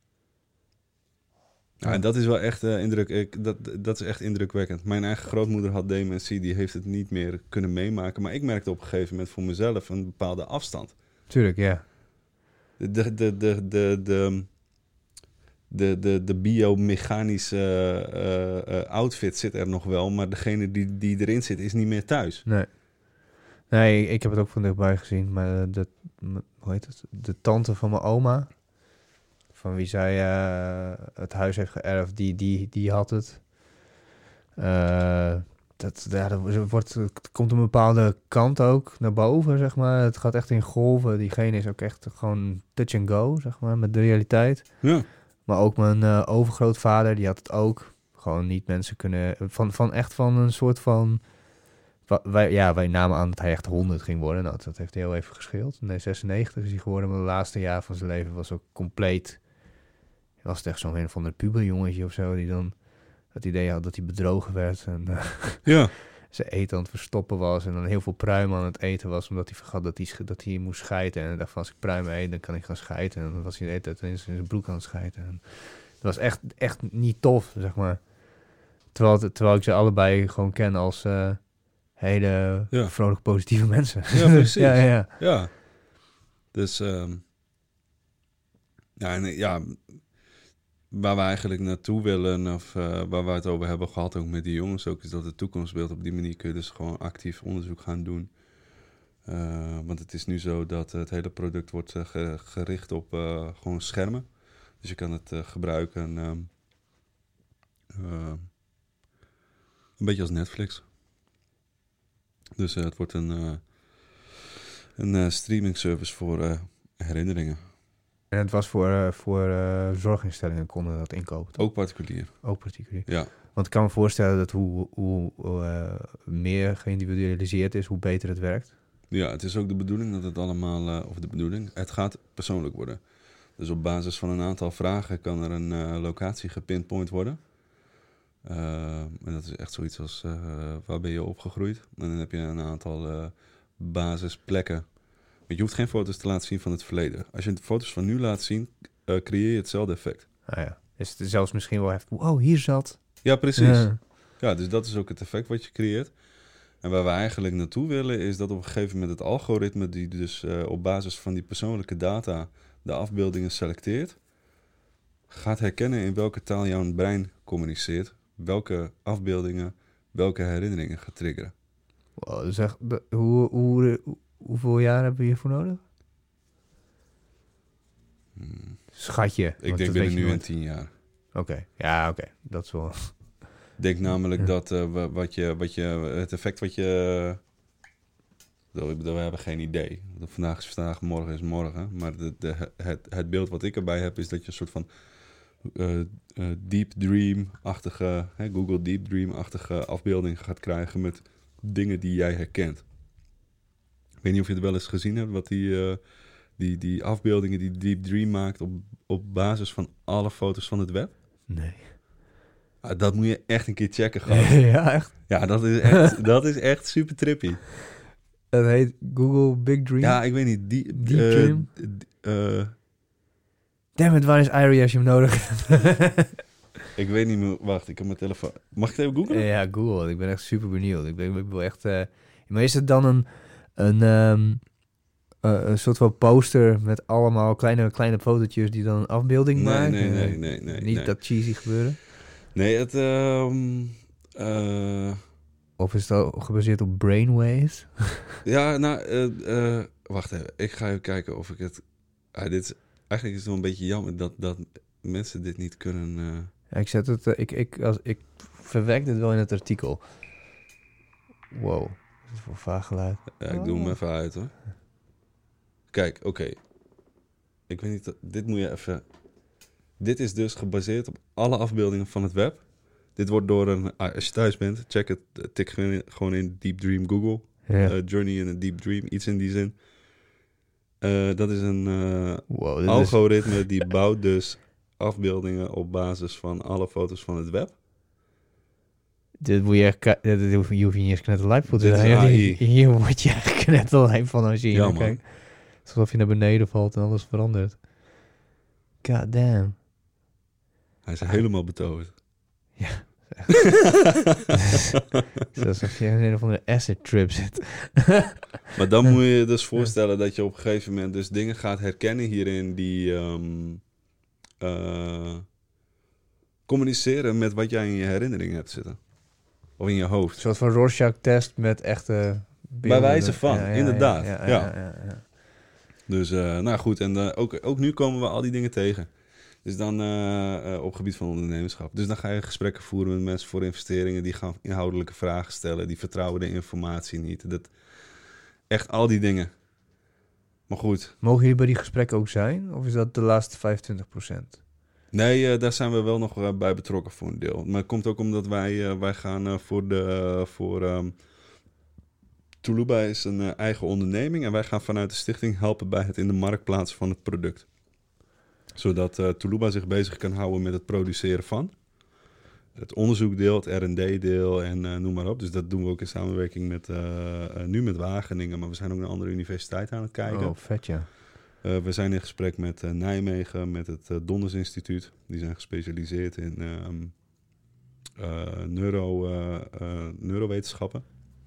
Ja, en dat is wel echt, uh, indruk, ik, dat, dat is echt indrukwekkend. Mijn eigen grootmoeder had dementie, die heeft het niet meer kunnen meemaken. Maar ik merkte op een gegeven moment voor mezelf een bepaalde afstand. Tuurlijk, ja. De, de, de, de, de, de, de, de, de biomechanische uh, uh, outfit zit er nog wel, maar degene die, die erin zit is niet meer thuis. Nee. Nee, ik heb het ook van dichtbij gezien. Maar de, hoe heet het? De tante van mijn oma, van wie zij uh, het huis heeft geërfd, die, die, die had het. Uh, dat, ja, dat wordt, het komt een bepaalde kant ook naar boven, zeg maar. Het gaat echt in golven. Diegene is ook echt gewoon touch and go, zeg maar, met de realiteit. Ja. Maar ook mijn uh, overgrootvader, die had het ook. Gewoon niet mensen kunnen... Van, van echt van een soort van... Wij, ja, wij namen aan dat hij echt honderd ging worden. Nou, dat heeft hij heel even gescheeld. Nee, zesennegentig is hij geworden. Maar de laatste jaar van zijn leven was ook compleet... Was het echt zo'n een van de puberjongetje of zo... die dan het idee had dat hij bedrogen werd. En uh, ja. zijn eten aan het verstoppen was. En dan heel veel pruimen aan het eten was... omdat hij vergat dat hij, dat hij moest scheiden. En hij dacht van, als ik pruimen eet, dan kan ik gaan scheiden. En dan was hij de hele tijd in zijn broek aan het scheiden. En dat was echt, echt niet tof, zeg maar. Terwijl, terwijl ik ze allebei gewoon ken als... Uh, hele ja. vrolijk positieve mensen. Ja, precies. ja, ja, ja. ja. Dus, um, ja, en, ja, waar we eigenlijk naartoe willen, of uh, waar we het over hebben gehad, ook met die jongens ook, is dat het toekomstbeeld op die manier kun je dus gewoon actief onderzoek gaan doen. Uh, want het is nu zo dat het hele product wordt uh, ge- gericht op uh, gewoon schermen. Dus je kan het uh, gebruiken um, uh, een beetje als Netflix. Dus uh, het wordt een, uh, een uh, streaming service voor uh, herinneringen. En het was voor, uh, voor uh, zorginstellingen konden dat inkopen? Ook particulier. Ook particulier. Ja. Want ik kan me voorstellen dat hoe, hoe uh, meer geïndividualiseerd is, hoe beter het werkt. Ja, het is ook de bedoeling dat het allemaal, uh, of de bedoeling, het gaat persoonlijk worden. Dus op basis van een aantal vragen kan er een uh, locatie gepinpoint worden. Uh, en dat is echt zoiets als, uh, waar ben je opgegroeid? En dan heb je een aantal uh, basisplekken. Want je hoeft geen foto's te laten zien van het verleden. Als je foto's van nu laat zien, uh, creëer je hetzelfde effect. Ah ja, is het zelfs misschien wel even, wow, hier zat. Ja, precies. Ja. Ja, dus dat is ook het effect wat je creëert. En waar we eigenlijk naartoe willen, is dat op een gegeven moment het algoritme, die dus uh, op basis van die persoonlijke data de afbeeldingen selecteert, gaat herkennen in welke taal jouw brein communiceert, welke afbeeldingen, welke herinneringen gaat triggeren. Wow, zeg, hoe, hoe, hoe, hoeveel jaar hebben we hiervoor nodig? Hmm. Schatje. Ik denk binnen nu en tien jaar. Oké, okay. ja, oké. Okay. Dat is wel... Ik denk namelijk ja. dat uh, wat je, wat je, het effect wat je... Uh, we hebben geen idee. Vandaag is vandaag, morgen is morgen. Maar de, de, het, het beeld wat ik erbij heb, is dat je een soort van uh, uh, deep dream-achtige, hè, Google Deep Dream-achtige afbeelding gaat krijgen met dingen die jij herkent. Ik weet niet of je het wel eens gezien hebt, wat die, uh, die, die afbeeldingen die Deep Dream maakt op, op basis van alle foto's van het web. Nee. Ah, dat moet je echt een keer checken, gewoon. Ja, echt. Ja, dat is echt, dat is echt super trippy. Dat heet Google Big Dream. Ja, ik weet niet. Die, Deep uh, Dream. Uh, Damn it, waar is Irie als je hem nodig hebt? ik weet niet meer. Wacht, ik heb mijn telefoon. Mag ik het even googlen? Ja, Google. Ik ben echt super benieuwd. Ik ben, ik ben echt... Uh... Maar is het dan een... een um, uh, een soort van poster met allemaal kleine, kleine fotootjes die dan een afbeelding nee, maken? Nee, nee, nee, nee. Niet nee. dat cheesy gebeuren? Nee, het... Um, uh... Of is het gebaseerd op brainwaves? ja, nou... Uh, uh, wacht even. Ik ga even kijken of ik het... Uh, dit is, eigenlijk is het wel een beetje jammer dat, dat mensen dit niet kunnen... Uh... Ja, ik zet het... Uh, ik, ik, als, ik verwerk dit wel in het artikel. Wow. Wat is het voor vaag geluid? Ja, ik doe hem even uit, hoor. Kijk, oké. Okay. Ik weet niet... Dit moet je even... Dit is dus gebaseerd op alle afbeeldingen van het web. Dit wordt door een... Als je thuis bent, check het. Tik gewoon in Deep Dream Google. Ja. Uh, Journey in a Deep Dream. Iets in die zin. Uh, dat is een uh, wow, algoritme is... die bouwt dus afbeeldingen op basis van alle foto's van het web. Dit moet je echt... Je hoeft je niet eens knetterlijp voor te zijn. Hier, hier word je echt knetterlijp van als je hier ja, kijkt. Alsof je naar beneden valt en alles verandert. God damn. Hij is ah. helemaal betoverd. Ja. Alsof je in een of andere acid trip zit. Maar dan moet je je dus voorstellen dat je op een gegeven moment dus dingen gaat herkennen hierin die um, uh, communiceren met wat jij in je herinnering hebt zitten. Of in je hoofd. Een soort van Rorschach-test met echte beelden. Bij wijze van, ja, ja, inderdaad. Ja, ja, ja, ja, ja, ja. Dus, uh, nou goed, en uh, ook, ook nu komen we al die dingen tegen. Dus dan uh, uh, op gebied van ondernemerschap. Dus dan ga je gesprekken voeren met mensen voor investeringen. Die gaan inhoudelijke vragen stellen. Die vertrouwen de informatie niet. Dat, echt al die dingen. Maar goed. Mogen jullie bij die gesprekken ook zijn? Of is dat de laatste vijfentwintig procent? Nee, uh, daar zijn we wel nog uh, bij betrokken voor een deel. Maar het komt ook omdat wij, uh, wij gaan uh, voor de... Uh, voor, um, Tuluba is een uh, eigen onderneming. En wij gaan vanuit de stichting helpen bij het in de markt plaatsen van het product. Zodat uh, Tuluba zich bezig kan houden met het produceren van. Het onderzoekdeel, het R en D-deel en uh, noem maar op. Dus dat doen we ook in samenwerking met, uh, uh, nu met Wageningen. Maar we zijn ook naar andere universiteiten aan het kijken. Oh, vet ja. Uh, we zijn in gesprek met uh, Nijmegen, met het uh, Donders Instituut. Die zijn gespecialiseerd in uh, uh, neuro, uh, uh, neurowetenschappen.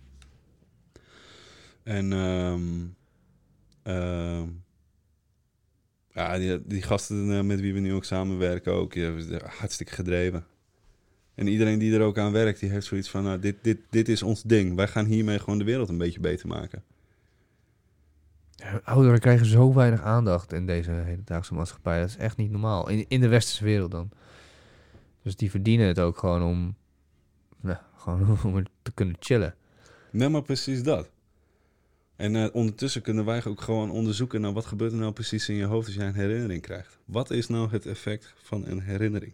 En... Um, uh, Ja, die, die gasten met wie we nu ook samenwerken, ook ja, hartstikke gedreven. En iedereen die er ook aan werkt, die heeft zoiets van, nou, dit, dit, dit is ons ding. Wij gaan hiermee gewoon de wereld een beetje beter maken. Ja, ouderen krijgen zo weinig aandacht in deze hedendaagse maatschappij. Dat is echt niet normaal. In, in de westerse wereld dan. Dus die verdienen het ook gewoon om, nou, gewoon om te kunnen chillen. Nee, maar precies dat. En uh, ondertussen kunnen wij ook gewoon onderzoeken naar wat gebeurt er nou precies in je hoofd als jij een herinnering krijgt. Wat is nou het effect van een herinnering?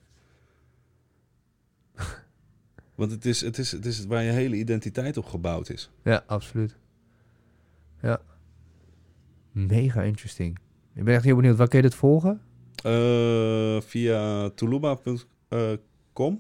Want het is, het, is, het is waar je hele identiteit op gebouwd is. Ja, absoluut. Ja. Mega interesting. Ik ben echt heel benieuwd. Waar kun je dit volgen? Uh, via tuluba punt com.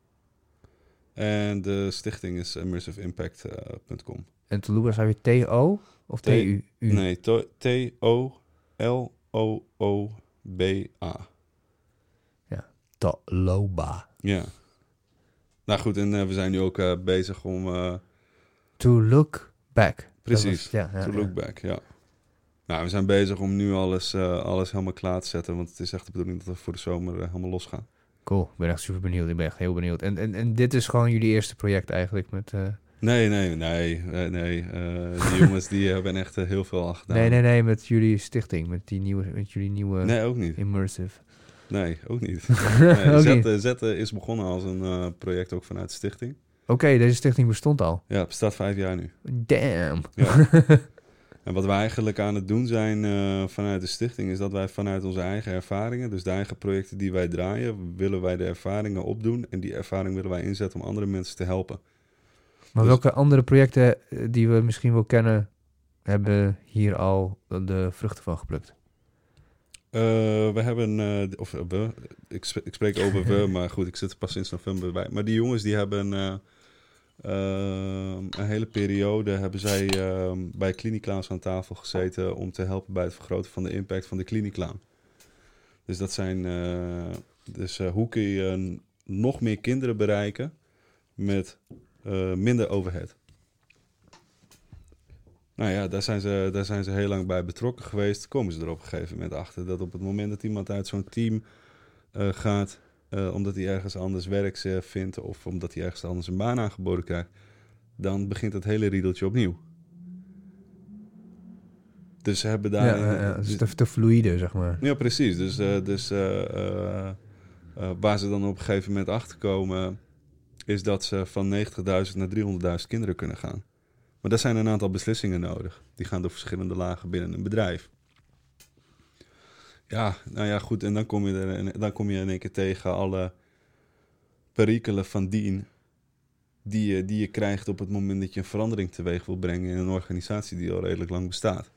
En de stichting is immersive impact punt com. En Tuluba schrijf je T O of T U? Nee, T O L O O B A. Ja, Tuluba. Ja. Nou goed, en uh, we zijn nu ook uh, bezig om... Uh... To look back. Precies, was, ja, ja, to ja. look back, ja. Nou, we zijn bezig om nu alles, uh, alles helemaal klaar te zetten, want het is echt de bedoeling dat we voor de zomer uh, helemaal los gaan. Cool, ik ben echt super benieuwd. Ik ben echt heel benieuwd. En, en, en dit is gewoon jullie eerste project eigenlijk met... Uh... Nee, nee, nee, nee, nee. Uh, die jongens die hebben echt uh, heel veel al gedaan. Nee, nee, nee, met jullie stichting, met, die nieuwe, met jullie nieuwe... Nee, ook niet. Immersive. Nee, ook niet. Nee, ook Zet, niet. Zet is begonnen als een uh, project ook vanuit de stichting. Oké, okay, deze stichting bestond al? Ja, het bestaat vijf jaar nu. Damn. Ja. En wat wij eigenlijk aan het doen zijn uh, vanuit de stichting... is dat wij vanuit onze eigen ervaringen... dus de eigen projecten die wij draaien... willen wij de ervaringen opdoen... en die ervaring willen wij inzetten om andere mensen te helpen. Maar dus... welke andere projecten die we misschien wel kennen... hebben hier al de vruchten van geplukt? Uh, we hebben, uh, of uh, we, ik, sp- ik spreek over we, maar goed, ik zit er pas sinds november bij. Maar die jongens die hebben uh, uh, een hele periode hebben zij uh, bij Cliniclowns aan tafel gezeten om te helpen bij het vergroten van de impact van de Cliniclown. Dus dat zijn, uh, dus uh, hoe kun je uh, nog meer kinderen bereiken met uh, minder overhead? Nou ja, daar zijn, ze, daar zijn ze heel lang bij betrokken geweest. Komen ze er op een gegeven moment achter dat op het moment dat iemand uit zo'n team uh, gaat, uh, omdat hij ergens anders werk uh, vindt of omdat hij ergens anders een baan aangeboden krijgt, dan begint het hele riedeltje opnieuw. Dus ze hebben daar... Ja, uh, ja, het is te, te fluïde, zeg maar. Ja, precies. Dus, uh, dus uh, uh, uh, waar ze dan op een gegeven moment achter komen, is dat ze van negentigduizend naar driehonderdduizend kinderen kunnen gaan. Maar daar zijn een aantal beslissingen nodig. Die gaan door verschillende lagen binnen een bedrijf. Ja, nou ja, goed. En dan kom je, er, dan kom je in één keer tegen alle perikelen van dien die je, die je krijgt op het moment dat je een verandering teweeg wil brengen in een organisatie die al redelijk lang bestaat.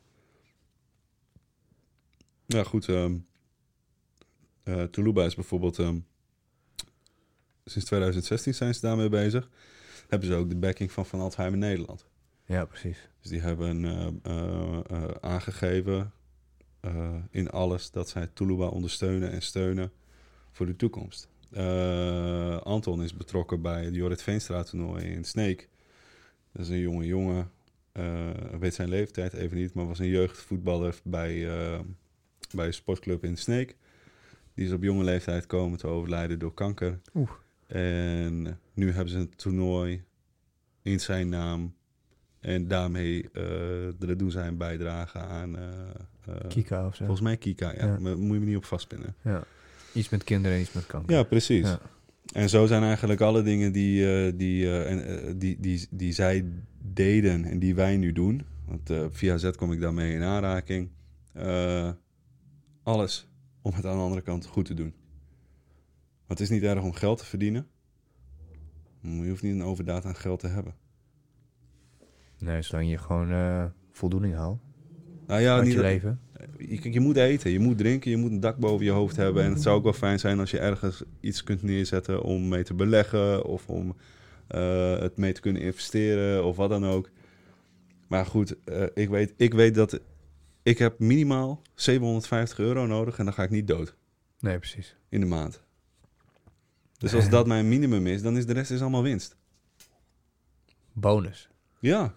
Ja, goed. Um, uh, Tuluba is bijvoorbeeld... Um, sinds twintig zestien zijn ze daarmee bezig. Hebben ze ook de backing van Van Alzheimer Nederland. Ja, precies. Dus die hebben uh, uh, uh, aangegeven uh, in alles dat zij Tuluba ondersteunen en steunen voor de toekomst. Uh, Anton is betrokken bij het Jorrit Veenstra toernooi in Sneek. Dat is een jonge jongen. Uh, weet zijn leeftijd even niet, maar was een jeugdvoetballer bij, uh, bij een sportclub in Sneek. Die is op jonge leeftijd komen te overlijden door kanker. Oeh. En nu hebben ze een toernooi in zijn naam. En daarmee uh, doen zij een bijdrage aan... Uh, uh, Kika of zo. Volgens mij Kika, ja. ja. Maar moet je me niet op vastpinnen. Ja. Iets met kinderen en iets met kanker. Ja, precies. Ja. En zo zijn eigenlijk alle dingen die, uh, die, uh, en, uh, die, die, die zij deden en die wij nu doen. Want uh, via Z kom ik daarmee in aanraking. Uh, alles om het aan de andere kant goed te doen. Want het is niet erg om geld te verdienen. Maar je hoeft niet een overdaad aan geld te hebben. Nee, zolang je gewoon uh, voldoening haalt. Nou ja, uit niet je dat, leven. Je, je moet eten, je moet drinken, je moet een dak boven je hoofd hebben. En het zou ook wel fijn zijn als je ergens iets kunt neerzetten om mee te beleggen. Of om uh, het mee te kunnen investeren of wat dan ook. Maar goed, uh, ik, weet, ik weet dat ik heb minimaal zevenhonderdvijftig euro nodig en dan ga ik niet dood. Nee, precies. In de maand. Dus als dat mijn minimum is, dan is de rest is allemaal winst. Bonus. Ja.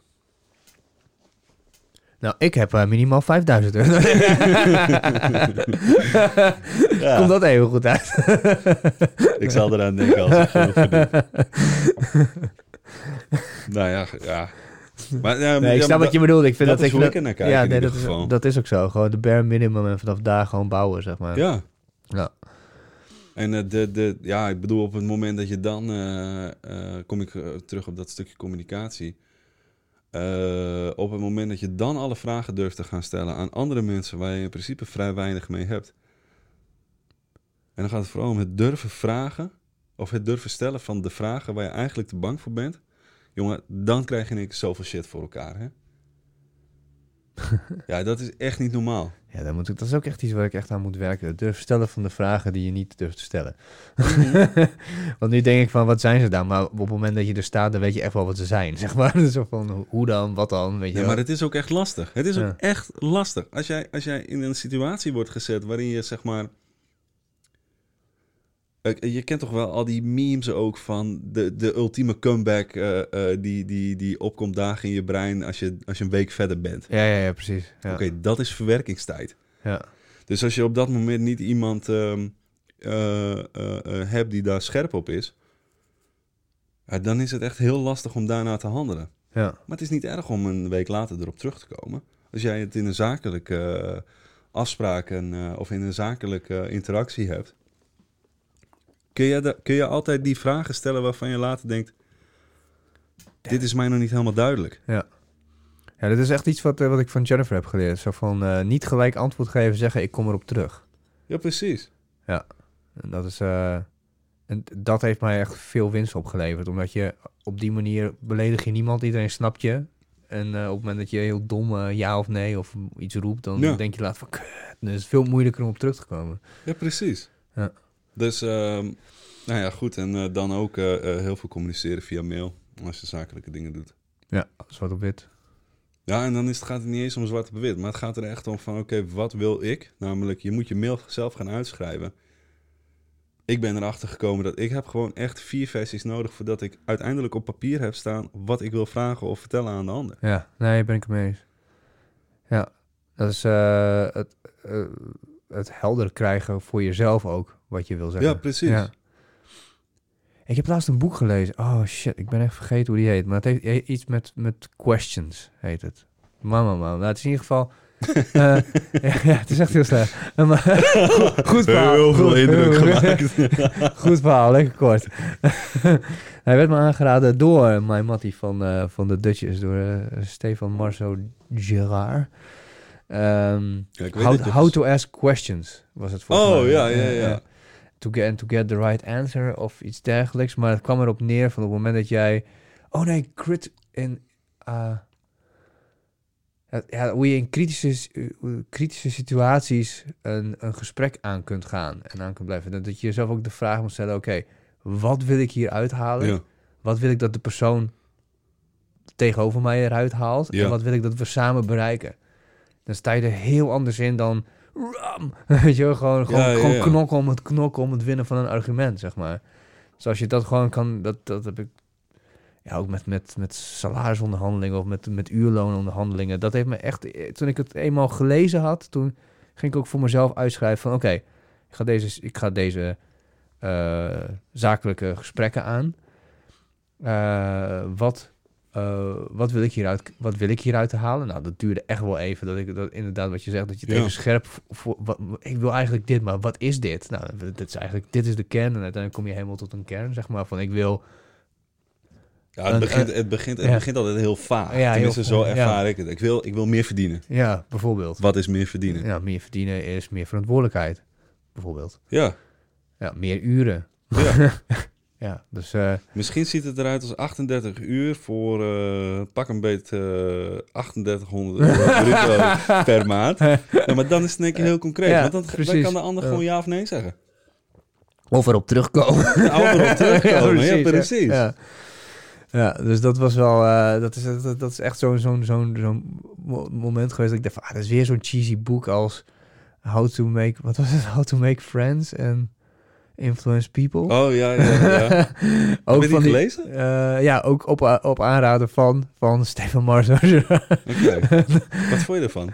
Nou, ik heb uh, minimaal vijfduizend euro. Ja. Komt dat even goed uit? Ik zal eraan denken als ik genoeg verdien. Nou ja, ja. Maar, ja, nee, ik ja, snap wat je bedoelt. Ik vind dat, dat is ik hoe ik dat, er naar kijk ja, in nee, ieder dat geval. Is, dat is ook zo. Gewoon de bare minimum en vanaf daar gewoon bouwen, zeg maar. Ja. Ja. En uh, de, de, ja, ik bedoel, op het moment dat je dan... Uh, uh, kom ik uh, terug op dat stukje communicatie. Uh, op het moment dat je dan alle vragen durft te gaan stellen aan andere mensen waar je in principe vrij weinig mee hebt. En dan gaat het vooral om het durven vragen, of het durven stellen van de vragen waar je eigenlijk te bang voor bent. Jongen, dan krijg je ineens zoveel shit voor elkaar, hè? Ja, dat is echt niet normaal. Ja, dat, moet ik, dat is ook echt iets waar ik echt aan moet werken. Het durven stellen van de vragen die je niet durft te stellen. Mm-hmm. Want nu denk ik van, wat zijn ze dan? Maar op het moment dat je er staat, dan weet je echt wel wat ze zijn, zeg maar. Zo van, hoe dan, wat dan, weet je Ja, wel. maar het is ook echt lastig. Het is ja. ook echt lastig. Als jij, als jij in een situatie wordt gezet waarin je, zeg maar... Je kent toch wel al die memes ook van de, de ultieme comeback uh, uh, die, die, die opkomt dagen in je brein als je, als je een week verder bent. Ja, ja, ja, precies. Ja. Oké, okay, dat is verwerkingstijd. Ja. Dus als je op dat moment niet iemand um, uh, uh, uh, hebt die daar scherp op is, uh, dan is het echt heel lastig om daarna te handelen. Ja. Maar het is niet erg om een week later erop terug te komen. Als jij het in een zakelijke uh, afspraak en, uh, of in een zakelijke uh, interactie hebt, kun je, de, kun je altijd die vragen stellen waarvan je later denkt, dit is mij nog niet helemaal duidelijk. Ja. Ja, dit is echt iets wat, uh, wat ik van Jennifer heb geleerd. Zo van uh, niet gelijk antwoord geven, zeggen ik kom erop terug. Ja, precies. Ja, en dat is... Uh, en dat heeft mij echt veel winst opgeleverd. Omdat je op die manier beledig je niemand, iedereen snapt je. En uh, op het moment dat je heel dom uh, ja of nee of iets roept, dan ja. denk je later van, kut. Dan is het veel moeilijker om op terug te komen. Ja, precies. Ja. Dus, uh, nou ja, goed. En uh, dan ook uh, uh, heel veel communiceren via mail, als je zakelijke dingen doet. Ja, zwart op wit. Ja, en dan is het, gaat het niet eens om zwart op wit, maar het gaat er echt om van, oké, okay, wat wil ik? Namelijk, je moet je mail zelf gaan uitschrijven. Ik ben erachter gekomen dat ik heb gewoon echt vier versies nodig voordat ik uiteindelijk op papier heb staan wat ik wil vragen of vertellen aan de ander. Ja, nee, ben ik het mee eens. Ja, dat is uh, het, uh, het helder krijgen voor jezelf ook, wat je wil zeggen. Ja, precies. Ja. Ik heb laatst een boek gelezen. Oh shit, ik ben echt vergeten hoe die heet. Maar het heeft iets met, met questions, heet het. Mama, mama. Nou, het is in ieder geval... uh, ja, ja, het is echt heel slecht. Uh, maar, goed, goed verhaal. Heel veel goed, indruk gemaakt. Goed verhaal, lekker kort. Hij werd me aangeraden door mijn mattie van, uh, van de Dutchess, door uh, Stefan Marceau Gerard. Um, ja, how, how to ask questions was het volgens oh, mij. ja, ja, ja. Uh, to get, to get the right answer of iets dergelijks. Maar het kwam erop neer van op het moment dat jij... Oh nee, crit in... Uh, ja, hoe je in kritische, kritische situaties een, een gesprek aan kunt gaan en aan kunt blijven. Dat je jezelf ook de vraag moet stellen, oké, okay, wat wil ik hier uithalen? Ja. Wat wil ik dat de persoon tegenover mij eruit haalt? Ja. En wat wil ik dat we samen bereiken? Dan sta je er heel anders in dan... Ram! Weet je wel, gewoon, gewoon, ja, gewoon ja, ja. knokken om het knokken om het winnen van een argument, zeg maar. Dus als je dat gewoon kan... Dat, dat heb ik... Ja, ook met, met, met salarisonderhandelingen of met, met uurloononderhandelingen. Dat heeft me echt... Toen ik het eenmaal gelezen had, toen ging ik ook voor mezelf uitschrijven van... Oké, okay, ik ga deze, ik ga deze uh, zakelijke gesprekken aan. Uh, wat, uh, wat, wil ik hieruit, wat wil ik hieruit halen? Nou, dat duurde echt wel even. Dat ik dat inderdaad wat je zegt, dat je het ja. even scherp... Voor, wat, ik wil eigenlijk dit, maar wat is dit? Nou, dit is eigenlijk... Dit is de kern en uiteindelijk kom je helemaal tot een kern, zeg maar. Van ik wil... Ja, het begint, het begint, het ja. begint altijd heel vaag. Ja, Tenminste, heel, zo ervaar ja. ik het. Ik wil, ik wil meer verdienen. Ja, bijvoorbeeld. Wat is meer verdienen? Ja, meer verdienen is meer verantwoordelijkheid, bijvoorbeeld. Ja. Ja, meer uren. Ja. ja, dus... Uh, Misschien ziet het eruit als achtendertig uur voor uh, pak een beet uh, achtendertighonderd euro bruto per maand. Ja, maar dan is het in één keer heel concreet. Ja, want dan, dan kan de ander ja. gewoon ja of nee zeggen. Of erop terugkomen. Ja, of erop terugkomen, ja, precies. Ja, precies. Ja. Ja, dus dat was wel... Uh, dat, is, dat, dat is echt zo'n zo'n zo'n zo'n moment geweest dat ik dacht van... Ah, dat is weer zo'n cheesy boek als... How to make... Wat was het? How to make friends and influence people. Oh, ja, ja, ja. Ook Heb je die gelezen? Die, uh, ja, ook op, op aanraden van, van Stefan Marceau. Oké. Okay. Wat vond je ervan?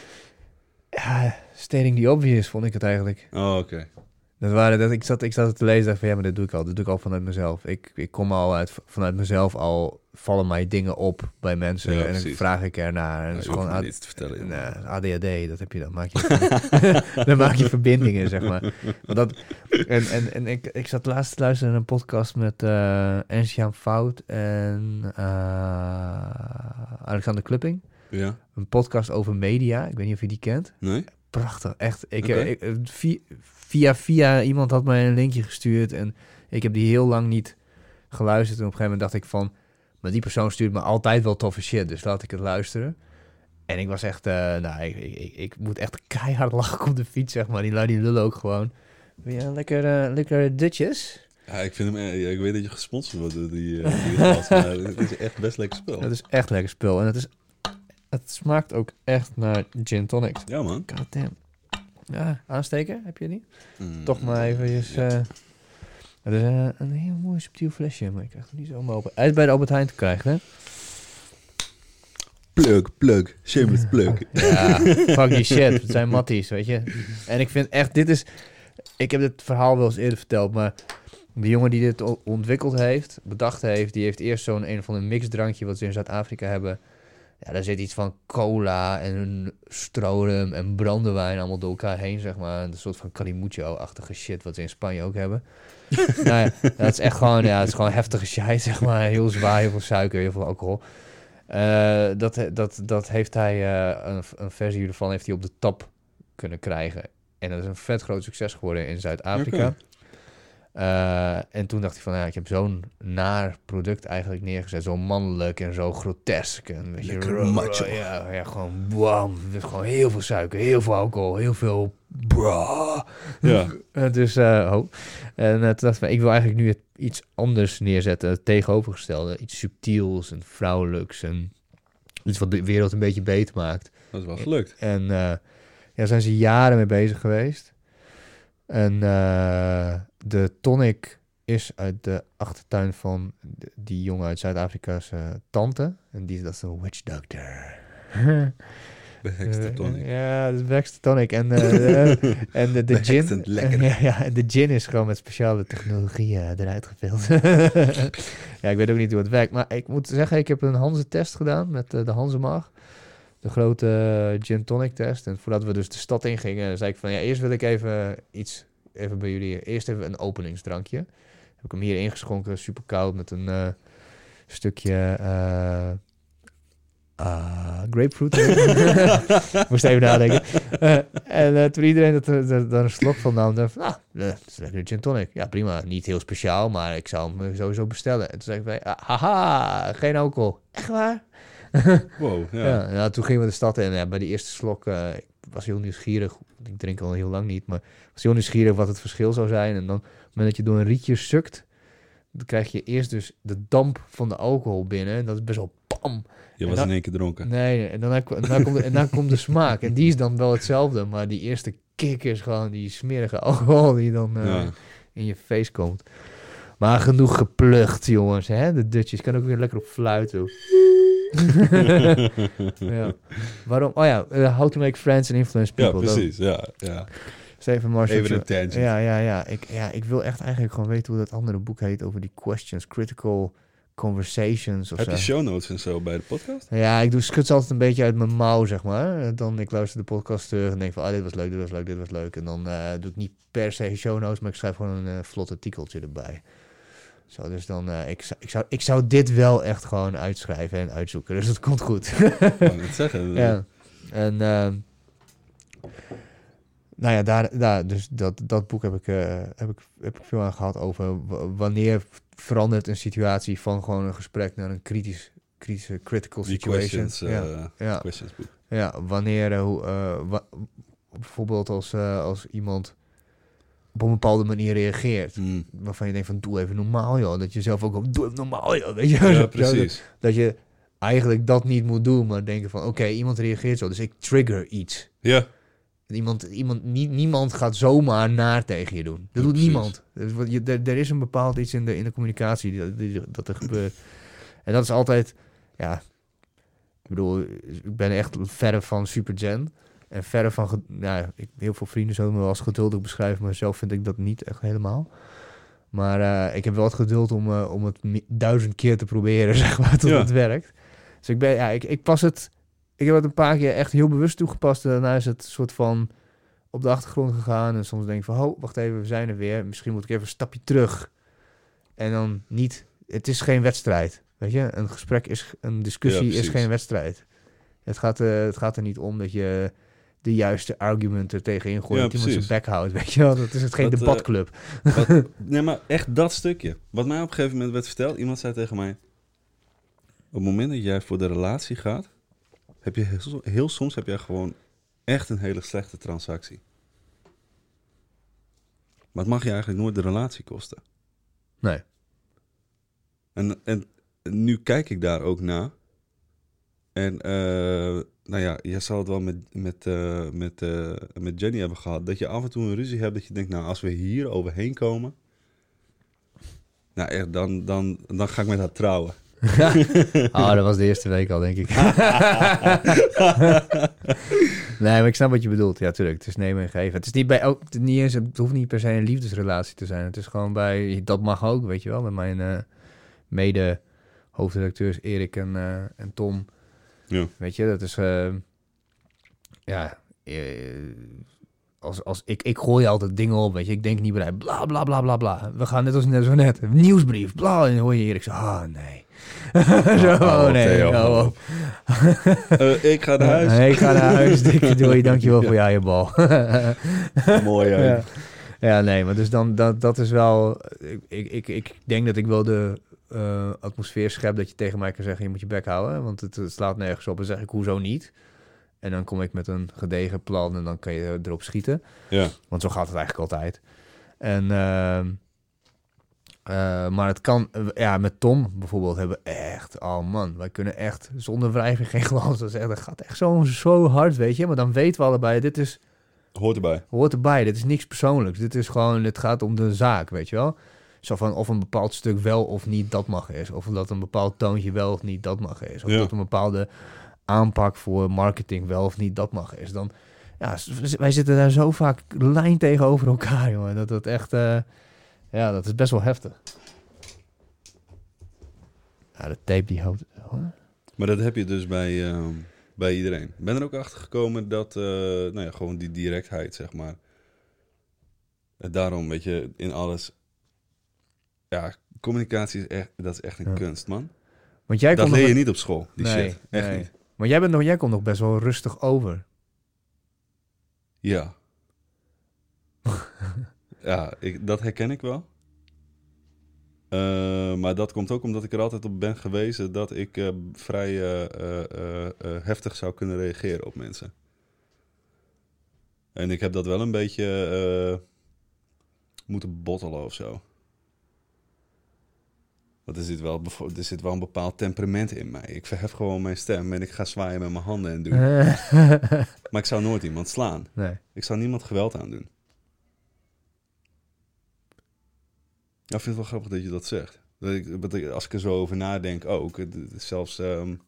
Ja, stating the obvious vond ik het eigenlijk. Oh, oké. Okay. Dat waren dat ik zat ik zat het te lezen en dacht van ja, maar dit doe ik al. Dit doe ik al vanuit mezelf. Ik, ik kom al uit vanuit mezelf al vallen mij dingen op bij mensen ja, en dan vraag ik ernaar. En ja, het is gewoon A- iets te vertellen. Nee, A D H D, dat heb je dan. Maak je dan maak je verbindingen, zeg maar. maar dat, en en, en ik, ik zat laatst te luisteren naar een podcast met uh, Ernst-Jan Fout en uh, Alexander Klupping. Ja. Een podcast over media. Ik weet niet of je die kent. Nee. Prachtig, echt. Ik, okay. ik, ik via, via via iemand had mij een linkje gestuurd en ik heb die heel lang niet geluisterd. En op een gegeven moment dacht ik van, maar die persoon stuurt me altijd wel toffe shit, dus laat ik het luisteren. En ik was echt, uh, nou, ik, ik, ik, ik moet echt keihard lachen op de fiets, zeg maar. Die lui die lullen ook gewoon. Wil je een lekker, uh, lekker dutjes? Ja, ik vind hem, ja, ik weet dat je gesponsord wordt door die, uh, die gast, maar het is echt best lekker spul. Het is echt lekker spul en het is, het smaakt ook echt naar gin tonics. Ja, man. God damn. Ja, aansteken, heb je die? Mm, Toch maar eventjes... Uh, het is uh, een heel mooi subtiel flesje, maar ik krijg het niet zo open. Hij is bij de Albert Heijn te krijgen, hè? Plug, plug. Shameless plug. Ja, fuck die shit. Het zijn matties, weet je. En ik vind echt, dit is... Ik heb dit verhaal wel eens eerder verteld, maar... De jongen die dit ontwikkeld heeft, bedacht heeft... Die heeft eerst zo'n een of ander mixdrankje... wat ze in Zuid-Afrika hebben... Ja, daar zit iets van cola en strorum en brandewijn allemaal door elkaar heen, zeg maar. Een soort van Calimucho-achtige shit wat ze in Spanje ook hebben. Nou ja, dat is echt gewoon, ja, het is gewoon heftige shit, zeg maar. Heel zwaar, heel veel suiker, heel veel alcohol. Uh, dat, dat, dat heeft hij, uh, een, een versie ervan heeft hij op de tap kunnen krijgen. En dat is een vet groot succes geworden in Zuid-Afrika. Uh, en toen dacht hij van, ja, ik heb zo'n naar product eigenlijk neergezet. Zo mannelijk en zo grotesk. En weet je, macho. Ja, ja, gewoon bam. Dus gewoon heel veel suiker, heel veel alcohol, heel veel bra. Ja. Uh, dus, uh, oh. En uh, toen dacht ik van, ik wil eigenlijk nu het iets anders neerzetten. Het tegenovergestelde. Iets subtiels en vrouwelijks. En iets wat de wereld een beetje beter maakt. Dat is wel gelukt. En uh, ja, daar zijn ze jaren mee bezig geweest. En uh, de tonic is uit de achtertuin van de, die jongen uit Zuid-Afrika's uh, tante. En die, dat is een witch doctor. De hekste tonic. Uh, ja, de hekste tonic. En, uh, de, en de, de, de gin... Ja, ja, de gin is gewoon met speciale technologie uh, eruit gevild. Ja, ik weet ook niet hoe het werkt. Maar ik moet zeggen, ik heb een Hanze-test gedaan met uh, de Hanze-mag. De grote uh, gin tonic test. En voordat we dus de stad ingingen, zei ik van... Ja, eerst wil ik even iets... Even bij jullie... Eerst even een openingsdrankje. Heb ik hem hier ingeschonken. Super koud met een uh, stukje... Uh, uh, grapefruit. Moest even nadenken. Uh, en uh, toen iedereen dat er een slok van nam... dacht van, ah, uh, dat is lekker gin tonic. Ja, prima. Niet heel speciaal, maar ik zou hem sowieso bestellen. En toen zei ik van... Ah, haha, geen alcohol. Echt waar? Wow, ja. Ja, nou, toen gingen we de stad in. Ja, bij de eerste slok uh, ik was heel nieuwsgierig. Ik drink al heel lang niet, maar ik was heel nieuwsgierig wat het verschil zou zijn. En dan, op het moment dat je door een rietje sukt, dan krijg je eerst dus de damp van de alcohol binnen. En dat is best wel pam. Je en was dan, in één keer dronken. Nee, en dan, en, dan komt de, en dan komt de smaak. En die is dan wel hetzelfde, maar die eerste kick is gewoon die smerige alcohol die dan uh, ja. in je face komt. Maar genoeg geplucht, jongens. Hè? De Dutchjes kan ook weer lekker op fluiten. Ja. Waarom? Oh ja, uh, how to make friends and influence people. Ja, precies. Dat... Ja, ja. Steven Marshall. Even een tangent. Ja, ja, ja. Ik, ja. ik wil echt eigenlijk gewoon weten hoe dat andere boek heet over die questions, critical conversations. Of Heb zo. je show notes en zo bij de podcast? Ja, ik doe schud altijd een beetje uit mijn mouw, zeg maar. Dan ik luister de podcast terug en denk van, ah, dit was leuk, dit was leuk, dit was leuk. En dan uh, doe ik niet per se show notes, maar ik schrijf gewoon een uh, vlot artikeltje erbij. Zo, dus dan, uh, ik, zou, ik, zou, ik zou dit wel echt gewoon uitschrijven en uitzoeken. Dus dat komt goed. Ik wou net zeggen. Ja. En, uh, nou ja, daar, daar, dus dat, dat boek heb ik, uh, heb, ik, heb ik veel aan gehad over w- wanneer verandert een situatie van gewoon een gesprek naar een kritisch, kritische, critical Die situation. questions, uh, ja. Ja. questions boek. Ja, wanneer, uh, uh, wa- bijvoorbeeld als, uh, als iemand op een bepaalde manier reageert. Mm. Waarvan je denkt van, doe even normaal, joh. Dat je zelf ook op, doe even normaal, joh. Weet je? Ja, precies. Dat, dat je eigenlijk dat niet moet doen, maar denken van, oké, okay, iemand reageert zo, dus ik trigger iets. Ja. Iemand, iemand, nie, niemand gaat zomaar naar tegen je doen. Dat ja, doet precies. Niemand. Je, er, er is een bepaald iets in de, in de communicatie die, die, dat er gebeurt. En dat is altijd, ja, ik bedoel, ik ben echt verre van super zen. En verre van, nou, ik, heel veel vrienden zullen me wel als geduldig beschrijven, maar zelf vind ik dat niet echt helemaal. Maar uh, ik heb wel het geduld om, uh, om het mi- duizend keer te proberen, zeg maar, tot ja. het werkt. Dus ik ben, ja, ik, ik pas het, ik heb het een paar keer echt heel bewust toegepast. En daarna is het soort van op de achtergrond gegaan. En soms denk ik van, oh, wacht even, we zijn er weer. Misschien moet ik even een stapje terug. En dan niet, het is geen wedstrijd. Weet je, een gesprek is, een discussie ja, is geen wedstrijd. Het gaat, uh, het gaat er niet om dat je de juiste argumenten tegenin gooit. Ja, dat iemand zijn bek houdt, weet je wel. Dat is het geen dat, debatclub. Uh, wat, nee, maar echt dat stukje. Wat mij op een gegeven moment werd verteld. Iemand zei tegen mij, op het moment dat jij voor de relatie gaat, heb je heel, heel soms heb jij gewoon echt een hele slechte transactie. Maar het mag je eigenlijk nooit de relatie kosten. Nee. En, en nu kijk ik daar ook naar. En uh, nou ja, je zal het wel met, met, uh, met, uh, met Jenny hebben gehad. Dat je af en toe een ruzie hebt dat je denkt, nou, als we hier overheen komen, nou echt, dan, dan, dan ga ik met haar trouwen. Oh, dat was de eerste week al, denk ik. Nee, maar ik snap wat je bedoelt. Ja, tuurlijk. Het is nemen en geven. Het is niet bij ook niet eens. Het hoeft niet per se een liefdesrelatie te zijn. Het is gewoon bij. Dat mag ook, weet je wel. Met mijn uh, mede hoofdredacteurs Erik en, uh, en Tom. Ja. Weet je, dat is. Uh, ja. Uh, Als, als, ik, ik gooi altijd dingen op, weet je. Ik denk niet bij bla, bla, bla, bla, bla. We gaan net als net zo net. Een nieuwsbrief, bla. En dan hoor je Erik zo, ah, oh, nee. Zo, oh, oh, nee. Oh, uh, ik ga naar huis. Uh, ik ga naar huis. Dikke doei, dankjewel ja. voor jou, je bal. Mooi, ja. ja. Ja, nee, maar dus dan, dat, dat is wel... Ik, ik, ik, ik denk dat ik wel de uh, atmosfeer schep dat je tegen mij kan zeggen... je moet je bek houden, want het, het slaat nergens op. Dan zeg ik, hoezo niet? En dan kom ik met een gedegen plan en dan kan je erop schieten. Ja. Want zo gaat het eigenlijk altijd. En... Uh, Uh, maar het kan, uh, ja, met Tom bijvoorbeeld hebben we echt, oh man, wij kunnen echt zonder wrijving geen glans. Dat, is echt, dat gaat echt zo, zo hard, weet je. Maar dan weten we allebei, dit is... Hoort erbij. Hoort erbij, dit is niks persoonlijks. Dit is gewoon, het gaat om de zaak, weet je wel. Zo van of een bepaald stuk wel of niet dat mag is. Of dat een bepaald toontje wel of niet dat mag is. Of ja. dat een bepaalde aanpak voor marketing wel of niet dat mag is. Dan, ja, wij zitten daar zo vaak lijn tegenover elkaar, jongen. Dat het echt... Uh, Ja, dat is best wel heftig. Ja, de tape die houdt... Huh? Maar dat heb je dus bij, uh, bij iedereen. Ik ben er ook achter gekomen dat... Uh, nou ja, gewoon die directheid, zeg maar. En daarom, weet je, in alles... Ja, communicatie is echt... Dat is echt een ja. kunst, man. Want jij dat leer je nog... niet op school, die nee, shit. Echt nee. niet. Maar jij, bent nog, jij komt nog best wel rustig over. Ja. Ja, ik, dat herken ik wel. Uh, maar dat komt ook omdat ik er altijd op ben gewezen dat ik uh, vrij uh, uh, uh, uh, heftig zou kunnen reageren op mensen. En ik heb dat wel een beetje uh, moeten bottelen of zo. Want er zit, wel, er zit wel een bepaald temperament in mij. Ik verhef gewoon mijn stem en ik ga zwaaien met mijn handen en doen. Maar ik zou nooit iemand slaan. Nee. Ik zou niemand geweld aandoen. Ja, ik vind het wel grappig dat je dat zegt. Dat ik, dat ik, als ik er zo over nadenk ook. Zelfs... Um,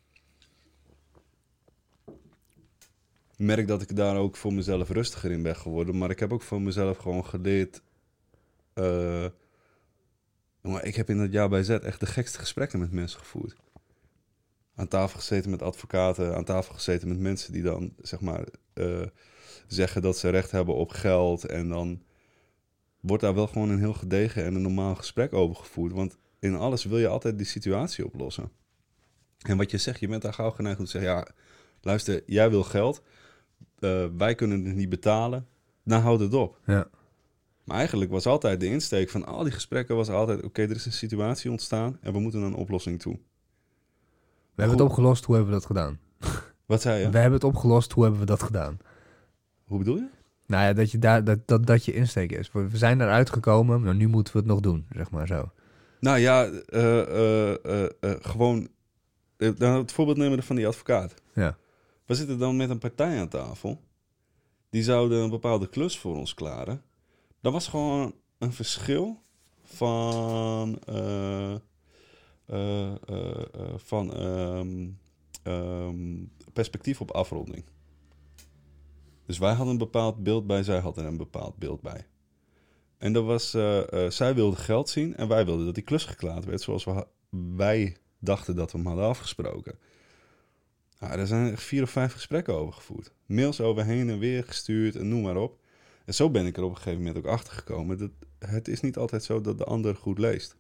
ik merk dat ik daar ook voor mezelf rustiger in ben geworden. Maar ik heb ook voor mezelf gewoon geleerd... Uh, maar ik heb in dat jaar bij Z echt de gekste gesprekken met mensen gevoerd. Aan tafel gezeten met advocaten. Aan tafel gezeten met mensen die dan, zeg maar... Uh, zeggen dat ze recht hebben op geld. En dan... wordt daar wel gewoon een heel gedegen en een normaal gesprek over gevoerd. Want in alles wil je altijd die situatie oplossen. En wat je zegt, je bent daar gauw geneigd om te zeggen... ja, luister, jij wil geld. Uh, wij kunnen het niet betalen. Nou, houd het op. Ja. Maar eigenlijk was altijd de insteek van al die gesprekken... was altijd, oké, okay, er is een situatie ontstaan... en we moeten naar een oplossing toe. We hebben het opgelost, hoe hebben we dat gedaan? Wat zei je? We hebben het opgelost, hoe hebben we dat gedaan? Hoe bedoel je? Nou ja, dat je, daar, dat, dat, dat je insteek is. We zijn eruit gekomen, maar nu moeten we het nog doen, zeg maar zo. Nou ja, uh, uh, uh, uh, gewoon... Uh, nou, het voorbeeld nemen van die advocaat. Ja. We zitten dan met een partij aan tafel. Die zouden een bepaalde klus voor ons klaren. Dat was gewoon een verschil van... Uh, uh, uh, uh, van um, um, perspectief op afronding. Dus wij hadden een bepaald beeld bij, zij hadden een bepaald beeld bij. En dat was, uh, uh, zij wilde geld zien en wij wilden dat die klus geklaard werd zoals we ha- wij dachten dat we hem hadden afgesproken. Nou, er zijn vier of vijf gesprekken over gevoerd. Mails over heen en weer gestuurd en noem maar op. En zo ben ik er op een gegeven moment ook achter gekomen. Dat het is niet altijd zo dat de ander goed leest.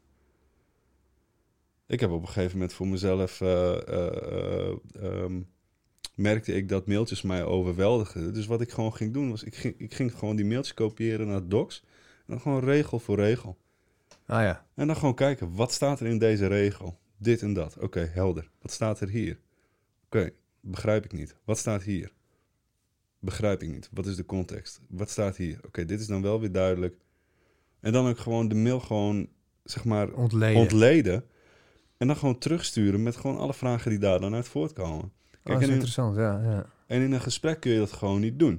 Ik heb op een gegeven moment voor mezelf... Uh, uh, uh, um, merkte ik dat mailtjes mij overweldigden. Dus wat ik gewoon ging doen, was ik ging, ik ging gewoon die mailtjes kopiëren naar Docs. En dan gewoon regel voor regel. Ah ja. En dan gewoon kijken, wat staat er in deze regel? Dit en dat. Oké, okay, helder. Wat staat er hier? Oké, okay, begrijp ik niet. Wat staat hier? Begrijp ik niet. Wat is de context? Wat staat hier? Oké, okay, dit is dan wel weer duidelijk. En dan ook gewoon de mail gewoon, zeg maar, ontleden. ontleden. En dan gewoon terugsturen met gewoon alle vragen die daar dan uit voortkomen. Kijk, oh, dat is interessant, ja, ja. En in een gesprek kun je dat gewoon niet doen.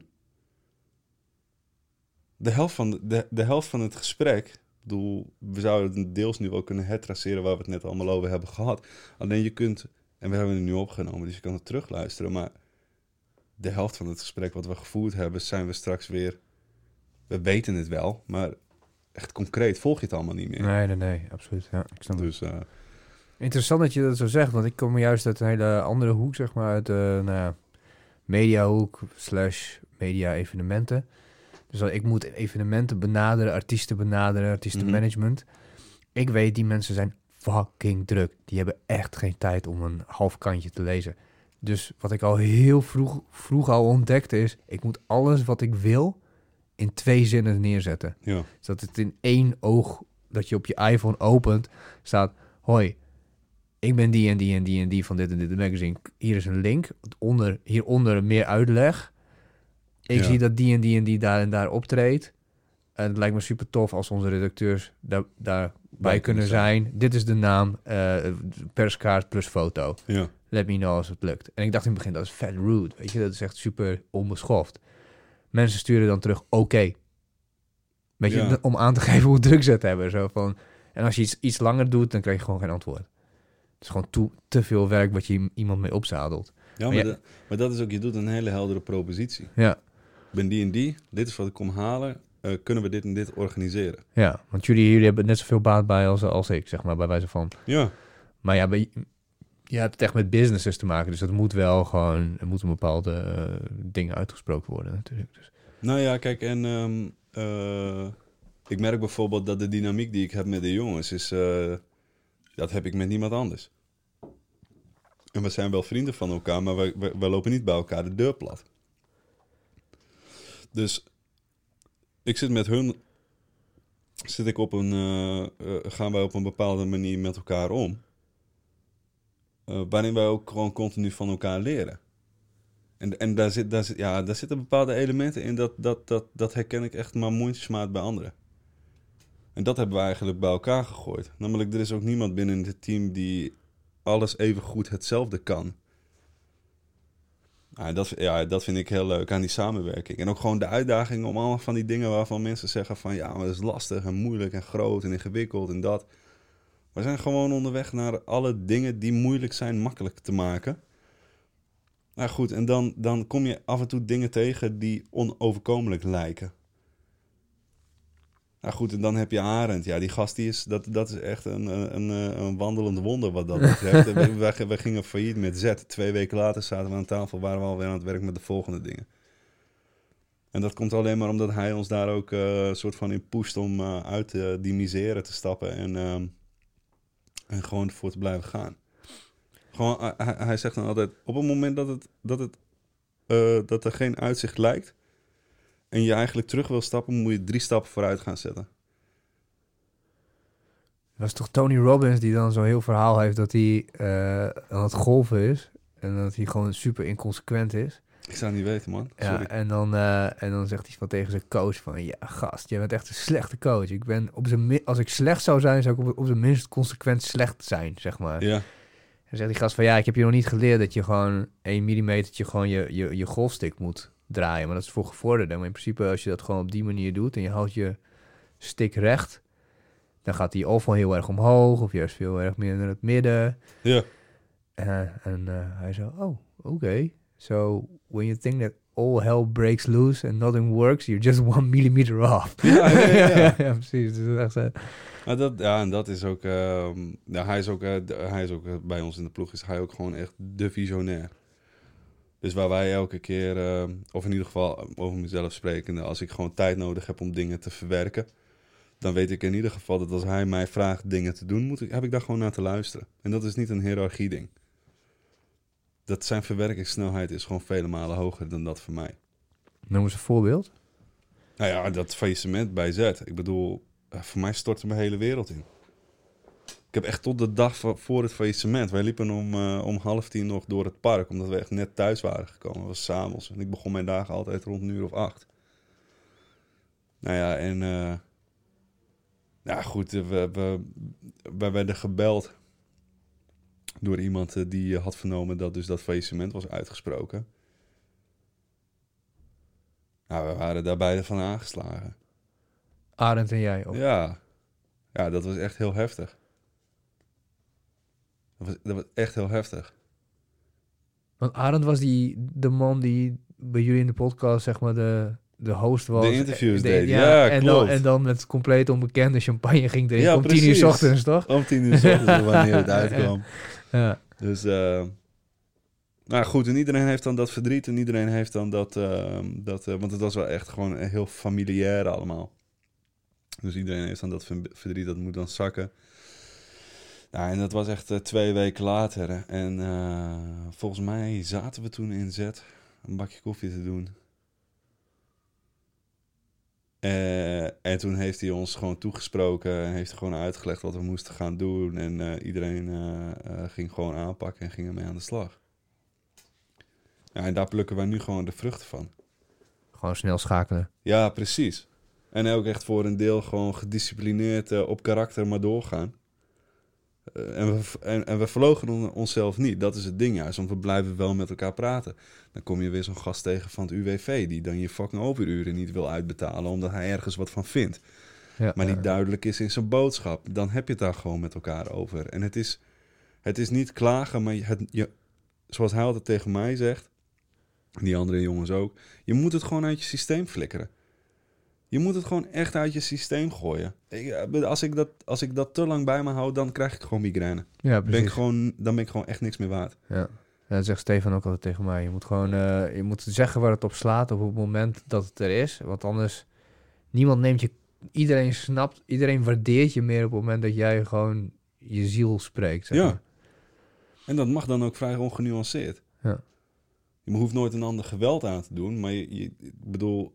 De helft van, de, de, de helft van het gesprek... Ik bedoel, we zouden het deels nu wel kunnen hertraceren... waar we het net allemaal over hebben gehad. Alleen je kunt... En we hebben het nu opgenomen, dus je kan het terugluisteren. Maar de helft van het gesprek wat we gevoerd hebben... zijn we straks weer... We weten het wel, maar echt concreet volg je het allemaal niet meer. Nee, nee, nee, absoluut. Ja, ik snap dus... Uh, Interessant dat je dat zo zegt, want ik kom juist uit een hele andere hoek, zeg maar, uit de nou ja, mediahoek slash media-evenementen. Dus ik moet evenementen benaderen, artiesten benaderen, artiestenmanagement. Mm-hmm. Ik weet, die mensen zijn fucking druk. Die hebben echt geen tijd om een half kantje te lezen. Dus wat ik al heel vroeg, vroeg al ontdekte is, ik moet alles wat ik wil in twee zinnen neerzetten. Ja. Zodat het in één oog, dat je op je iPhone opent, staat... Hoi, ik ben die en die en die en die van dit en dit magazine. Hier is een link. Onder, hieronder meer uitleg. Ik Ja. zie dat die en die en die daar en daar optreedt. En het lijkt me super tof als onze redacteurs daar, daarbij Bij kunnen zijn. zijn. Dit is de naam, uh, perskaart plus foto. Ja. Let me know als het lukt. En ik dacht in het begin, dat is vet rude. Weet je, dat is echt super onbeschoft. Mensen sturen dan terug, oké. Okay. Weet je, Ja. om aan te geven hoe druk ze het hebben. Zo van, en als je iets, iets langer doet, dan krijg je gewoon geen antwoord. Het is gewoon to, te veel werk wat je iemand mee opzadelt. Ja, maar, maar, ja, dat, maar dat is ook, je doet een hele heldere propositie. Ja. Ik ben die en die, dit is wat ik kom halen, uh, kunnen we dit en dit organiseren? Ja, want jullie, jullie hebben net zoveel baat bij als, als ik, zeg maar, bij wijze van. Ja. Maar ja, bij, je hebt het echt met businesses te maken, dus dat moet wel gewoon, er moeten bepaalde uh, dingen uitgesproken worden natuurlijk. Dus. Nou ja, kijk, en um, uh, ik merk bijvoorbeeld dat de dynamiek die ik heb met de jongens is, uh, dat heb ik met niemand anders. En we zijn wel vrienden van elkaar, maar we, we, we lopen niet bij elkaar de deur plat. Dus ik zit met hun, zit ik op een, uh, uh, gaan wij op een bepaalde manier met elkaar om. Uh, waarin wij ook gewoon continu van elkaar leren. En, en daar, zit, daar, zit, ja, daar zitten bepaalde elementen in, dat, dat, dat, dat herken ik echt maar mondjesmaat bij anderen. En dat hebben we eigenlijk bij elkaar gegooid. Namelijk, er is ook niemand binnen het team die alles even goed hetzelfde kan. Ja, dat, ja, dat vind ik heel leuk aan die samenwerking. En ook gewoon de uitdaging om allemaal van die dingen waarvan mensen zeggen van... ja, maar dat is lastig en moeilijk en groot en ingewikkeld en dat. We zijn gewoon onderweg naar alle dingen die moeilijk zijn makkelijk te maken. Nou goed, en dan, dan kom je af en toe dingen tegen die onoverkomelijk lijken. Nou goed, en dan heb je Arend. Ja, die gast die is, dat, dat is echt een, een, een wandelend wonder wat dat betreft. wij, wij gingen failliet met Z. Twee weken later zaten we aan tafel, waren we alweer aan het werk met de volgende dingen. En dat komt alleen maar omdat hij ons daar ook uh, een soort van in pusht om uh, uit uh, die misère te stappen en, uh, en gewoon voor te blijven gaan. Gewoon, uh, hij, hij zegt dan altijd, op het moment dat, het, dat, het, uh, dat er geen uitzicht lijkt en je eigenlijk terug wil stappen, moet je drie stappen vooruit gaan zetten. Dat is toch Tony Robbins die dan zo'n heel verhaal heeft dat hij uh, aan het golven is en dat hij gewoon super inconsequent is. Ik zou het niet weten, man. Sorry. Ja, en dan, uh, en dan zegt hij van tegen zijn coach van... ja, gast, jij bent echt een slechte coach. Ik ben op zijn mi- als ik slecht zou zijn, zou ik op, op zijn minst consequent slecht zijn, zeg maar. Ja. En zegt die gast van... ja, ik heb je nog niet geleerd dat je gewoon één millimetertje gewoon je, je, je golfstick moet draaien. Maar dat is voor gevorderden. Maar in principe, als je dat gewoon op die manier doet en je houdt je stick recht... dan gaat die of wel heel erg omhoog of juist veel erg meer naar het midden. Ja. Uh, en uh, hij zei, oh, oké. Okay. So, when you think that all hell breaks loose and nothing works, you're just one millimeter off. Ja, ja, ja, ja. ja precies. Dus dat is echt, uh... maar dat, ja, en dat is ook... Uh, ja, hij is ook, uh, hij is ook uh, bij ons in de ploeg is hij ook gewoon echt de visionair. Dus waar wij elke keer, uh, of in ieder geval over mezelf sprekende, als ik gewoon tijd nodig heb om dingen te verwerken, dan weet ik in ieder geval dat als hij mij vraagt dingen te doen, moet ik, heb ik daar gewoon naar te luisteren. En dat is niet een hiërarchie ding. Dat zijn verwerkingssnelheid is gewoon vele malen hoger dan dat voor mij. Noem eens een voorbeeld. Nou ja, dat faillissement bij Z. Ik bedoel, voor mij stortte mijn hele wereld in. Ik heb echt tot de dag voor het faillissement... Wij liepen om, uh, om half tien nog door het park... omdat we echt net thuis waren gekomen. Dat was 's avonds. En ik begon mijn dagen altijd rond een uur of acht. Nou ja, en... Uh, ja, goed, we, we, we werden gebeld... door iemand uh, die had vernomen dat dus dat faillissement was uitgesproken. Nou, we waren daar beide van aangeslagen. Arend en jij? Of? Ja. Ja, dat was echt heel heftig. Dat was, dat was echt heel heftig. Want Arend was die, de man die bij jullie in de podcast, zeg maar, de, de host was. De interviews de, deed, ja, ja, en klopt. Dan, en dan met compleet onbekende champagne ging drinken Ja, om precies. tien uur 's ochtends, toch? Om tien uur 's ochtends, wanneer het uitkwam. Ja. Dus, uh, nou goed, en iedereen heeft dan dat verdriet en iedereen heeft dan dat, uh, dat uh, want het was wel echt gewoon heel familiair allemaal. Dus iedereen heeft dan dat verdriet, dat moet dan zakken. Nou, en dat was echt uh, twee weken later. En uh, volgens mij zaten we toen in Z een bakje koffie te doen. Uh, en toen heeft hij ons gewoon toegesproken en heeft gewoon uitgelegd wat we moesten gaan doen. En uh, iedereen uh, uh, ging gewoon aanpakken en ging ermee aan de slag. Ja, en daar plukken wij nu gewoon de vruchten van. Gewoon snel schakelen. Ja, precies. En ook echt voor een deel gewoon gedisciplineerd uh, op karakter maar doorgaan. Uh, en, we, en, en we verloochenen onszelf niet. Dat is het ding juist, want we blijven wel met elkaar praten. Dan kom je weer zo'n gast tegen van het U W V... die dan je fucking overuren niet wil uitbetalen... omdat hij ergens wat van vindt. Ja, maar niet uh, duidelijk is in zijn boodschap. Dan heb je het daar gewoon met elkaar over. En het is, het is niet klagen, maar het, je, zoals hij altijd tegen mij zegt... die andere jongens ook... je moet het gewoon uit je systeem flikkeren. Je moet het gewoon echt uit je systeem gooien. Ik, als, ik dat, als ik dat te lang bij me hou, dan krijg ik gewoon migraine. Ja, ben ik gewoon, dan ben ik gewoon echt niks meer waard. Ja. Ja, dat zegt Stefan ook altijd tegen mij. Je moet gewoon uh, je moet zeggen waar het op slaat op het moment dat het er is. Want anders, niemand neemt je... Iedereen snapt, iedereen waardeert je meer op het moment dat jij gewoon je ziel spreekt. Zeg ja. maar. En dat mag dan ook vrij ongenuanceerd. Ja. Je hoeft nooit een ander geweld aan te doen, maar je, je ik bedoel...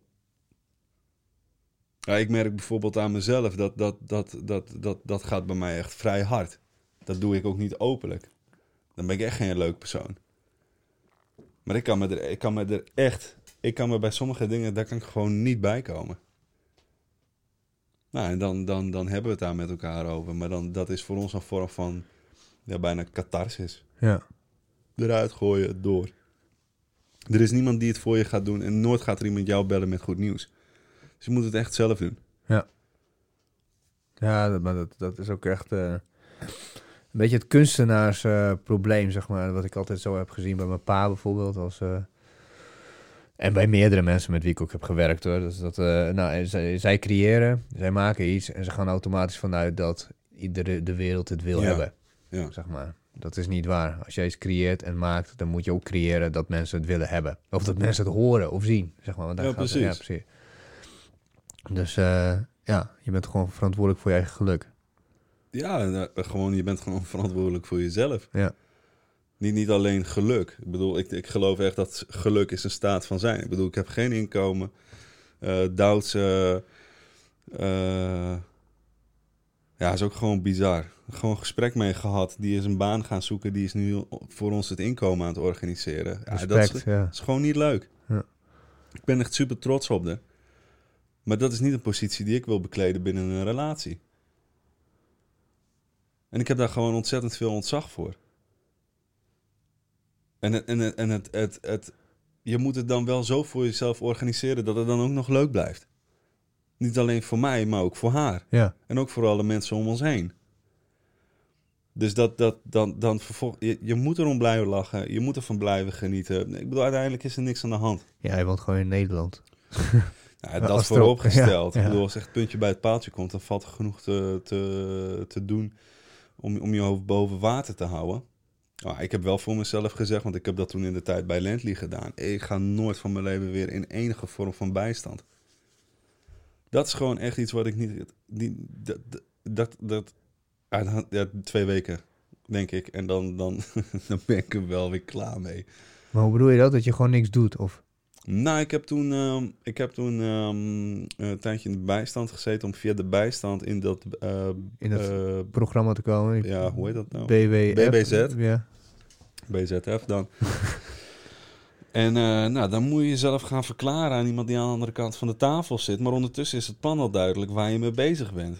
Ja, ik merk bijvoorbeeld aan mezelf dat dat, dat, dat, dat dat gaat bij mij echt vrij hard. Dat doe ik ook niet openlijk. Dan ben ik echt geen leuk persoon. Maar ik kan me er, ik kan me er echt... Ik kan me bij sommige dingen, daar kan ik gewoon niet bij komen. Nou, en dan, dan, dan hebben we het daar met elkaar over. Maar dan, dat is voor ons een vorm van... Ja, bijna catharsis. Ja. Eruit gooien, door. Er is niemand die het voor je gaat doen. En nooit gaat er iemand jou bellen met goed nieuws. Dus je moet het echt zelf doen. Ja. Ja, dat, maar dat, dat is ook echt... Uh, een beetje het kunstenaarsprobleem, uh, zeg maar. Wat ik altijd zo heb gezien bij mijn pa bijvoorbeeld. Als, uh, en bij meerdere mensen met wie ik ook heb gewerkt, hoor. Dus dat, uh, nou, zij, zij creëren, zij maken iets... en ze gaan automatisch vanuit dat iedere de wereld het wil ja. hebben. Ja. Zeg maar. Dat is niet waar. Als jij iets creëert en maakt... dan moet je ook creëren dat mensen het willen hebben. Of dat mensen het horen of zien. Zeg maar. Want daar ja, gaat precies. Het, ja, precies. Dus uh, ja, je bent gewoon verantwoordelijk voor je eigen geluk. Ja, nou, gewoon, je bent gewoon verantwoordelijk voor jezelf. Ja. Niet, niet alleen geluk. Ik bedoel, ik, ik geloof echt dat geluk is een staat van zijn. Ik bedoel, ik heb geen inkomen. Uh, Douds... Uh, uh, ja, is ook gewoon bizar. Gewoon een gesprek mee gehad. Die is een baan gaan zoeken. Die is nu voor ons het inkomen aan het organiseren. Ja, Respect, dat is, ja. is gewoon niet leuk. Ja. Ik ben echt super trots op haar. Maar dat is niet een positie die ik wil bekleden binnen een relatie. En ik heb daar gewoon ontzettend veel ontzag voor. En, het, en, het, en het, het, het, je moet het dan wel zo voor jezelf organiseren dat het dan ook nog leuk blijft. Niet alleen voor mij, maar ook voor haar. Ja. En ook voor alle mensen om ons heen. Dus dat, dat, dan, dan vervolg, je, je moet erom blijven lachen. Je moet ervan blijven genieten. Ik bedoel, uiteindelijk is er niks aan de hand. Ja, je woont gewoon in Nederland. Ja, dat vooropgesteld. Ja, ja. Ik bedoel, als echt het puntje bij het paaltje komt... dan valt er genoeg te, te, te doen om, om je hoofd boven water te houden. Oh, ik heb wel voor mezelf gezegd... want ik heb dat toen in de tijd bij Lently gedaan. Ik ga nooit van mijn leven weer in enige vorm van bijstand. Dat is gewoon echt iets wat ik niet... niet dat, dat, dat, dat ja, twee weken, denk ik. En dan, dan, dan ben ik er wel weer klaar mee. Maar hoe bedoel je dat? Dat je gewoon niks doet? Of... Nou, ik heb toen, um, ik heb toen um, een tijdje in de bijstand gezeten... om via de bijstand in dat... Uh, in dat uh, programma te komen. Ja, hoe heet dat nou? B W F. B B Z. Ja. B Z F dan. En uh, nou, dan moet je jezelf gaan verklaren aan iemand die aan de andere kant van de tafel zit. Maar ondertussen is het plan al duidelijk waar je mee bezig bent.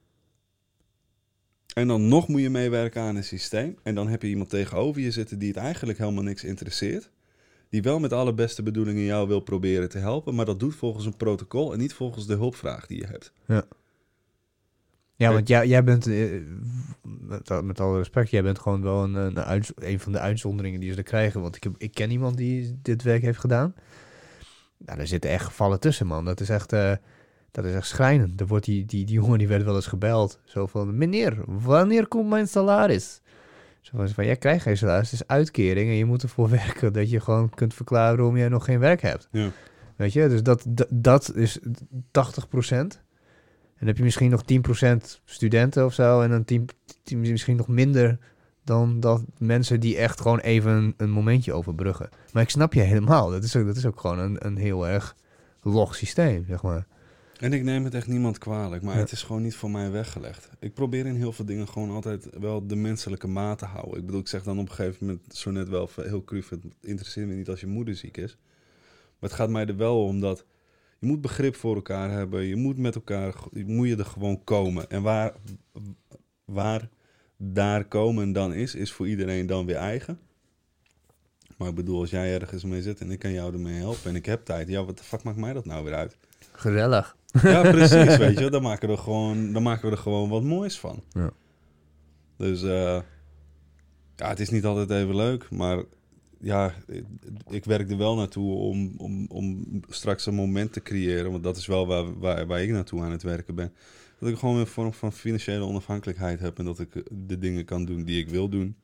En dan nog moet je meewerken aan een systeem. En dan heb je iemand tegenover je zitten die het eigenlijk helemaal niks interesseert. Die wel met alle beste bedoelingen jou wil proberen te helpen. Maar dat doet volgens een protocol en niet volgens de hulpvraag die je hebt. Ja. Ja, want jij, jij bent, met, met alle respect, jij bent gewoon wel een, een, uit, een van de uitzonderingen die ze er krijgen. Want ik, heb, ik ken iemand die dit werk heeft gedaan. Nou, daar zitten echt gevallen tussen, man. Dat is echt, uh, dat is echt schrijnend. Er wordt die, die, die jongen die werd wel eens gebeld. Zo van, meneer, wanneer komt mijn salaris? Zo van, jij krijgt geen salaris, het is uitkering. En je moet ervoor werken dat je gewoon kunt verklaren waarom jij nog geen werk hebt. Ja. Weet je, dus dat, dat, dat is tachtig procent. En dan heb je misschien nog tien procent studenten of zo. En dan tien, tien, misschien nog minder dan dat mensen die echt gewoon even een, een momentje overbruggen. Maar ik snap je helemaal. Dat is ook, dat is ook gewoon een, een heel erg log systeem, zeg maar. En ik neem het echt niemand kwalijk, maar Ja. het is gewoon niet voor mij weggelegd. Ik probeer in heel veel dingen gewoon altijd wel de menselijke maat te houden. Ik bedoel, ik zeg dan op een gegeven moment zo net wel heel cru, het interesseert me niet als je moeder ziek is. Maar het gaat mij er wel om dat je moet begrip voor elkaar hebben. Je moet met elkaar, moet je er gewoon komen. En waar, waar daar komen dan is, is voor iedereen dan weer eigen. Maar ik bedoel, als jij ergens mee zit en ik kan jou ermee helpen en ik heb tijd. Ja, wat de fuck maakt mij dat nou weer uit? Gezellig. Ja, precies, weet je. Dan maken we er gewoon, dan maken we er gewoon wat moois van. Ja. Dus uh, ja, het is niet altijd even leuk, maar ja, ik, ik werk er wel naartoe om, om, om straks een moment te creëren, want dat is wel waar, waar, waar ik naartoe aan het werken ben. Dat ik gewoon een vorm van financiële onafhankelijkheid heb en dat ik de dingen kan doen die ik wil doen.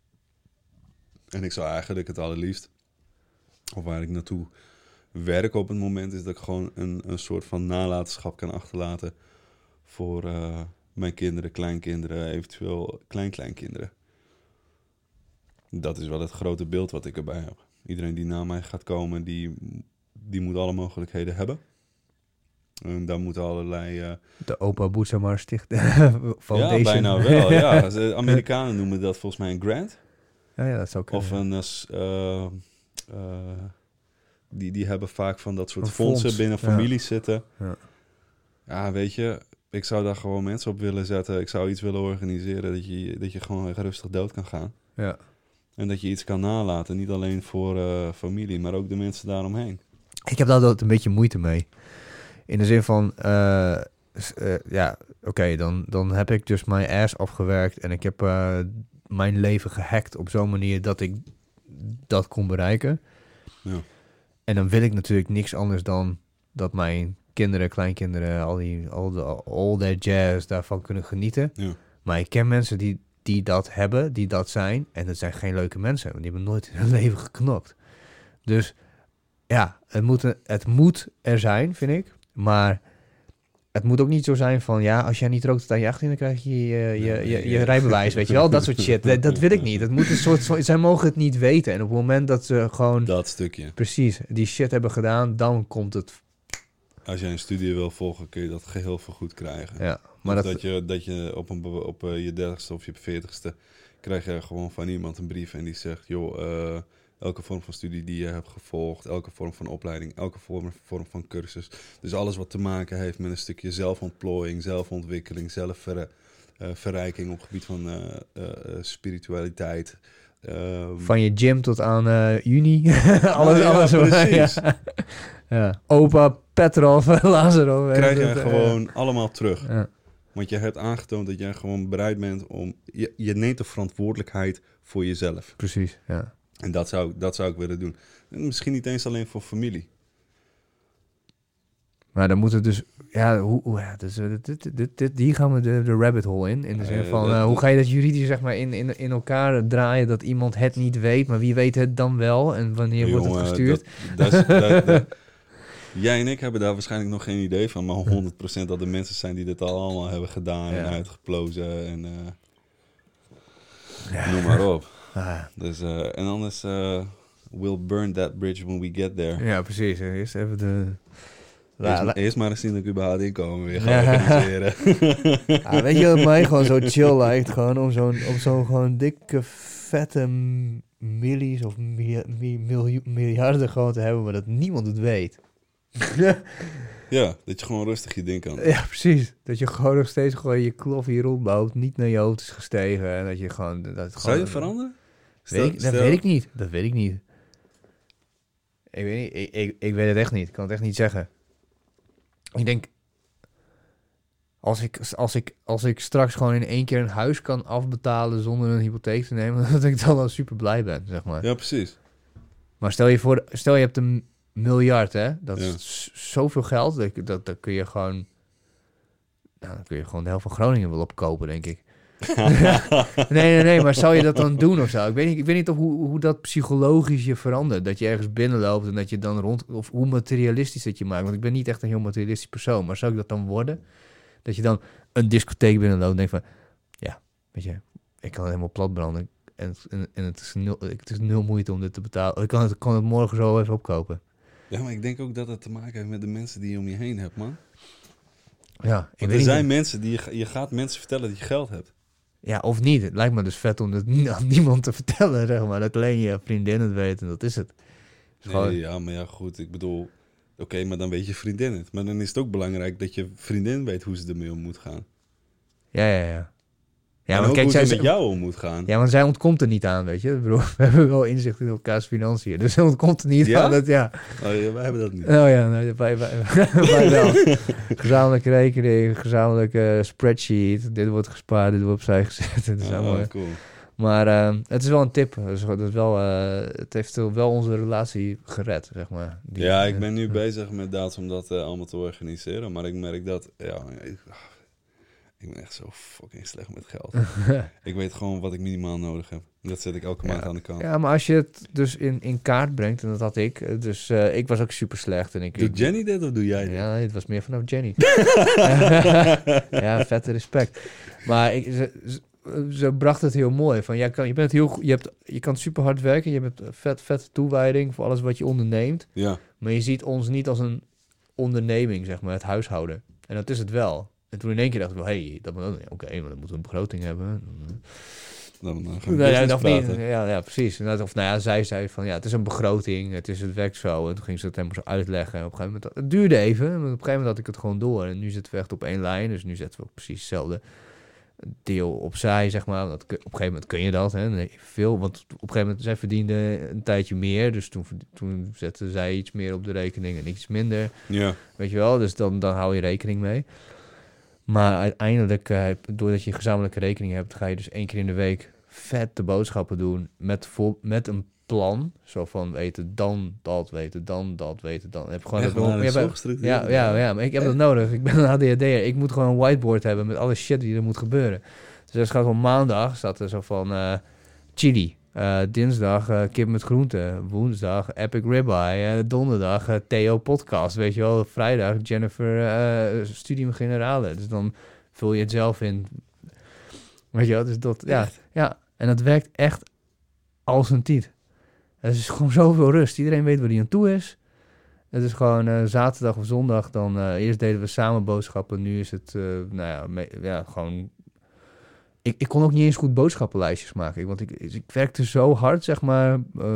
En ik zou eigenlijk het allerliefst, of waar ik naartoe werk op het moment, is dat ik gewoon een, een soort van nalatenschap kan achterlaten voor uh, mijn kinderen, kleinkinderen, eventueel kleinkleinkinderen. Dat is wel het grote beeld wat ik erbij heb. Iedereen die na mij gaat komen, die, die moet alle mogelijkheden hebben. En daar moeten allerlei... Uh, de Opa Boezemar Stichting Foundation. Ja, bijna wel. Ja. De Amerikanen noemen dat volgens mij een grant. Ja, ja, dat zou kunnen. Of een... Uh, uh, die, die hebben vaak van dat soort fondsen fonds. binnen families ja. zitten. Ja. ja, weet je... Ik zou daar gewoon mensen op willen zetten. Ik zou iets willen organiseren dat je, dat je gewoon rustig dood kan gaan. Ja. En dat je iets kan nalaten. Niet alleen voor uh, familie, maar ook de mensen daaromheen. Ik heb daar altijd een beetje moeite mee. In de zin van... Uh, uh, ja, oké, okay, dan, dan heb ik dus mijn ass afgewerkt. En ik heb uh, mijn leven gehackt op zo'n manier dat ik dat kon bereiken. Ja. En dan wil ik natuurlijk niks anders dan dat mijn kinderen, kleinkinderen, al die, al de, all that jazz daarvan kunnen genieten. Ja. Maar ik ken mensen die, die dat hebben, die dat zijn. En dat zijn geen leuke mensen, want die hebben nooit in hun leven geknokt. Dus ja, het moet, het moet er zijn, vind ik. Maar het moet ook niet zo zijn van, ja, als jij niet rookt tot aan je achttien, dan krijg je je, je, je, je, je rijbewijs, weet je wel. Dat soort shit. Dat, dat wil ik niet. Het moet een soort, zij mogen het niet weten. En op het moment dat ze gewoon... Dat stukje. Precies, die shit hebben gedaan, dan komt het... Als jij een studie wil volgen, kun je dat geheel vergoed krijgen. Ja, maar dat... dat je, dat je op, een, op uh, je dertigste of je veertigste krijg je gewoon van iemand een brief en die zegt, joh, uh, elke vorm van studie die je hebt gevolgd, elke vorm van opleiding, elke vorm, vorm van cursus. Dus alles wat te maken heeft met een stukje zelfontplooiing, zelfontwikkeling, zelfverrijking uh, op het gebied van uh, uh, spiritualiteit. Um, van je gym tot aan uh, juni. alles, ja, alles. Precies. Ja. Ja. Opa, Petrov, Lazarov. Krijg je gewoon uh, allemaal terug. Ja. Want je hebt aangetoond dat jij gewoon bereid bent om... Je, je neemt de verantwoordelijkheid voor jezelf. Precies, ja. En dat zou, dat zou ik willen doen. En misschien niet eens alleen voor familie. Maar dan moet het dus... Ja, hoe, hoe, ja dus, dit, dit, dit, dit, hier gaan we de, de rabbit hole in. In de zin van, uh, uh, hoe ga je dat juridisch zeg maar in, in, in elkaar draaien... dat iemand het niet weet, maar wie weet het dan wel? En wanneer Jongen, wordt het gestuurd? Dat, dat, dat, dat, jij en ik hebben daar waarschijnlijk nog geen idee van... maar honderd procent dat er mensen zijn die dit al allemaal hebben gedaan... Ja. en uitgeplozen en... Uh, ja. Noem maar op. Ah. Dus, uh, en anders... Uh, we'll burn that bridge when we get there. Ja, precies. Eerst even de... Eerst, la, eerst maar eens zien dat ik überhaupt inkomen weer ga organiseren. Ja, weet je wat mij gewoon zo chill lijkt? Gewoon om zo'n om zo'n gewoon dikke, vette millies of mi, mi, miljoen, miljarden gewoon te hebben, maar dat niemand het weet. Ja, dat je gewoon rustig je ding kan. Ja, precies. Dat je gewoon nog steeds gewoon je klof hier rondbouwt, niet naar je hoofd is gestegen en dat je gewoon... Dat Zou gewoon, je veranderen? Weet ik, dat weet ik niet. Dat weet ik niet. Ik weet niet. Ik, ik, ik weet het echt niet. Ik kan het echt niet zeggen. Ik denk, als ik, als, ik, als ik straks gewoon in één keer een huis kan afbetalen zonder een hypotheek te nemen, dat ik dan wel super blij ben, zeg maar. Ja, precies. Maar stel je voor, stel je hebt een miljard, hè? Dat ja. is zoveel geld, dat, dat, dat kun je gewoon, nou, dan kun je gewoon de helft van Groningen wel opkopen, denk ik. nee, nee, nee, maar zou je dat dan doen of zo? Ik weet niet, ik weet niet of hoe, hoe dat psychologisch je verandert. Dat je ergens binnenloopt en dat je dan rond... Of hoe materialistisch dat je maakt. Want ik ben niet echt een heel materialistisch persoon. Maar zou ik dat dan worden? Dat je dan een discotheek binnenloopt en denkt van... Ja, weet je, ik kan het helemaal plat branden. En, en, en het, is nul, het is nul moeite om dit te betalen. Ik kan het, kan het morgen zo even opkopen. Ja, maar ik denk ook dat het te maken heeft met de mensen die je om je heen hebt, man. Ja, ik Want weet er zijn niet. mensen die... Je, je gaat mensen vertellen dat je geld hebt. Ja, of niet. Het lijkt me dus vet om het nie- aan niemand te vertellen, zeg maar. Dat alleen je vriendin het weet en dat is het. Is Nee, gewoon- ja, maar ja, goed. Ik bedoel... Oké, okay, maar dan weet je vriendin het. Maar dan is het ook belangrijk dat je vriendin weet hoe ze ermee om moet gaan. Ja, ja, ja. Ja, en maar ook kijk, hoe zij ze met zij- jou om moet gaan. Ja, want zij ontkomt er niet aan, weet je. Ik bedoel, we hebben wel inzicht in elkaars financiën. Dus zij ontkomt er niet Ja? aan. Dat, ja. Oh, ja, wij hebben dat niet. Oh ja, nee, wij, wij, wij wel. Gezamenlijke rekening, gezamenlijke spreadsheet. Dit wordt gespaard, dit wordt opzij gezet. Dat is Oh, allemaal, cool. maar uh, het is wel een tip. Het, is, het, is wel, uh, het heeft wel onze relatie gered, zeg maar. Die, Ja, ik ben nu uh, bezig met dat om dat uh, allemaal te organiseren. Maar ik merk dat... Ja, ik, ik ben echt zo fucking slecht met geld. Ik weet gewoon wat ik minimaal nodig heb. Dat zet ik elke ja, maand aan de kant. Ja, maar als je het dus in, in kaart brengt, en dat had ik. Dus uh, ik was ook super slecht. En ik, Doe Jenny dit of doe jij dit? Ja, het was meer vanaf Jenny. Ja, vette respect. Maar ik, ze, ze, ze bracht het heel mooi. Van, jij kan, je, bent heel, je, hebt, je kan super hard werken. Je hebt vet, vette toewijding voor alles wat je onderneemt. Ja. Maar je ziet ons niet als een onderneming, zeg maar, het huishouden. En dat is het wel. En toen in één keer dacht ik wel, hé, hey, dat moet ook niet. Oké, okay, maar dan moeten we een begroting hebben. Dan, dan gaan we ja, ja, praten. niet, ja, ja, precies. En of nou ja, zij zei van, ja, het is een begroting, het is het werkt zo. En toen ging ze het helemaal zo uitleggen. En op een gegeven moment, het duurde even, maar op een gegeven moment had ik het gewoon door. En nu zitten we echt op één lijn, dus nu zetten we ook precies hetzelfde deel opzij, zeg maar. Dat, op een gegeven moment kun je dat, hè. Nee, veel, want op een gegeven moment, zij verdiende een tijdje meer, dus toen, toen zette zij iets meer op de rekening en iets minder. Ja. Weet je wel, dus dan, dan hou je rekening mee. Maar uiteindelijk, uh, doordat je gezamenlijke rekening hebt, ga je dus één keer in de week vette boodschappen doen met, vol, met een plan. Zo van weten dan dat, weten dan dat, weten dan. Heb gewoon Echt, dat man, ja, zo ja, gestructureerd. ja, ja, maar ik heb dat nodig. Ik ben een A D H D'er. Ik moet gewoon een whiteboard hebben met alle shit die er moet gebeuren. Dus er gaat op maandag, staat er zo van uh, chili. Uh, dinsdag uh, kip met groenten. Woensdag epic ribeye. Uh, donderdag uh, Theo podcast. Weet je wel. Vrijdag Jennifer uh, studium generale. Dus dan vul je het zelf in. Weet je wel. Dus dat, ja, ja. En dat werkt echt als een tiet. Het is gewoon zoveel rust. Iedereen weet waar hij aan toe is. Het is gewoon uh, zaterdag of zondag. Dan uh, eerst deden we samen boodschappen. Nu is het, uh, nou ja, me, ja gewoon... Ik, ik kon ook niet eens goed boodschappenlijstjes maken. Want ik, ik werkte zo hard, zeg maar, uh,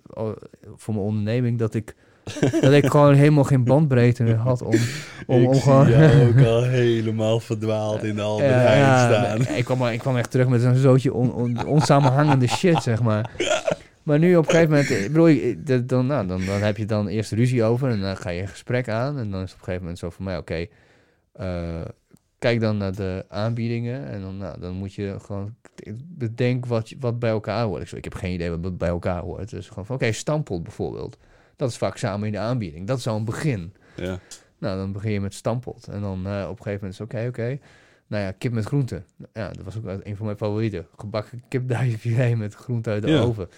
voor mijn onderneming, dat ik, dat ik gewoon helemaal geen bandbreedte meer had om, om, ik om zie gewoon... jou ook al helemaal verdwaald in de Albert Heijn ja, staan. Ik kwam, ik kwam echt terug met een zootje on, on, onsamenhangende shit, zeg maar. Maar nu op een gegeven moment, ik bedoel, ik, dan, nou, dan, dan heb je dan eerst ruzie over en dan ga je een gesprek aan. En dan is het op een gegeven moment zo van mij, oké, okay, uh, kijk dan naar de aanbiedingen en dan, nou, dan moet je gewoon bedenken wat, wat bij elkaar hoort. Ik, zo, ik heb geen idee wat bij elkaar hoort. Dus gewoon van, oké, okay, stampot bijvoorbeeld. Dat is vaak samen in de aanbieding. Dat is al een begin. Ja. Nou, dan begin je met stampot. En dan uh, op een gegeven moment is oké, okay, oké. Okay. Nou ja, kip met groenten. Ja, dat was ook een van mijn favorieten. Gebakken kipduiffilet met groenten uit de ja. oven.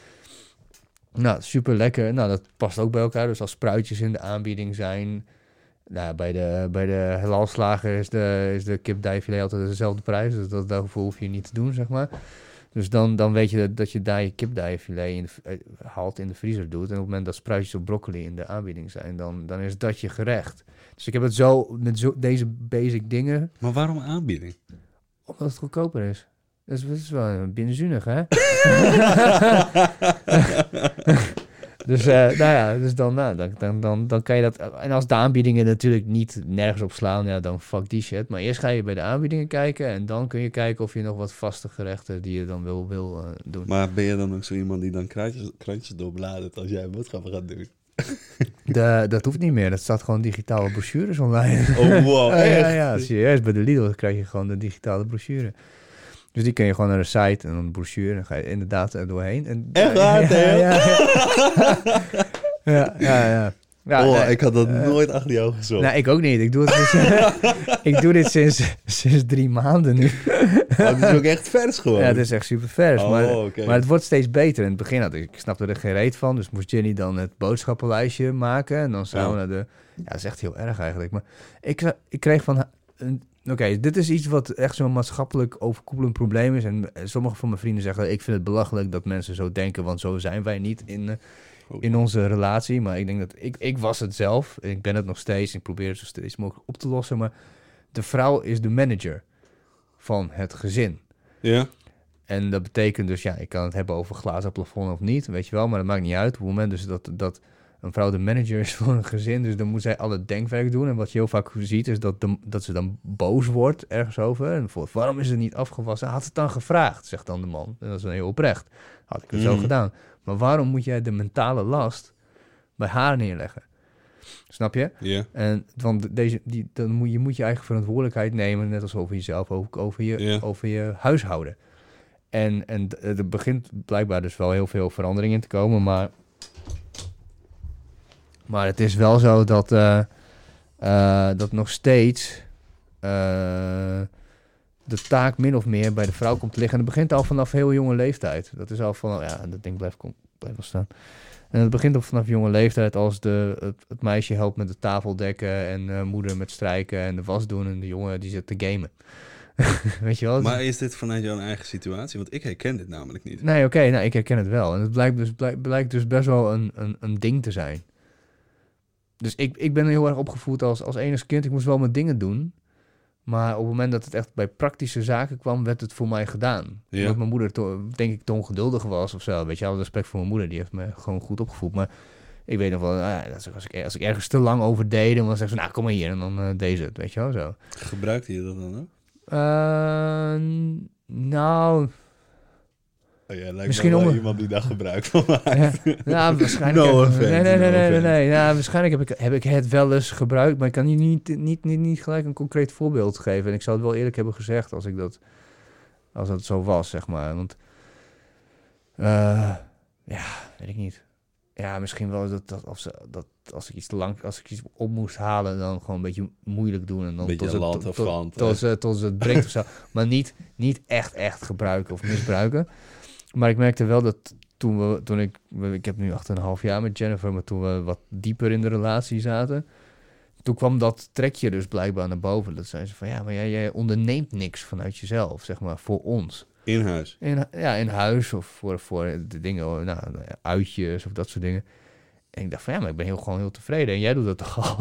Nou, super lekker. Nou, dat past ook bij elkaar. Dus als spruitjes in de aanbieding zijn... Nou, bij de, bij de halalslager is de, is de kipduiffilet altijd dezelfde prijs. Dus dat, daarvoor hoef je niet te doen, zeg maar. Dus dan, dan weet je dat, dat je daar je kipduiffilet in de, uh, haalt, in de vriezer doet. En op het moment dat spruitjes of broccoli in de aanbieding zijn, dan, dan is dat je gerecht. Dus ik heb het zo met zo, deze basic dingen. Maar waarom aanbieding? Omdat het goedkoper is. Dat is, dat is wel binnenzuinig, hè? Dus, uh, nou ja, dus dan, nou, dan, dan, dan, dan kan je dat... En als de aanbiedingen natuurlijk niet nergens op slaan, ja, dan fuck die shit. Maar eerst ga je bij de aanbiedingen kijken en dan kun je kijken of je nog wat vaste gerechten die je dan wil, wil uh, doen. Maar ben je dan ook zo iemand die dan krantjes, krantjes doorbladert als jij boodschappen gaat doen? De, dat hoeft niet meer. Dat staat gewoon digitale brochures online. Oh, wow, echt? Ja, ja, serieus. Bij de Lidl krijg je gewoon de digitale brochure. Dus die kun je gewoon naar de site en dan de brochure. En dan ga je inderdaad er doorheen. En, echt waar, ja, Theo? ja, ja, ja, ja. ja oh, nee, ik had dat uh, nooit achter je ogen gezocht. Nee, ik ook niet. Ik doe, het dus, ik doe dit sinds, sinds drie maanden nu. Oh, het is ook echt vers gewoon. Ja, het is echt super vers. Oh, maar, okay. maar het wordt steeds beter. In het begin had ik, ik snapte er geen reet van. Dus moest Jenny dan het boodschappenlijstje maken. En dan samen ja. naar de... Ja, dat is echt heel erg eigenlijk. Maar ik, ik kreeg van... Oké, okay, dit is iets wat echt zo'n maatschappelijk overkoepelend probleem is. En sommige van mijn vrienden zeggen... Ik vind het belachelijk dat mensen zo denken. Want zo zijn wij niet in... Uh, in onze relatie, maar ik denk dat ik, ik was het zelf. Ik ben het nog steeds. Ik probeer het zo steeds mogelijk op te lossen. Maar de vrouw is de manager van het gezin. Ja. En dat betekent dus, ja, ik kan het hebben over glazen plafond of niet, weet je wel, maar dat maakt niet uit. Op het moment dus dat, dat een vrouw de manager is van een gezin, dus dan moet zij al het denkwerk doen. En wat je heel vaak ziet, is dat, de, dat ze dan boos wordt ergens over. En bijvoorbeeld, waarom is het niet afgewassen? Had het dan gevraagd, zegt dan de man. En dat is dan heel oprecht. Had ik het Mm. zo gedaan. Maar waarom moet jij de mentale last bij haar neerleggen? Snap je? Ja. En want deze, die, dan moet je moet je eigen verantwoordelijkheid nemen, net als over jezelf, ook over je, Ja. over je huishouden. En, en d- er begint blijkbaar dus wel heel veel verandering in te komen, maar, maar het is wel zo dat, eh, eh, dat nog steeds eh, de taak min of meer bij de vrouw komt te liggen. En dat begint al vanaf heel jonge leeftijd. Dat is al van, ja, dat ding blijft, kom- blijft wel staan. En het begint op vanaf jonge leeftijd als de, het, het meisje helpt met de tafel dekken en uh, moeder met strijken en de was doen en de jongen die zit te gamen. Weet je wel? Maar is dit vanuit jouw eigen situatie? Want ik herken dit namelijk niet. Nee, oké, okay, nou, ik herken het wel. En het blijkt dus, blijkt, blijkt dus best wel een, een, een ding te zijn. Dus ik, ik ben heel erg opgevoed als, als enig kind. Ik moest wel mijn dingen doen. Maar op het moment dat het echt bij praktische zaken kwam, werd het voor mij gedaan. Ja. Omdat mijn moeder, to, denk ik, te ongeduldig was of zo. Weet je, alle respect voor mijn moeder, die heeft me gewoon goed opgevoed. Maar ik weet nog wel, ah, als, ik, als ik ergens te lang over deed, dan zeg ze, nou, kom maar hier. En dan uh, deed ze het, weet je wel, zo. Gebruikte je dat dan ook? Uh, nou... Oh, jij lijkt Misschien me wel om... iemand die daar gebruik van maakt. Ja, nou, waarschijnlijk... No heb... offense, nee, nee, nee, no nee, nee, offense. nee. Ja, waarschijnlijk heb ik, heb ik het wel eens gebruikt, maar ik kan hier niet, niet, niet, niet gelijk een concreet voorbeeld geven. En ik zou het wel eerlijk hebben gezegd als ik dat... Als dat zo was, zeg maar. Want... Uh, ja, weet ik niet. Ja, misschien wel dat, dat, of ze, dat als ik iets te lang... Als ik iets op moest halen, dan gewoon een beetje moeilijk doen. En dan beetje tot land het, of tot, land, tot, tot, tot ze het breekt of zo. Maar niet, niet echt, echt gebruiken of misbruiken. Maar ik merkte wel dat toen we... Toen ik, ik heb nu acht en een half jaar met Jennifer, maar toen we wat dieper in de relatie zaten... Toen kwam dat trekje dus blijkbaar naar boven. Dat zei ze van, ja, maar jij, jij onderneemt niks vanuit jezelf, zeg maar, voor ons. In huis? In, ja, in huis of voor, voor de dingen, nou, uitjes of dat soort dingen. En ik dacht van, ja, maar ik ben heel, gewoon heel tevreden. En jij doet dat toch al?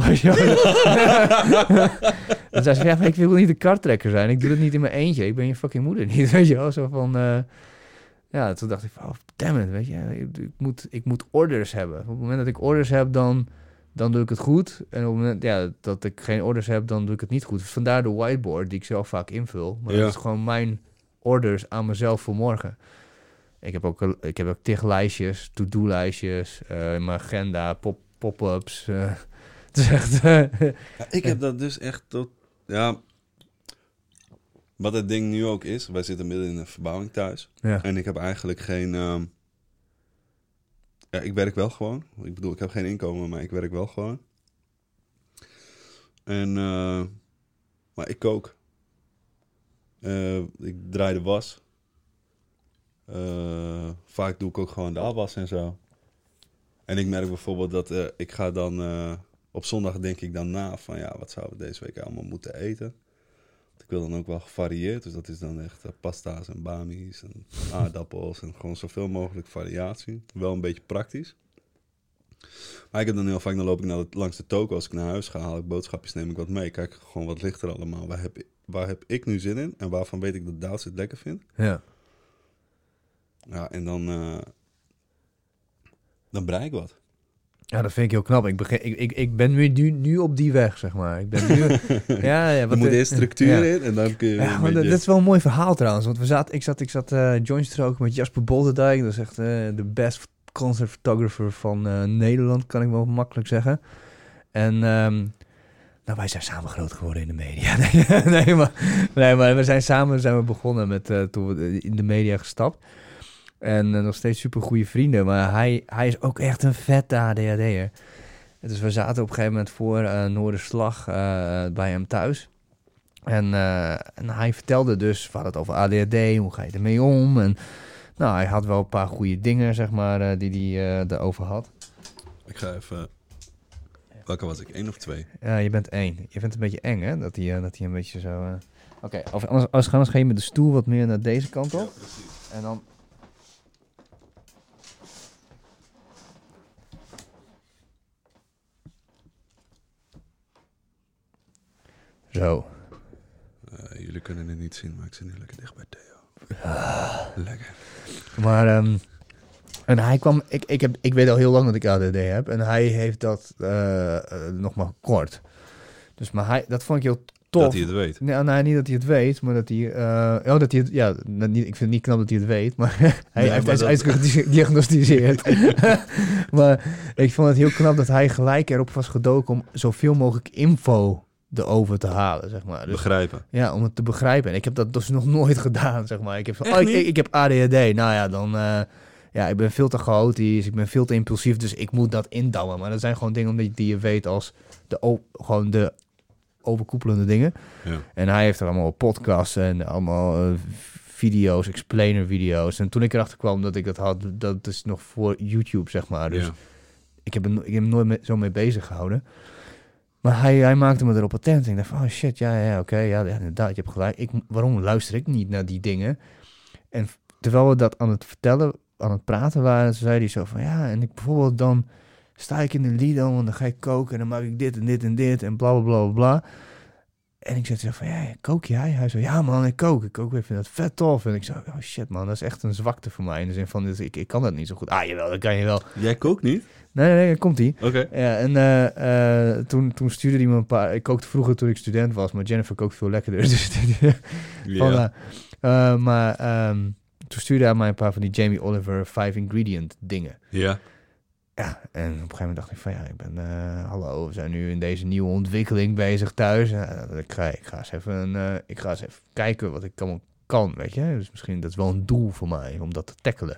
Dan zei ze van, ja, maar ik wil niet de karttrekker zijn. Ik doe het niet in mijn eentje. Ik ben je fucking moeder niet, weet je wel. Zo van, uh, ja, toen dacht ik van, oh, damn it, weet je. Ik, ik, moet, ik moet orders hebben. Op het moment dat ik orders heb, dan... dan doe ik het goed. En op het moment ja, dat ik geen orders heb, dan doe ik het niet goed. Vandaar de whiteboard die ik zelf vaak invul. Maar ja. dat is gewoon mijn orders aan mezelf voor morgen. Ik heb ook, ik heb ook tig lijstjes, to-do-lijstjes, uh, mijn agenda, pop, pop-ups. Uh, het is echt... Uh, ja, ik heb dat dus echt tot... Ja, wat het ding nu ook is, wij zitten midden in een verbouwing thuis. Ja. En ik heb eigenlijk geen... Um, Ja, ik werk wel gewoon. Ik bedoel, ik heb geen inkomen, maar ik werk wel gewoon. En, uh, maar ik kook. Uh, ik draai de was. Uh, vaak doe ik ook gewoon de afwas en zo. En ik merk bijvoorbeeld dat uh, ik ga dan... Uh, op zondag denk ik dan na van... Ja, wat zouden we deze week allemaal moeten eten? Ik wil dan ook wel gevarieerd. Dus dat is dan echt uh, pasta's en bami's en aardappels. En gewoon zoveel mogelijk variatie. Wel een beetje praktisch. Maar ik heb dan heel vaak, dan loop ik naar de, langs de toko. Als ik naar huis ga, haal ik boodschapjes, neem ik wat mee. Kijk gewoon wat ligt er allemaal. Waar heb, waar heb ik nu zin in? En waarvan weet ik dat Douds het lekker vindt? Ja. Ja, en dan... Uh, dan bereik ik wat. Ja, dat vind ik heel knap. Ik, begin, ik, ik, ik ben nu, nu op die weg, zeg maar. Ik ben nu... ja, ja, er moet de, eerst structuur ja. in en dan kun je... Ja, beetje... dat is wel een mooi verhaal trouwens. Want we zaten, ik zat, ik zat uh, joints te roken met Jasper Bolderdijk. Dat is echt uh, de best concert photographer van uh, Nederland, kan ik wel makkelijk zeggen. En um, nou, wij zijn samen groot geworden in de media. nee, nee, maar, nee, maar we zijn samen zijn we begonnen met uh, toen we in de media gestapt. En uh, nog steeds super goede vrienden. Maar hij, hij is ook echt een vette A D H D'er. Dus we zaten op een gegeven moment voor uh, Noorderslag uh, bij hem thuis. En, uh, en hij vertelde dus, we hadden het over A D H D, hoe ga je ermee om? En nou, hij had wel een paar goede dingen, zeg maar, uh, die hij uh, erover had. Ik ga even... Welke was ik? Eén of twee? Ja, je bent één. Je vindt het een beetje eng, hè? Dat hij, uh, dat hij een beetje zo... Uh... Oké, okay, of anders, anders, anders ga je met de stoel wat meer naar deze kant op. Ja, precies. En dan... Zo. Nee, jullie kunnen het niet zien, maar ik zit nu lekker dicht bij Theo. Ah. Lekker. Maar, um, en hij kwam, ik, ik, heb, ik weet al heel lang dat ik A D D heb. En hij heeft dat uh, uh, nog maar kort. Dus, maar hij, dat vond ik heel tof. Dat hij het weet. Nee, nee, niet dat hij het weet, maar dat hij... Uh, oh, dat hij het... Ja, dat niet, ik vind het niet knap dat hij het weet, maar hij nee, heeft maar hij dat... gediagnosticeerd. Maar ik vond het heel knap dat hij gelijk erop was gedoken om zoveel mogelijk info erover te halen, zeg maar. Dus, begrijpen. Ja, om het te begrijpen. En ik heb dat dus nog nooit gedaan, zeg maar. Ik heb, oh, ik, ik, ik heb A D H D. Nou ja, dan... Uh, ja, ik ben veel te chaotisch, ik ben veel te impulsief, dus ik moet dat indouwen. Maar dat zijn gewoon dingen die, die je weet als de, gewoon de overkoepelende dingen. Ja. En hij heeft er allemaal podcasts en allemaal uh, video's, explainer video's. En toen ik erachter kwam dat ik dat had, dat is nog voor YouTube, zeg maar. Dus ja. ik heb er, ik heb er nooit mee, zo mee bezig gehouden. Maar hij, hij maakte me erop attent. En ik dacht van, oh shit, ja, ja, oké, okay, ja, ja, inderdaad, je hebt gelijk. Ik, waarom luister ik niet naar die dingen? En terwijl we dat aan het vertellen, aan het praten waren, zei hij zo van, ja, en ik bijvoorbeeld dan sta ik in de Lido en dan ga ik koken en dan maak ik dit en dit en dit en bla, bla, bla, bla. En ik zei zo van, ja, kook jij? Hij zo, ja man, ik kook. Ik kook, ik vind dat vet tof. En ik zo, oh shit man, dat is echt een zwakte voor mij. In de zin van, dus ik, ik kan dat niet zo goed. Ah, jawel, dat kan je wel. Jij kookt niet? Nee, nee, nee, komt-ie. Oké. Okay. Ja, en uh, uh, toen, toen stuurde hij me een paar... Ik kookte vroeger toen ik student was, maar Jennifer kookt veel lekkerder. Dus ja. uh, maar um, toen stuurde hij mij een paar van die Jamie Oliver five ingredient dingen. Ja. Ja, en op een gegeven moment dacht ik van ja, ik ben, uh, hallo, we zijn nu in deze nieuwe ontwikkeling bezig thuis. Uh, ik, ga, ik, ga eens even, uh, ik ga eens even kijken wat ik kan, kan, weet je. Dus misschien dat is wel een doel voor mij, om dat te tackelen.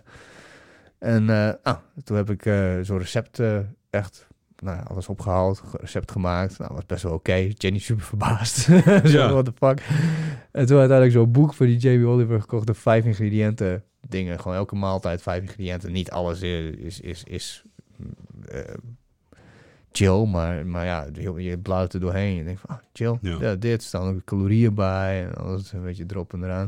En uh, ah, toen heb ik uh, zo'n recept uh, echt, nou, alles opgehaald, recept gemaakt. Nou, was best wel oké. Okay. Jenny super verbaasd. Zo, ja. what the fuck. En toen uiteindelijk zo'n boek voor die Jamie Oliver gekocht, de vijf ingrediënten dingen. Gewoon elke maaltijd vijf ingrediënten. Niet alles is... is, is, is Uh, chill, maar, maar ja, je bladert er doorheen. Je denkt van, ah, chill, ja. Ja, dit, staan ook calorieën bij en alles een beetje erop en eraan.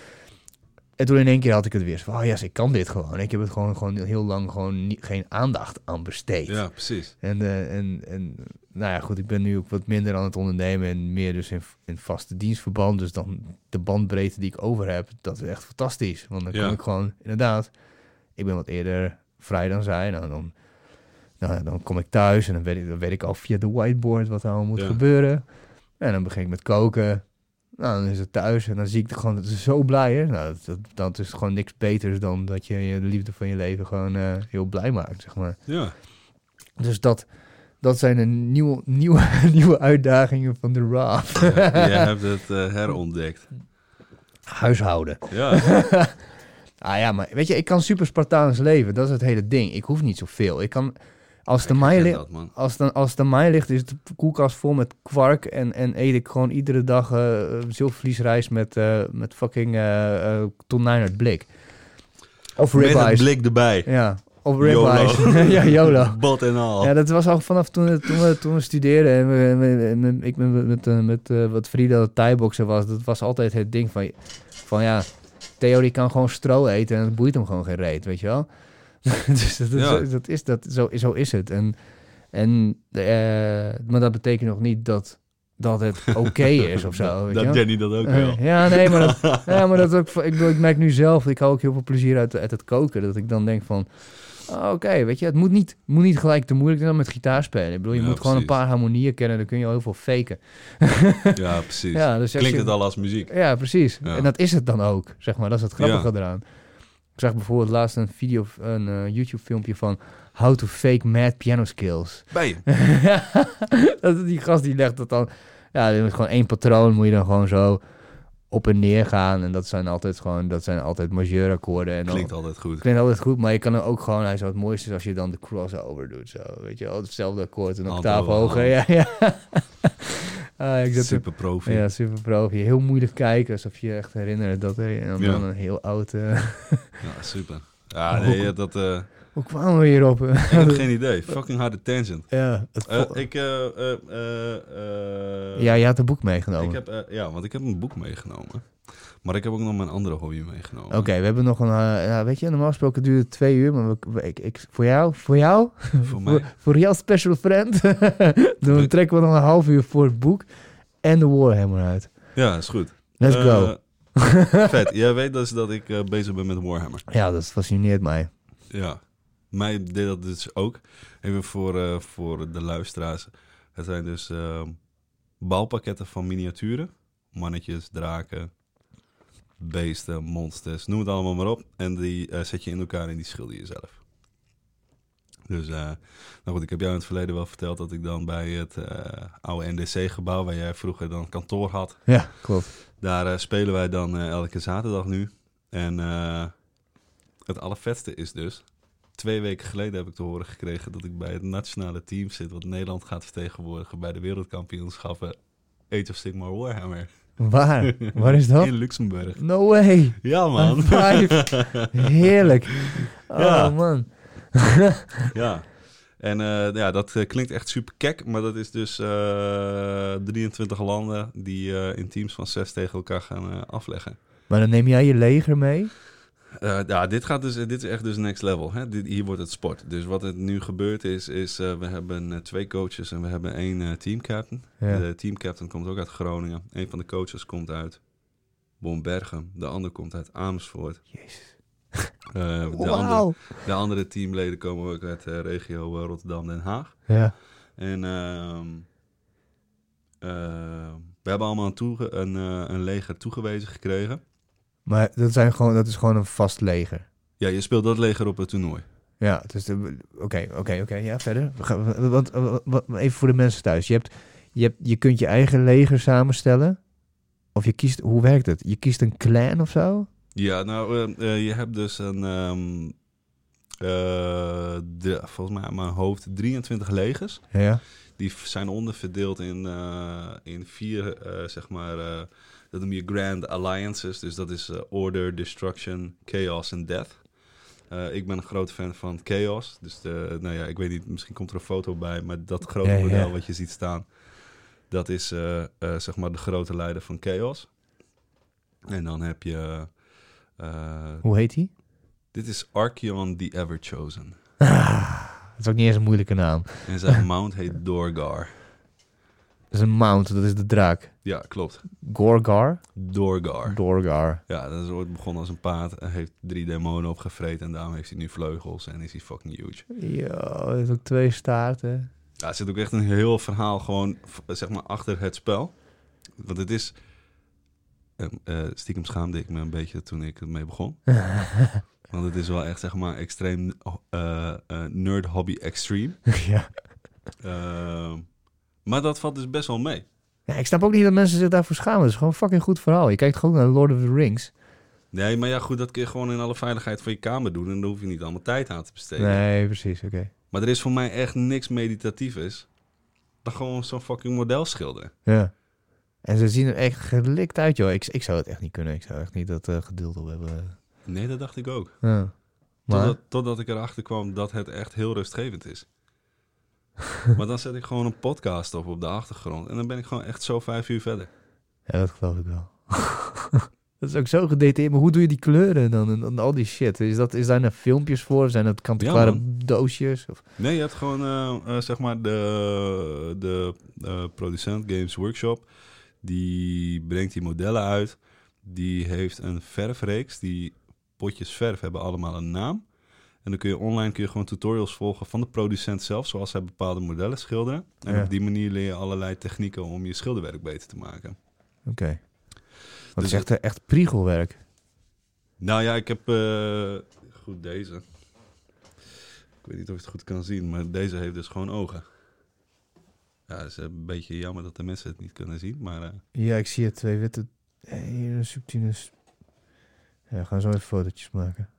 En toen in één keer had ik het weer van, oh ja, yes, ik kan dit gewoon. Ik heb het gewoon, gewoon heel lang gewoon niet, geen aandacht aan besteed. Ja, precies. En, uh, en, en nou ja, goed, ik ben nu ook wat minder aan het ondernemen en meer dus in, in vaste dienstverband. Dus dan de bandbreedte die ik over heb, dat is echt fantastisch. Want dan ja. kan ik gewoon, inderdaad, ik ben wat eerder vrij dan zij. Nou, dan Nou, dan kom ik thuis en dan weet ik, dan weet ik al via de whiteboard wat er allemaal moet ja. gebeuren. En dan begin ik met koken. Nou, dan is het thuis en dan zie ik het gewoon dat ze zo blij is. Nou, dat, dat, dat is gewoon niks beters dan dat je je de liefde van je leven gewoon uh, heel blij maakt, zeg maar. Ja. Dus dat, dat zijn de nieuwe, nieuwe, nieuwe uitdagingen van de R A F. Ja, je hebt het uh, herontdekt. Huishouden. Ja. Ah ja, maar weet je, ik kan super Spartaans leven. Dat is het hele ding. Ik hoef niet zoveel. Ik kan... Als het, mij li- dat, als, dan, als het aan mij ligt, is de koelkast vol met kwark en, en eet ik gewoon iedere dag uh, zilvervliesrijst met, uh, met fucking uh, uh, tonijn uit blik. Of ribeyes. Met een blik erbij. Ja, of ribeyes. Ja, YOLO. Bot en al. Ja, dat was al vanaf toen, toen, we, toen we studeerden en we, we, we, ik met, met, met, met uh, wat Frida de thai-boxer was, dat was altijd het ding van, van ja, Theo die kan gewoon stro eten en het boeit hem gewoon geen reet, weet je wel. Dus dat, ja. dat, dat is dat, zo, zo is het. En, en, uh, maar dat betekent nog niet dat, dat het oké okay is of zo. Weet dat je Jenny dat ook wel. Uh, ja, nee, maar dat, ja, maar dat ook, ik, ik merk nu zelf, ik hou ook heel veel plezier uit, uit het koken. Dat ik dan denk van, oh, oké, okay, weet je, het moet niet, moet niet gelijk te moeilijk zijn met gitaar spelen. Ik bedoel, je ja, moet precies. gewoon een paar harmonieën kennen, dan kun je al heel veel faken. Ja, precies. Ja, dus klinkt je, het al als muziek. Ja, precies. Ja. En dat is het dan ook, zeg maar. Dat is het grappige ja. eraan. Ik zag bijvoorbeeld laatst een video, een uh, YouTube-filmpje van How to Fake Mad Piano Skills. Bij je? dat, die gast die legt dat dan... Ja, je moet gewoon één patroon, moet je dan gewoon zo op en neer gaan. En dat zijn altijd gewoon, dat zijn altijd majeurakkoorden. En klinkt dan, altijd goed. Klinkt altijd goed, maar je kan er ook gewoon... Hij zou het mooiste is als je dan de crossover doet, zo. Weet je, altijd hetzelfde akkoord, een octaaf hoger. Ja, ja. Ah, ik super profi. Ja, super profi. Heel moeilijk kijken, alsof je echt herinnert dat er en dan, ja. dan een heel oud... Uh... ja, super. Ja, nee, oh, dat... Uh... Hoe kwamen we hierop? Ik heb geen idee. Fucking harde tangent. Ja. Het uh, ik... Uh, uh, uh, uh... Ja, je had een boek meegenomen. Ik heb, uh, ja, want ik heb een boek meegenomen. Maar ik heb ook nog mijn andere hobby meegenomen. Oké, okay, we hebben nog een... Uh, ja, weet je, normaal gesproken duurt het twee uur, maar we, we, ik, ik, voor jou? Voor jou? Voor mij? voor, voor jou special friend? Dan trekken we nog een half uur voor het boek en de Warhammer uit. Ja, is goed. Let's Uh, go. Vet. Jij weet dus dat ik uh, bezig ben met Warhammer. Ja, dat fascineert mij. Ja. Mij deed dat dus ook. Even voor, uh, voor de luisteraars. Het zijn dus uh, bouwpakketten van miniaturen. Mannetjes, draken, beesten, monsters. Noem het allemaal maar op. En die uh, zet je in elkaar en die schilder je zelf. Dus, uh, nou goed, ik heb jou in het verleden wel verteld dat ik dan bij het uh, oude N D C-gebouw, waar jij vroeger dan kantoor had. Ja, klopt. Daar uh, spelen wij dan uh, elke zaterdag nu. En uh, het allervetste is dus, twee weken geleden heb ik te horen gekregen dat ik bij het nationale team zit, wat Nederland gaat vertegenwoordigen bij de wereldkampioenschappen Age of Sigmar Warhammer. Waar? Waar is dat? In Luxemburg. No way. Ja, man. Heerlijk. Oh, Ja. man. Ja. En uh, ja, dat uh, klinkt echt super kek, maar dat is dus uh, drieëntwintig landen die uh, in teams van zes tegen elkaar gaan uh, afleggen. Maar dan neem jij je leger mee? Uh, ja, dit, gaat dus, dit is echt dus next level. Hè? Dit, hier wordt het sport. Dus wat er nu gebeurd is, is uh, we hebben uh, twee coaches en we hebben één uh, teamcaptain. Ja. De teamcaptain komt ook uit Groningen. Een van de coaches komt uit Bombergen. De ander komt uit Amersfoort. Jezus. Uh, de, Wauw. andere, de andere teamleden komen ook uit de regio uh, Rotterdam-Den Haag. Ja. En uh, uh, we hebben allemaal een, toege- een, uh, een leger toegewezen gekregen. Maar dat, zijn gewoon, dat is gewoon een vast leger. Ja, je speelt dat leger op het toernooi. Ja, dus de- oké, oké, oké. Ja, verder. We gaan- Want, wat- wat- even voor de mensen thuis. Je, hebt, je, hebt, je kunt je eigen leger samenstellen. Of je kiest, hoe werkt het? Je kiest een clan of zo? Ja, nou, uh, uh, je hebt dus een, um, uh, de, volgens mij aan mijn hoofd, drieëntwintig legers. Ja. Die f- zijn onderverdeeld in, uh, in vier, uh, zeg maar, uh, dat noem je Grand Alliances. Dus dat is uh, Order, Destruction, Chaos en Death. Uh, ik ben een groot fan van Chaos. Dus de, nou ja, ik weet niet, misschien komt er een foto bij, maar dat grote Ja, ja. model wat je ziet staan, dat is uh, uh, zeg maar de grote leider van Chaos. En dan heb je... Uh, Hoe heet die? dit is Archeon the Everchosen. Ah, dat is ook niet eens een moeilijke naam. En zijn mount heet Dorgar. Dat is een mount, dat is de draak. Ja, klopt. Gorgar? Dorgar. Dorgar. Ja, dat is ooit begonnen als een paard. Hij heeft drie demonen opgevreten en daarom heeft hij nu vleugels en is hij fucking huge. Ja, dat is ook twee staarten. Ja, er zit ook echt een heel verhaal gewoon, v- zeg maar, achter het spel. Want het is... Uh, uh, stiekem schaamde ik me een beetje toen ik ermee begon. Want het is wel echt, zeg maar, extreem uh, uh, nerd hobby extreme. Ja. Uh, maar dat valt dus best wel mee. Ja, ik snap ook niet dat mensen zich daarvoor schamen. Het is gewoon een fucking goed verhaal. Je kijkt gewoon naar Lord of the Rings. Nee, maar ja, goed, dat kun je gewoon in alle veiligheid van je kamer doen. En daar hoef je niet allemaal tijd aan te besteden. Nee, precies, oké. Okay. Maar er is voor mij echt niks meditatiefs dan gewoon zo'n fucking model schilderen. Ja. En ze zien er echt gelikt uit, joh. Ik, ik zou het echt niet kunnen. Ik zou echt niet dat uh, geduld op hebben. Nee, dat dacht ik ook. Ja. Maar... Totdat, totdat ik erachter kwam dat het echt heel rustgevend is. Maar dan zet ik gewoon een podcast op op de achtergrond. En dan ben ik gewoon echt zo vijf uur verder. Ja, dat geloof ik wel. Dat is ook zo gedetailleerd. Maar hoe doe je die kleuren dan en, en al die shit? Is, dat, is daar nou filmpjes voor? Of zijn dat kant-en-klare Ja, doosjes? Of... Nee, je hebt gewoon, uh, uh, zeg maar, de, de uh, producent Games Workshop. Die brengt die modellen uit. Die heeft een verfreeks. Die potjes verf hebben allemaal een naam. En dan kun je online kun je gewoon tutorials volgen van de producent zelf, zoals zij bepaalde modellen schilderen. En Ja. op die manier leer je allerlei technieken om je schilderwerk beter te maken. Oké. Okay. Dat Dus is echt, echt priegelwerk. Nou ja, ik heb... Uh, goed, deze. Ik weet niet of je het goed kan zien, maar deze heeft dus gewoon ogen. Ja, het is een beetje jammer dat de mensen het niet kunnen zien, maar... Uh, ja, ik zie het. Twee witte... Hier een subtiele... Ja, we gaan zo even fotootjes maken.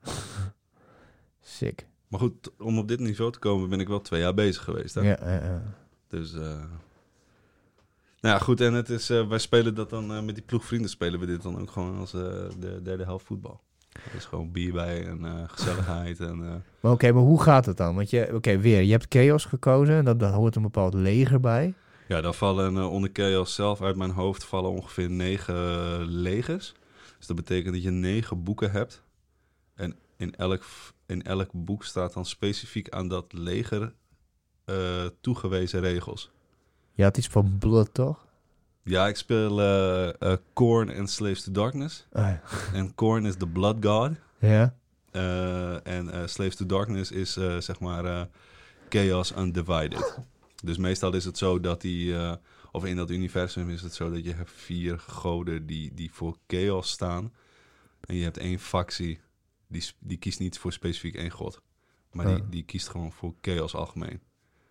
Sick. Maar goed, om op dit niveau te komen ben ik wel twee jaar bezig geweest. Hè? Ja, ja, ja. Dus... Uh, nou ja, goed, en het is, uh, wij spelen dat dan uh, met die ploegvrienden spelen we dit dan ook gewoon als uh, de derde helft voetbal. Er is gewoon bier bij en uh, gezelligheid. En, uh... Maar oké, okay, maar hoe gaat het dan? Want je, oké, okay, weer, je hebt Chaos gekozen en dat, daar hoort een bepaald leger bij. Ja, dan vallen uh, onder Chaos zelf uit mijn hoofd vallen ongeveer negen uh, legers. Dus dat betekent dat je negen boeken hebt. En in elk, in elk boek staat dan specifiek aan dat leger uh, toegewezen regels. Je had iets van blood, toch? Ja, ik speel uh, uh, Korn en Slaves to Darkness. Oh, ja. En Korn is de Blood God. Ja. Uh, en uh, Slaves to Darkness is uh, zeg maar uh, Chaos Undivided. Dus meestal is het zo dat die... Uh, of in dat universum is het zo dat je hebt vier goden die, die voor Chaos staan. En je hebt één factie, die, die kiest niet voor specifiek één god. Maar die, die kiest gewoon voor Chaos algemeen.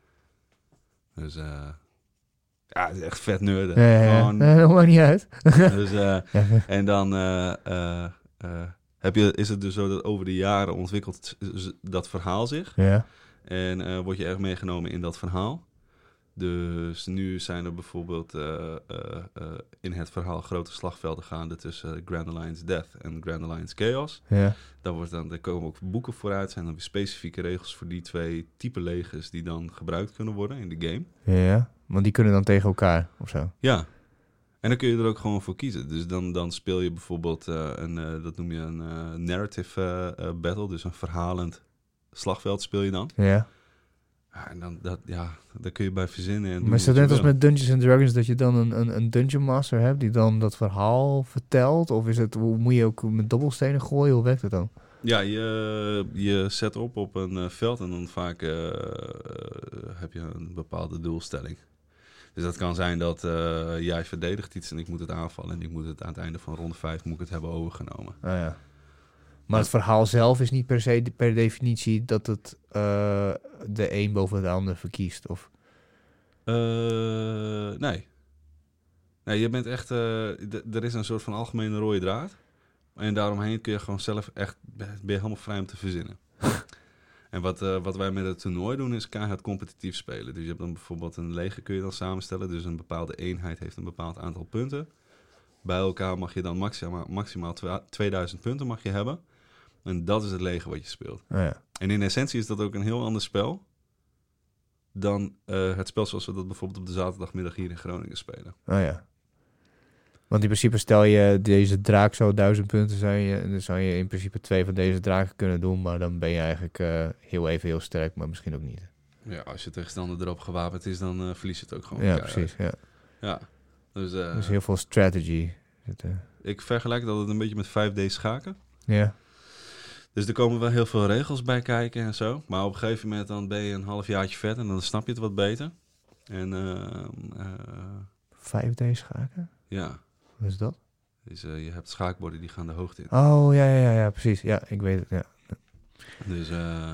Dus uh, ja, het is echt vet nerden. Ja, ja, ja. Gewoon, Uh, dat maakt niet uit. dus, uh, ja. En dan uh, uh, uh, heb je, is het dus zo dat over de jaren ontwikkelt dat verhaal zich. Ja. En uh, word je erg meegenomen in dat verhaal. Dus nu zijn er bijvoorbeeld uh, uh, uh, in het verhaal grote slagvelden gaande tussen Grand Alliance Death en Grand Alliance Chaos. Ja. Daar, wordt dan, daar komen ook boeken voor uit. Zijn dan weer specifieke regels voor die twee type legers die dan gebruikt kunnen worden in de game. Ja, want die kunnen dan tegen elkaar of zo. Ja. En dan kun je er ook gewoon voor kiezen. Dus dan, dan speel je bijvoorbeeld uh, een, uh, dat noem je een uh, narrative uh, uh, battle. Dus een verhalend slagveld speel je dan. Ja. Ja, en dan, dat, ja, daar kun je bij verzinnen. En doen maar is dat wat net je als wil. met Dungeons and Dragons dat je dan een, een, een Dungeon Master hebt die dan dat verhaal vertelt? Of is het, hoe moet je ook met dobbelstenen gooien? Hoe werkt het dan? Ja, je, je zet op op een uh, veld en dan vaak uh, uh, heb je een bepaalde doelstelling. Dus dat kan zijn dat uh, jij verdedigt iets en ik moet het aanvallen. En ik moet het aan het einde van ronde vijf moet ik het hebben overgenomen. Oh ja. Maar het verhaal zelf is niet per se per definitie dat het uh, de een boven de ander verkiest, of? Uh, nee. Nee, je bent echt... Uh, d- er is een soort van algemene rode draad. En daaromheen kun je gewoon zelf echt... ben je helemaal vrij om te verzinnen. En wat, uh, wat wij met het toernooi doen is keihard competitief spelen. Dus je hebt dan bijvoorbeeld een leger kun je dan samenstellen. Dus een bepaalde eenheid heeft een bepaald aantal punten. Bij elkaar mag je dan maximaal, maximaal tweeduizend punten mag je hebben. En dat is het leger wat je speelt. Oh ja. En in essentie is dat ook een heel ander spel dan uh, het spel zoals we dat bijvoorbeeld op de zaterdagmiddag hier in Groningen spelen. Oh ja. Want in principe stel je deze draak zo duizend punten, zou je, dan zou je in principe twee van deze draken kunnen doen, maar dan ben je eigenlijk uh, heel even heel sterk, maar misschien ook niet. Ja, als je tegenstander erop gewapend is, dan uh, verlies je het ook gewoon. Ja, keihard. precies. Ja. Ja. Dus, uh, dus heel veel strategy. Het, uh... Ik vergelijk dat het een beetje met vijf D schaken. Ja. Dus er komen wel heel veel regels bij kijken en zo. Maar op een gegeven moment dan ben je een halfjaartje verder en dan snap je het wat beter. En uh, uh, vijf D schaken? Ja. Wat is dat? Dus uh, je hebt schaakborden die gaan de hoogte in. Oh, ja, ja, ja, precies. Ja, ik weet het, ja. Dus, uh,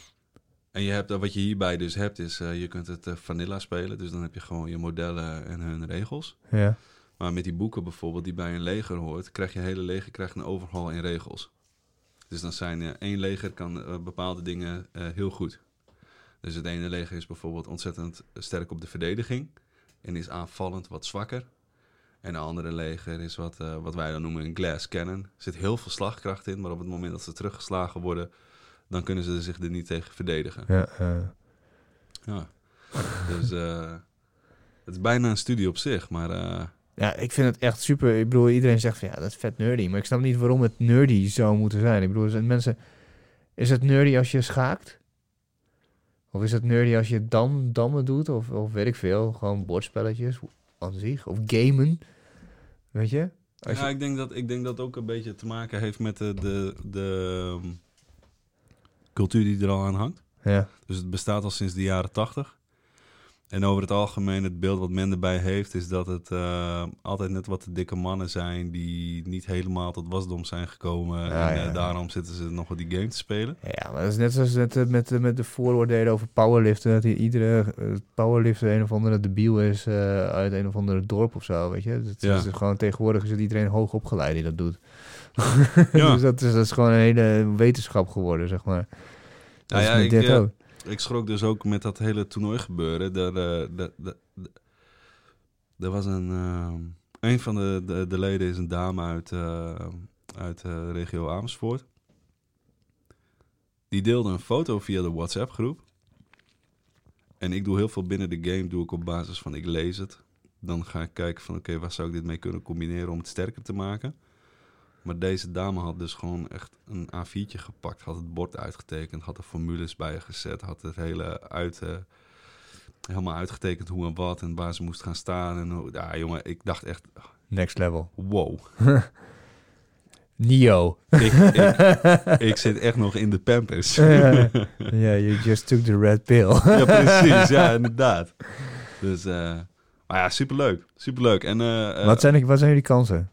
en je hebt, uh, wat je hierbij dus hebt is, uh, je kunt het uh, vanilla spelen. Dus dan heb je gewoon je modellen en hun regels. Ja. Maar met die boeken bijvoorbeeld, die bij een leger hoort, krijg je hele leger krijgt een overhaul in regels. Dus dan zijn uh, één leger kan uh, bepaalde dingen uh, heel goed. Dus het ene leger is bijvoorbeeld ontzettend sterk op de verdediging. En is aanvallend wat zwakker. En een andere leger is wat, uh, wat wij dan noemen een glass cannon. Er zit heel veel slagkracht in, maar op het moment dat ze teruggeslagen worden, dan kunnen ze zich er niet tegen verdedigen. Ja, uh. ja. Dus uh, het is bijna een studie op zich, maar... Uh, ja, ik vind het echt super. Ik bedoel, iedereen zegt van ja, dat is vet nerdy. Maar ik snap niet waarom het nerdy zou moeten zijn. Ik bedoel, zijn mensen... Is het nerdy als je schaakt? Of is het nerdy als je dam, dammen doet? Of, of weet ik veel, gewoon bordspelletjes aan zich? Of gamen? Weet je? Als ja, je... Ik denk dat ik denk dat ook een beetje te maken heeft met de, de, de um, cultuur die er al aan hangt. Ja. Dus het bestaat al sinds de jaren tachtig. En over het algemeen, het beeld wat men erbij heeft, is dat het uh, altijd net wat de dikke mannen zijn die niet helemaal tot wasdom zijn gekomen. Ja, en ja, uh, ja. daarom zitten ze nog wat die game te spelen. Ja, maar dat is net zoals met, met, met de vooroordelen over powerliften. Dat iedere uh, powerlifter een of andere debiel is uh, uit een of andere dorp of zo, weet je. Dat, Ja. is gewoon, tegenwoordig is het iedereen hoog opgeleid die dat doet. Ja. Dus dat is, dat is gewoon een hele wetenschap geworden, zeg maar. Dat Nou is ja, met ik, dit uh, ook. Ik schrok dus ook met dat hele toernooi gebeuren. Er, uh, de, de, de, er was een... Uh, een van de, de, de leden is een dame uit, uh, uit uh, regio Amersfoort. Die deelde een foto via de WhatsApp-groep. En ik doe heel veel binnen de game, doe ik op basis van ik lees het. Dan ga ik kijken van oké, okay, waar zou ik dit mee kunnen combineren om het sterker te maken. Maar deze dame had dus gewoon echt een A viertje gepakt. Had het bord uitgetekend, had er formules bij gezet. Had het hele uit, uh, helemaal uitgetekend hoe en wat en waar ze moest gaan staan. En hoe, ja, jongen, ik dacht echt... Next level. Wow. Neo. ik, ik, ik zit echt nog in de Pampers. Ja, yeah, you just took the red pill. Ja, precies. Ja, inderdaad. Dus, uh, maar ja, superleuk. Superleuk. En, uh, wat, zijn, wat zijn jullie kansen?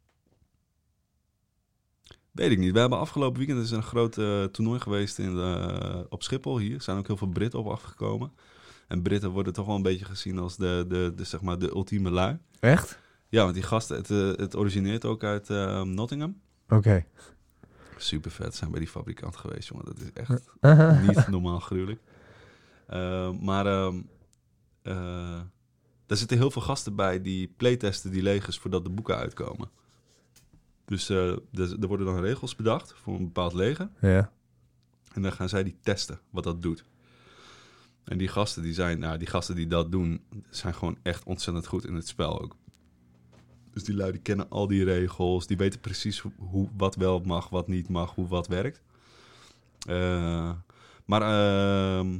Weet ik niet. We hebben afgelopen weekend is er een groot uh, toernooi geweest in de, uh, op Schiphol hier. Er zijn ook heel veel Britten op afgekomen. En Britten worden toch wel een beetje gezien als de, de, de, zeg maar de ultieme lui. Echt? Ja, want die gasten, het, uh, het origineert ook uit uh, Nottingham. Oké. Okay. Super vet. Zijn bij die fabrikant geweest, jongen. Dat is echt niet normaal gruwelijk. Uh, maar um, uh, er zitten heel veel gasten bij die playtesten die legers voordat de boeken uitkomen. Dus uh, er, er worden dan regels bedacht voor een bepaald leger. Ja. En dan gaan zij die testen, wat dat doet. En die gasten die zijn, nou, die gasten die dat doen, zijn gewoon echt ontzettend goed in het spel ook. Dus die lui die kennen al die regels, die weten precies hoe, hoe wat wel mag, wat niet mag, hoe wat werkt. Uh, maar uh,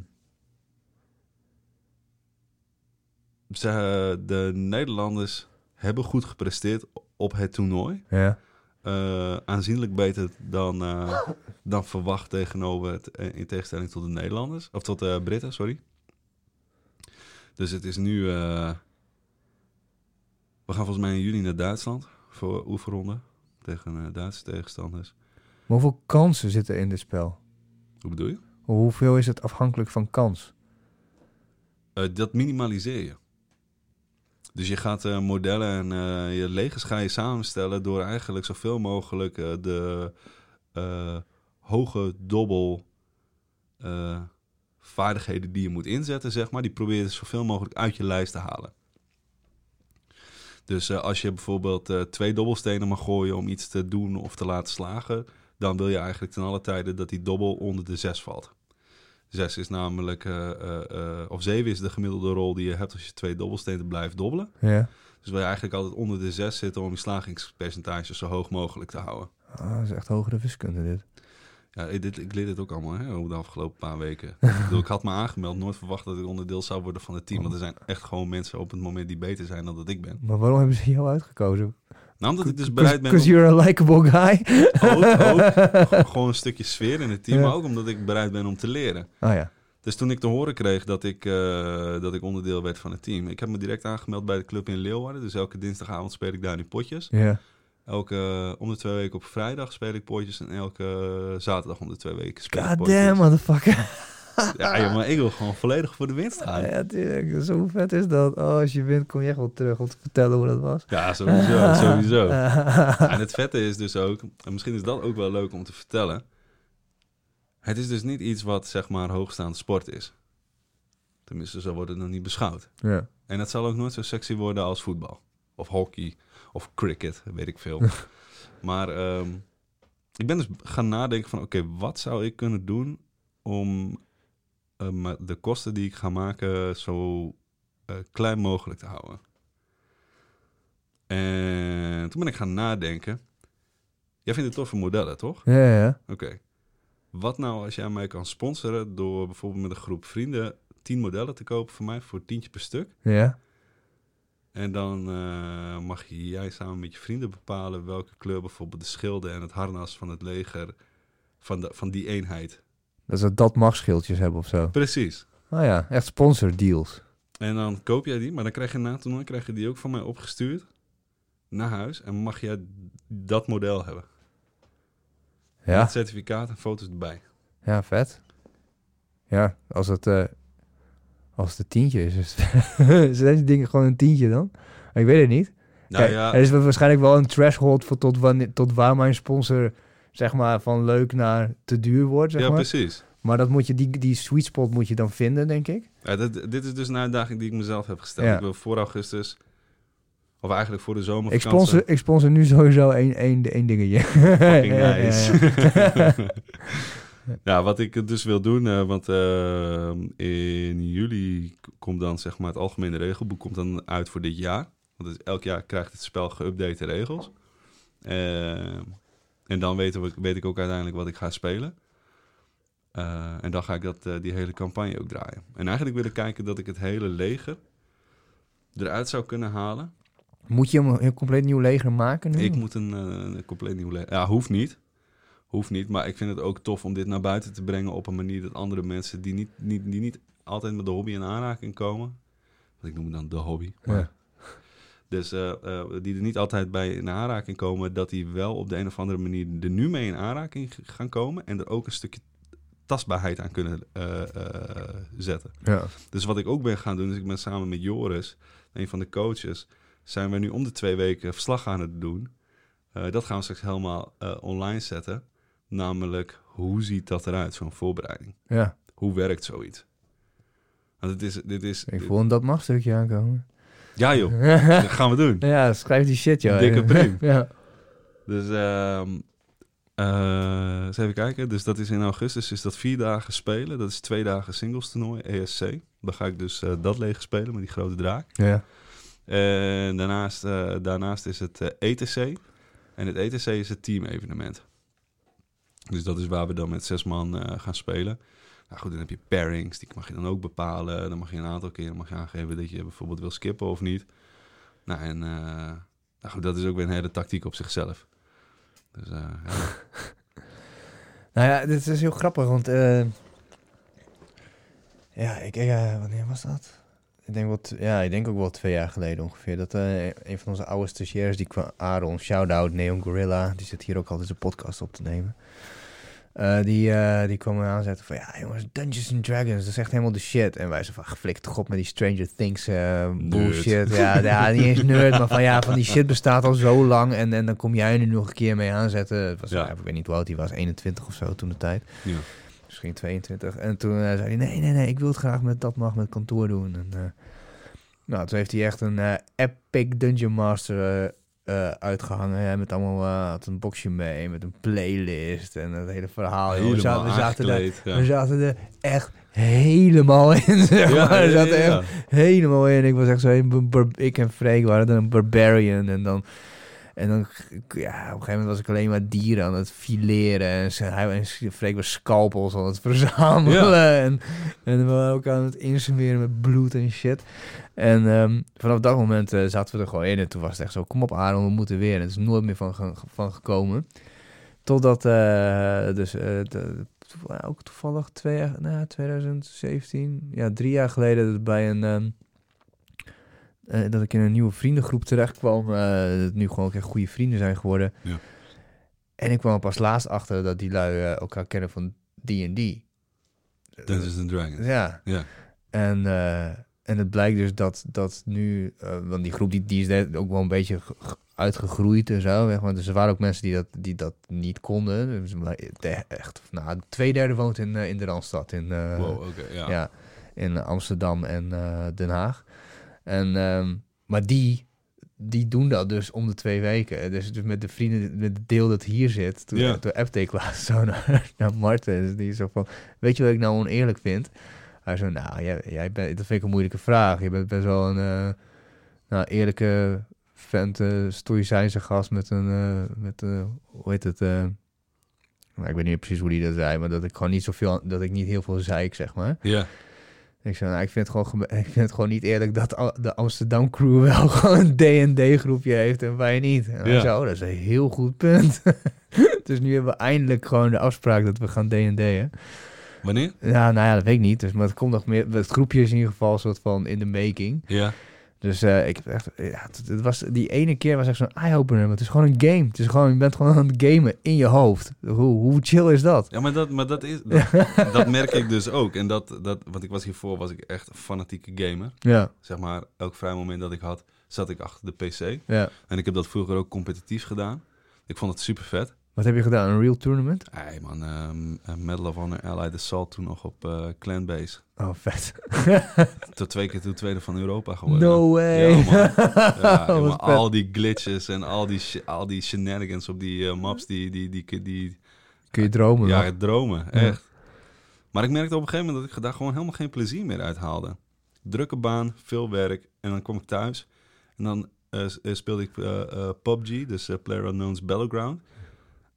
ze, de Nederlanders hebben goed gepresteerd op het toernooi. Ja. Uh, aanzienlijk beter dan, uh, dan verwacht tegenover het, uh, in tegenstelling tot de Nederlanders. Of tot de uh, Britten, sorry. Dus het is nu... Uh, we gaan volgens mij in juni naar Duitsland voor oefenronde tegen uh, Duitse tegenstanders. Maar hoeveel kansen zitten in dit spel? Hoe bedoel je? Hoeveel is het afhankelijk van kans? Uh, dat minimaliseer je. Dus je gaat uh, modellen en uh, je legers ga je samenstellen door eigenlijk zoveel mogelijk uh, de uh, hoge dobbel uh, vaardigheden die je moet inzetten, zeg maar, die probeer je zoveel mogelijk uit je lijst te halen. Dus uh, als je bijvoorbeeld uh, twee dobbelstenen mag gooien om iets te doen of te laten slagen, dan wil je eigenlijk ten alle tijde dat die dobbel onder de zes valt. Zes is namelijk, uh, uh, uh, of zeven is de gemiddelde rol die je hebt als je twee dobbelstenen blijft dobbelen. Ja. Dus wil je eigenlijk altijd onder de zes zitten om je slagingspercentage zo hoog mogelijk te houden. Ah, dat is echt hogere wiskunde dit. Ja, ik, dit, ik leer dit ook allemaal hè, over de afgelopen paar weken. ik, bedoel, ik had me aangemeld, nooit verwacht dat ik onderdeel zou worden van het team. Want er zijn echt gewoon mensen op het moment die beter zijn dan dat ik ben. Maar waarom hebben ze jou uitgekozen? Nou, omdat ik dus bereid ben... Because you're a likable guy? Ook, ook. Gewoon een stukje sfeer in het team, ja. Maar ook omdat ik bereid ben om te leren. Ah ja. Dus toen ik te horen kreeg dat ik, uh, dat ik onderdeel werd van het team... Ik heb me direct aangemeld bij de club in Leeuwarden. Dus elke dinsdagavond speel ik daar nu potjes. Ja. Elke uh, om de twee weken op vrijdag speel ik potjes. En elke uh, zaterdag om de twee weken speel ik God potjes. damn, motherfucker. Ja, joh, maar ik wil gewoon volledig voor de winst gaan. Ja, tuurlijk. Zo vet is dat. Oh, als je wint, kom je echt wel terug om te vertellen hoe dat was. Ja, sowieso. sowieso. En het vette is dus ook... En misschien is dat ook wel leuk om te vertellen... Het is dus niet iets wat, zeg maar, hoogstaande sport is. Tenminste, zo wordt het nog niet beschouwd. Ja. En het zal ook nooit zo sexy worden als voetbal. Of hockey. Of cricket, weet ik veel. Maar um, ik ben dus gaan nadenken van... Oké, okay, wat zou ik kunnen doen om um, de kosten die ik ga maken zo uh, klein mogelijk te houden? En toen ben ik gaan nadenken. Jij vindt het toffe modellen, toch? Ja, ja. Oké. Okay. Wat nou als jij mij kan sponsoren door bijvoorbeeld met een groep vrienden tien modellen te kopen voor mij voor tientje per stuk? Ja. En dan uh, mag jij samen met je vrienden bepalen welke kleur bijvoorbeeld de schilden en het harnas van het leger van, de, van die eenheid. Dat ze dat machtsschildjes hebben of zo. Precies. Oh ja, echt sponsordeals. En dan koop jij die, maar dan krijg je na het toernooi krijg je die ook van mij opgestuurd naar huis en mag jij dat model hebben. Ja. Met certificaat en foto's erbij. Ja, vet. Ja, als het, uh, als het een tientje is. is zijn die dingen gewoon een tientje dan? Ik weet het niet. Nou, Kijk, ja. er is waarschijnlijk wel een threshold voor tot, wanneer, tot waar mijn sponsor zeg maar van leuk naar te duur wordt. Zeg ja, maar. precies. Maar dat moet je, die, die sweet spot moet je dan vinden, denk ik. Ja, dit, dit is dus een uitdaging die ik mezelf heb gesteld. Ja. Ik wil voor augustus... Of eigenlijk voor de zomer. Ik sponsor, ik sponsor nu sowieso één, één, één dingetje. Fucking nice. Ja, ja, ja. Ja, wat ik dus wil doen, uh, want uh, in juli komt dan zeg maar het algemene regelboek komt dan uit voor dit jaar. Want dus elk jaar krijgt het spel geüpdate regels. Uh, en dan weten we, weet ik ook uiteindelijk wat ik ga spelen. Uh, en dan ga ik dat, uh, die hele campagne ook draaien. En eigenlijk wil ik kijken dat ik het hele leger eruit zou kunnen halen. Moet je een, een compleet nieuw leger maken nu? Ik moet een, uh, een compleet nieuw leger... Ja, hoeft niet. Hoeft niet, maar ik vind het ook tof om dit naar buiten te brengen op een manier dat andere mensen die niet, niet, die niet altijd met de hobby in aanraking komen... Want ik noem het dan de hobby. Maar, ja. Dus uh, uh, die er niet altijd bij in aanraking komen... dat die wel op de een of andere manier er nu mee in aanraking gaan komen... en er ook een stukje tastbaarheid aan kunnen uh, uh, zetten. Ja. Dus wat ik ook ben gaan doen, is ik ben samen met Joris, een van de coaches, zijn we nu om de twee weken verslag aan het doen. Uh, dat gaan we straks helemaal uh, online zetten. Namelijk, hoe ziet dat eruit, zo'n voorbereiding? Ja. Hoe werkt zoiets? Want dit is, dit is, Ik dit... voel een dat mag stukje aankomen. Ja joh, dat gaan we doen. Ja, schrijf die shit joh. Dikke prim. Ja. Dus... Uh, Uh, eens even kijken. Dus dat is in augustus is dat vier dagen spelen. Dat is twee dagen singles toernooi, E S C. Dan ga ik dus uh, dat leeg spelen met die grote draak. Ja. En daarnaast, uh, daarnaast is het uh, E T C. En het E T C is het team-evenement. Dus dat is waar we dan met zes man uh, gaan spelen. Nou goed, dan heb je pairings. Die mag je dan ook bepalen. Dan mag je een aantal keer mag je aangeven dat je bijvoorbeeld wil skippen of niet. Nou, en uh, nou goed, dat is ook weer een hele tactiek op zichzelf. Dus, uh, ja. Nou ja, dit is heel grappig, want uh, ja, ik, uh, wanneer was dat? Ik denk, wat, ja, ik denk ook wel twee jaar geleden ongeveer. Dat uh, een van onze oude stagiairs, die kwam, Aaron, shout-out, Neon Gorilla, die zit hier ook altijd zijn podcast op te nemen. Uh, die, uh, die kwam me aanzetten van, ja jongens, Dungeons and Dragons, dat is echt helemaal de shit. En wij zo van, geflikt toch op met die Stranger Things uh, bullshit. Ja, ja, niet eens nerd, maar van ja, van die shit bestaat al zo lang. En, en dan kom jij er nu nog een keer mee aanzetten. Het was, ja. Ja, ik weet niet hoe oud hij was, eenentwintig of zo toen de tijd. Ja. Misschien tweeëntwintig. En toen uh, zei hij, nee, nee, nee, ik wil het graag met dat mag met kantoor doen. En, uh, nou, toen heeft hij echt een uh, epic Dungeon Master... Uh, Uh, uitgehangen, hè, met allemaal uh, had een boxje mee, met een playlist en het hele verhaal. Helemaal we, zaten, we, zaten er, ja. we zaten er echt helemaal in, zeg ja, maar. We ja, zaten ja, ja. echt helemaal in. Ik was echt zo, een bar- ik en Freek waren dan een barbarian en dan, en dan, ja, op een gegeven moment was ik alleen maar dieren aan het fileren en ze, hij en Freek was scalpels aan het verzamelen ja. en, en we waren ook aan het insmeren met bloed en shit. En um, vanaf dat moment uh, zaten we er gewoon in. En toen was het echt zo, kom op Aaron, we moeten weer. En het is nooit meer van, ge- van gekomen. Totdat, uh, dus uh, de, ook toevallig twee jaar, nou, twintig zeventien, ja, drie jaar geleden dat bij een, um, uh, dat ik in een nieuwe vriendengroep terecht kwam. Uh, dat nu gewoon ook echt goede vrienden zijn geworden. Ja. En ik kwam er pas laatst achter dat die lui uh, elkaar kennen van D en D. Dungeons and Dragons. Ja. Ja. En... Uh, En het blijkt dus dat, dat nu, uh, want die groep die, die is ook wel een beetje g- uitgegroeid en zo. Zeg maar. Dus er waren ook mensen die dat, die dat niet konden. Dus echt, nou, twee derde woont in, uh, in de Randstad. In, uh, wow, okay, ja. ja, in Amsterdam en uh, Den Haag. En, um, maar die, die doen dat dus om de twee weken. Dus, dus met de vrienden, met het deel dat hier zit, toen, ja. toen appte ik laatst zo naar, naar Marten. Dus die zo van, weet je wat ik nou oneerlijk vind? Hij zo, nou, jij, jij bent, dat vind ik een moeilijke vraag. Je bent best wel een uh, nou, eerlijke vent, uh, stoïcijnse gast met een, uh, met, uh, hoe heet het, uh, nou, ik weet niet precies hoe die dat zei, maar dat ik gewoon niet zoveel, dat ik niet heel veel zeik, zeg maar. Ja. Ik zei, nou, ik vind, het gewoon, ik vind het gewoon niet eerlijk dat de Amsterdam crew wel gewoon een D en D groepje heeft en wij niet. En ja. Zo, dat is een heel goed punt. Dus nu hebben we eindelijk gewoon de afspraak dat we gaan D en D'en. Wanneer? Ja, nou ja, dat weet ik niet. Dus, maar het komt nog meer. Het groepje is in ieder geval een soort van in de making. Ja. Dus uh, ik heb echt. Ja, het, het was, die ene keer was echt zo'n eye-opener. Maar het is gewoon een game. Het is gewoon, je bent gewoon aan het gamen in je hoofd. Hoe, hoe chill is dat? Ja, maar dat, maar dat is. Dat, dat merk ik dus ook. En dat, dat. Want ik was hiervoor was ik echt een fanatieke gamer. Ja. Zeg maar, elk vrij moment dat ik had, zat ik achter de P C. Ja. En ik heb dat vroeger ook competitief gedaan. Ik vond het super vet. Wat heb je gedaan? Een real tournament? Nee man, um, Medal of Honor Allied Assault toen nog op uh, Clanbase. Oh, vet. Tot twee keer toe tweede van Europa geworden. No way. Ja, man. Ja, oh, man, al die glitches en al die, al die shenanigans op die uh, maps, die, die, die, die, die... Kun je dromen? Ja, nog? dromen, echt. Ja. Maar ik merkte op een gegeven moment dat ik daar gewoon helemaal geen plezier meer uit haalde. Drukke baan, veel werk en dan kom ik thuis en dan uh, speelde ik uh, uh, P U B G, dus uh, PlayerUnknown's Battleground.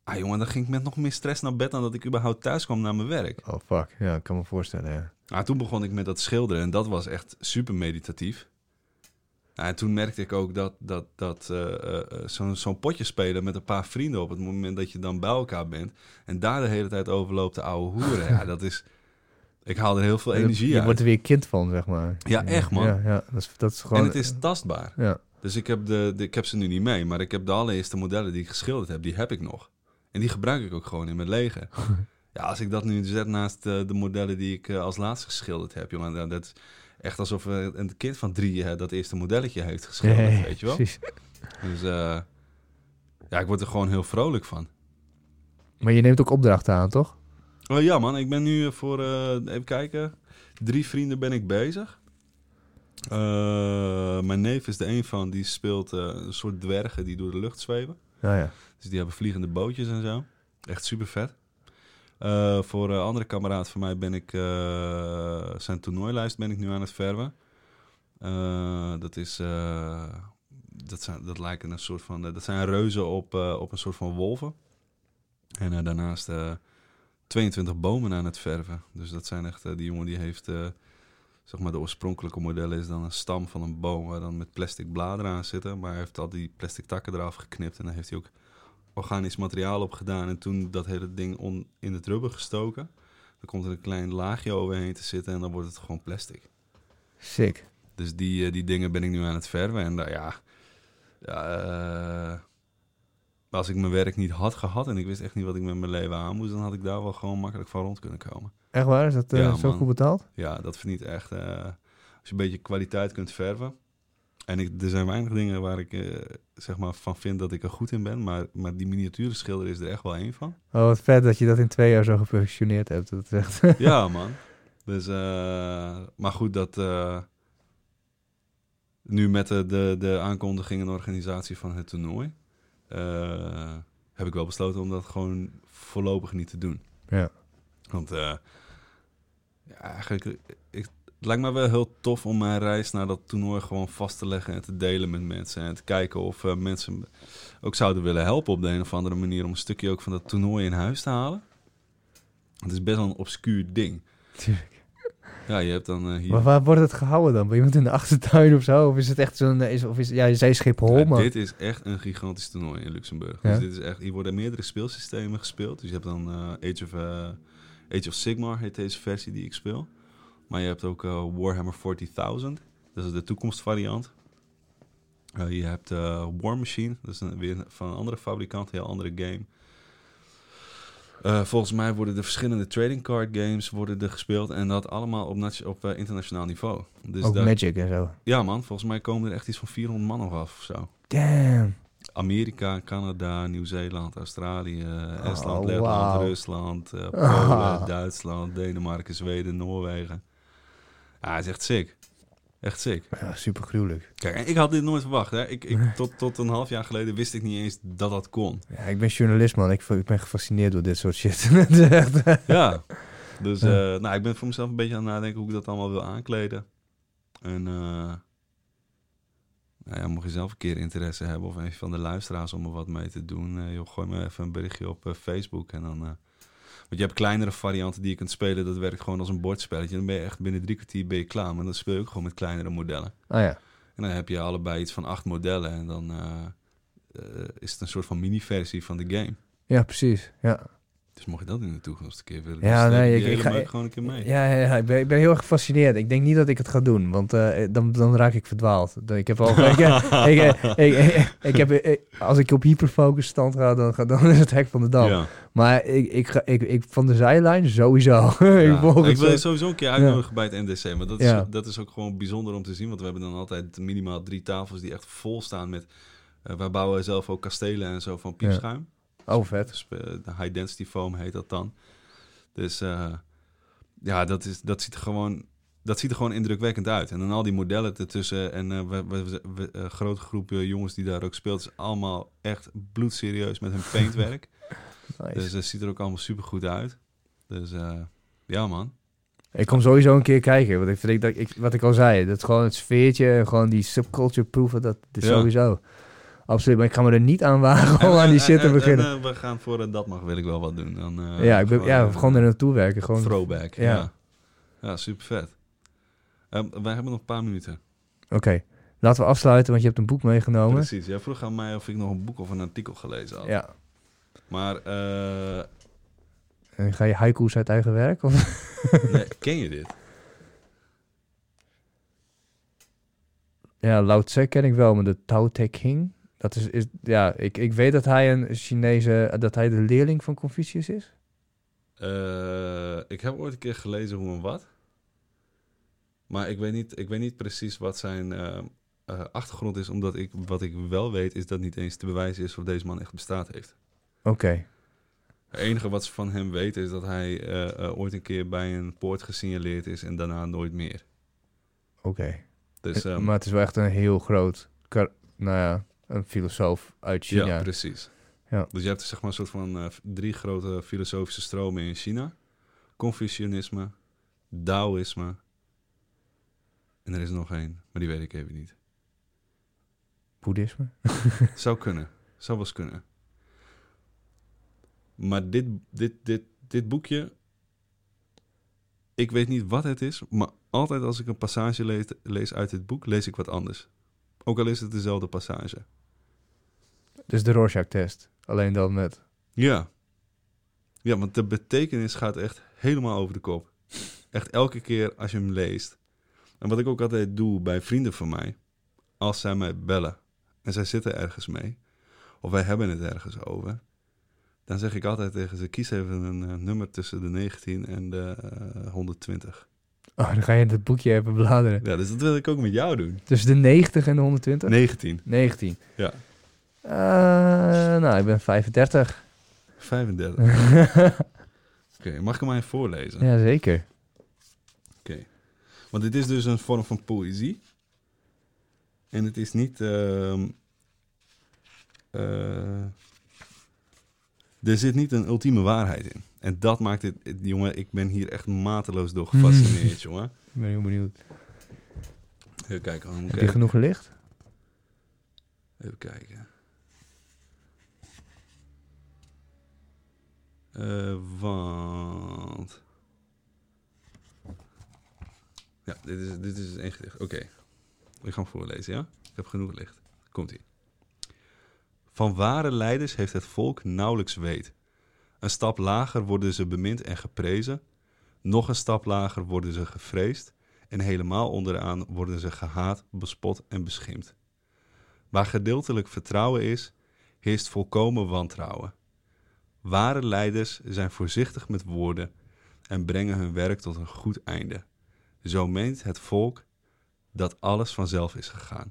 Ah jongen, dan ging ik met nog meer stress naar bed dan dat ik überhaupt thuis kwam naar mijn werk. Oh fuck, ja, ik kan me voorstellen, ja. Ah, toen begon ik met dat schilderen en dat was echt super meditatief. Ah, en toen merkte ik ook dat, dat, dat uh, uh, zo'n, zo'n potje spelen met een paar vrienden op het moment dat je dan bij elkaar bent en daar de hele tijd overloopt de oude hoeren. Ja, dat is... Ik haal er heel veel energie je uit. Je wordt er weer kind van, zeg maar. Ja, echt man. Ja, ja, dat is, dat is gewoon... En het is tastbaar. Ja. Dus ik heb, de, de, ik heb ze nu niet mee, maar ik heb de allereerste modellen die ik geschilderd heb, die heb ik nog. En die gebruik ik ook gewoon in mijn leger. Ja, als ik dat nu zet naast uh, de modellen die ik uh, als laatste geschilderd heb, jongen, dat, dat is echt alsof uh, een kind van drie uh, dat eerste modelletje heeft geschilderd, Nee, weet je wel? Precies. Dus uh, ja, ik word er gewoon heel vrolijk van. Maar je neemt ook opdrachten aan, toch? Oh ja man, ik ben nu voor, uh, even kijken, drie vrienden ben ik bezig. Uh, mijn neef is er een van, die speelt uh, een soort dwergen die door de lucht zweven. Ja, ja. Dus die hebben vliegende bootjes en zo. Echt super vet. Uh, voor een andere kameraad van mij ben ik uh, zijn toernooilijst ben ik nu aan het verven. Uh, dat is uh, dat zijn dat lijken een soort van uh, dat zijn reuzen op uh, op een soort van wolven. En uh, daarnaast uh, tweeëntwintig bomen aan het verven. Dus dat zijn echt uh, die jongen die heeft uh, zeg maar de oorspronkelijke modellen is dan een stam van een boom waar dan met plastic bladeren aan zitten, maar hij heeft al die plastic takken eraf geknipt en dan heeft hij ook organisch materiaal op gedaan en toen dat hele ding on, in het rubber gestoken. Dan komt er een klein laagje overheen te zitten en dan wordt het gewoon plastic. Sick. Dus die, uh, die dingen ben ik nu aan het verven en uh, ja, ja uh, als ik mijn werk niet had gehad en ik wist echt niet wat ik met mijn leven aan moest, dan had ik daar wel gewoon makkelijk van rond kunnen komen. Echt waar? Is dat uh, ja, zo man. goed betaald? Ja, dat verdient echt. Uh, als je een beetje kwaliteit kunt verven. En ik, er zijn weinig dingen waar ik uh, zeg maar van vind dat ik er goed in ben. Maar, maar die miniatuurschilder is er echt wel één van. Oh, wat vet dat je dat in twee jaar zo geperfectioneerd hebt. Dat is echt... Ja, man. Dus, uh, maar goed, dat... Uh, nu met de, de, de aankondiging en organisatie van het toernooi... Uh, heb ik wel besloten om dat gewoon voorlopig niet te doen. Ja. Want... Uh, ja, eigenlijk... Ik, Het lijkt me wel heel tof om mijn reis naar dat toernooi gewoon vast te leggen en te delen met mensen. En te kijken of uh, mensen ook zouden willen helpen op de een of andere manier om een stukje ook van dat toernooi in huis te halen. Het is best wel een obscuur ding. Tuurlijk. Ja, je hebt dan uh, hier... Maar waar wordt het gehouden dan? Bij iemand in de achtertuin of zo? Of is het echt zo'n... Is, of is, ja, je zei Schiphol, ja, maar... Dit is echt een gigantisch toernooi in Luxemburg. Ja? Dus dit is echt, hier worden meerdere speelsystemen gespeeld. Dus je hebt dan uh, Age, of, uh, Age of Sigmar heet deze versie die ik speel. Maar je hebt ook uh, Warhammer forty-duizend. Dat is de toekomstvariant. Uh, je hebt uh, War Machine. Dat is een, weer van een andere fabrikant. Een heel andere game. Uh, volgens mij worden de verschillende trading card games worden er gespeeld. En dat allemaal op, nat- op uh, internationaal niveau. Dus ook daar, Magic en zo. Ja man, volgens mij komen er echt iets van vierhonderd man nog af of zo. Damn. Amerika, Canada, Nieuw-Zeeland, Australië, Oh, Estland, Letland, wow. Rusland, uh, Polen, Ah. Duitsland, Denemarken, Zweden, Noorwegen. Ja, het is echt sick. Echt sick. Ja, super gruwelijk. Kijk, en ik had dit nooit verwacht. Hè. Ik, ik, tot, tot een half jaar geleden wist ik niet eens dat dat kon. Ja, ik ben journalist, man. Ik, ik ben gefascineerd door dit soort shit. Het is echt, uh, Ja. Dus uh, Ja. nou, ik ben voor mezelf een beetje aan het nadenken hoe ik dat allemaal wil aankleden. En uh, nou ja, mocht je zelf een keer interesse hebben of een van de luisteraars om er wat mee te doen, uh, joh, gooi me even een berichtje op uh, Facebook en dan... Uh, want je hebt kleinere varianten die je kunt spelen. Dat werkt gewoon als een bordspelletje. Dan ben je echt binnen drie kwartier ben je klaar. Maar dan speel je ook gewoon met kleinere modellen. Oh ja. En dan heb je allebei iets van acht modellen. En dan uh, uh, is het een soort van mini-versie van de game. Ja, precies. Ja, Dus mocht je dat in de toekomst een keer willen. Ja, dus nee, nee, ik- ik, ik ik ga- ga gewoon een keer mee. ja, ja, ja. Ik, ben, ik ben heel erg gefascineerd. Ik denk niet dat ik het ga doen, want uh, dan, dan raak ik verdwaald. Ik heb al... ik, ik, ik, ik, ik heb, ik- als ik op hyperfocus stand ga, dan, ga- dan is het hek van de dam. Ja. Maar ik, ik, ga, ik, ik, van de zijlijn sowieso. Ja. ik, volg Ik het wil je zo. sowieso een keer uitnodigen bij het N D C. Maar dat is, Ja. dat is ook gewoon bijzonder om te zien. Want we hebben dan altijd minimaal drie tafels die echt vol staan met... Uh, wij bouwen zelf ook kastelen en zo van piepschuim. Oh, vet. Dus, uh, de high density foam heet dat dan. Dus uh, ja, dat, is, dat, ziet er gewoon, dat ziet er gewoon indrukwekkend uit. En dan al die modellen ertussen. En uh, we, we, we, een grote groep uh, jongens die daar ook speelt. Is allemaal echt bloedserieus met hun paintwerk. Nice. Dus het ziet er ook allemaal super goed uit. Dus uh, ja, man. Ik kom sowieso een keer kijken. Want ik vind dat ik, wat ik al zei, dat gewoon het sfeertje, gewoon die subculture proeven, dat is Ja. sowieso. absoluut. Maar ik ga me er niet aan wagen om aan die shit te en, beginnen. En, uh, we gaan voor uh, dat mag wil ik wel wat doen. Dan, uh, ja, ik ben, gewoon, ja, uh, gewoon er naartoe werken. Gewoon. Throwback, ja. Ja, ja super vet. Um, wij hebben nog een paar minuten. Oké, okay. Laten we afsluiten, want je hebt een boek meegenomen. Precies, jij vroeg aan mij of ik nog een boek of een artikel gelezen had. Ja. Maar... Uh, en ga je haiku's uit eigen werk? Of? nee, ken je dit? Ja, Lao Tse ken ik wel, maar de Tao Te Ching... Dat is, is, ja, ik, ik weet dat hij een Chinese... Dat hij de leerling van Confucius is. Uh, ik heb ooit een keer gelezen hoe en wat. Maar ik weet niet, ik weet niet precies wat zijn uh, uh, achtergrond is. Omdat ik, wat ik wel weet, is dat niet eens te bewijzen is of deze man echt bestaat heeft. Oké. Okay. Het enige wat ze van hem weten is dat hij uh, uh, ooit een keer bij een poort gesignaleerd is en daarna nooit meer. Oké. Okay. Dus, um, maar het is wel echt een heel groot... Kar- nou ja, een filosoof uit China. Ja, precies. Ja. Dus je hebt zeg maar een soort van uh, drie grote filosofische stromen in China. Confucianisme, Taoïsme en er is nog één, maar die weet ik even niet. Boeddhisme? Zou kunnen, zou wel eens kunnen. Maar dit, dit, dit, dit boekje, ik weet niet wat het is, maar altijd als ik een passage lees, lees uit dit boek, lees ik wat anders. Ook al is het dezelfde passage. Dus de Rorschach-test, alleen dan met... Ja. Ja, want de betekenis gaat echt helemaal over de kop. Echt elke keer als je hem leest. En wat ik ook altijd doe bij vrienden van mij, als zij mij bellen en zij zitten ergens mee, of wij hebben het ergens over, dan zeg ik altijd tegen ze, kies even een uh, nummer tussen de negentien en de uh, honderdtwintig. Oh, dan ga je in het boekje even bladeren. Ja, dus dat wil ik ook met jou doen. Tussen de negentig en de honderdtwintig? negentien. negentien. Ja. Uh, nou, ik ben vijfendertig. vijfendertig. Oké, okay, mag ik hem maar even voorlezen? Ja, zeker. Oké. Okay. Want dit is dus een vorm van poëzie. En het is niet... Uh, uh, er zit niet een ultieme waarheid in. En dat maakt het... Jongen, ik ben hier echt mateloos door gefascineerd, jongen. Ik ben heel benieuwd. Even kijken. Heb je even... genoeg licht? Even kijken. Uh, want... Ja, dit is, dit is één gedicht. Oké, okay. Ik ga hem voorlezen, ja? Ik heb genoeg licht. Komt-ie. Van ware leiders heeft het volk nauwelijks weet. Een stap lager worden ze bemind en geprezen. Nog een stap lager worden ze gevreesd. En helemaal onderaan worden ze gehaat, bespot en beschimpt. Waar gedeeltelijk vertrouwen is, heerst volkomen wantrouwen. Ware leiders zijn voorzichtig met woorden en brengen hun werk tot een goed einde. Zo meent het volk dat alles vanzelf is gegaan.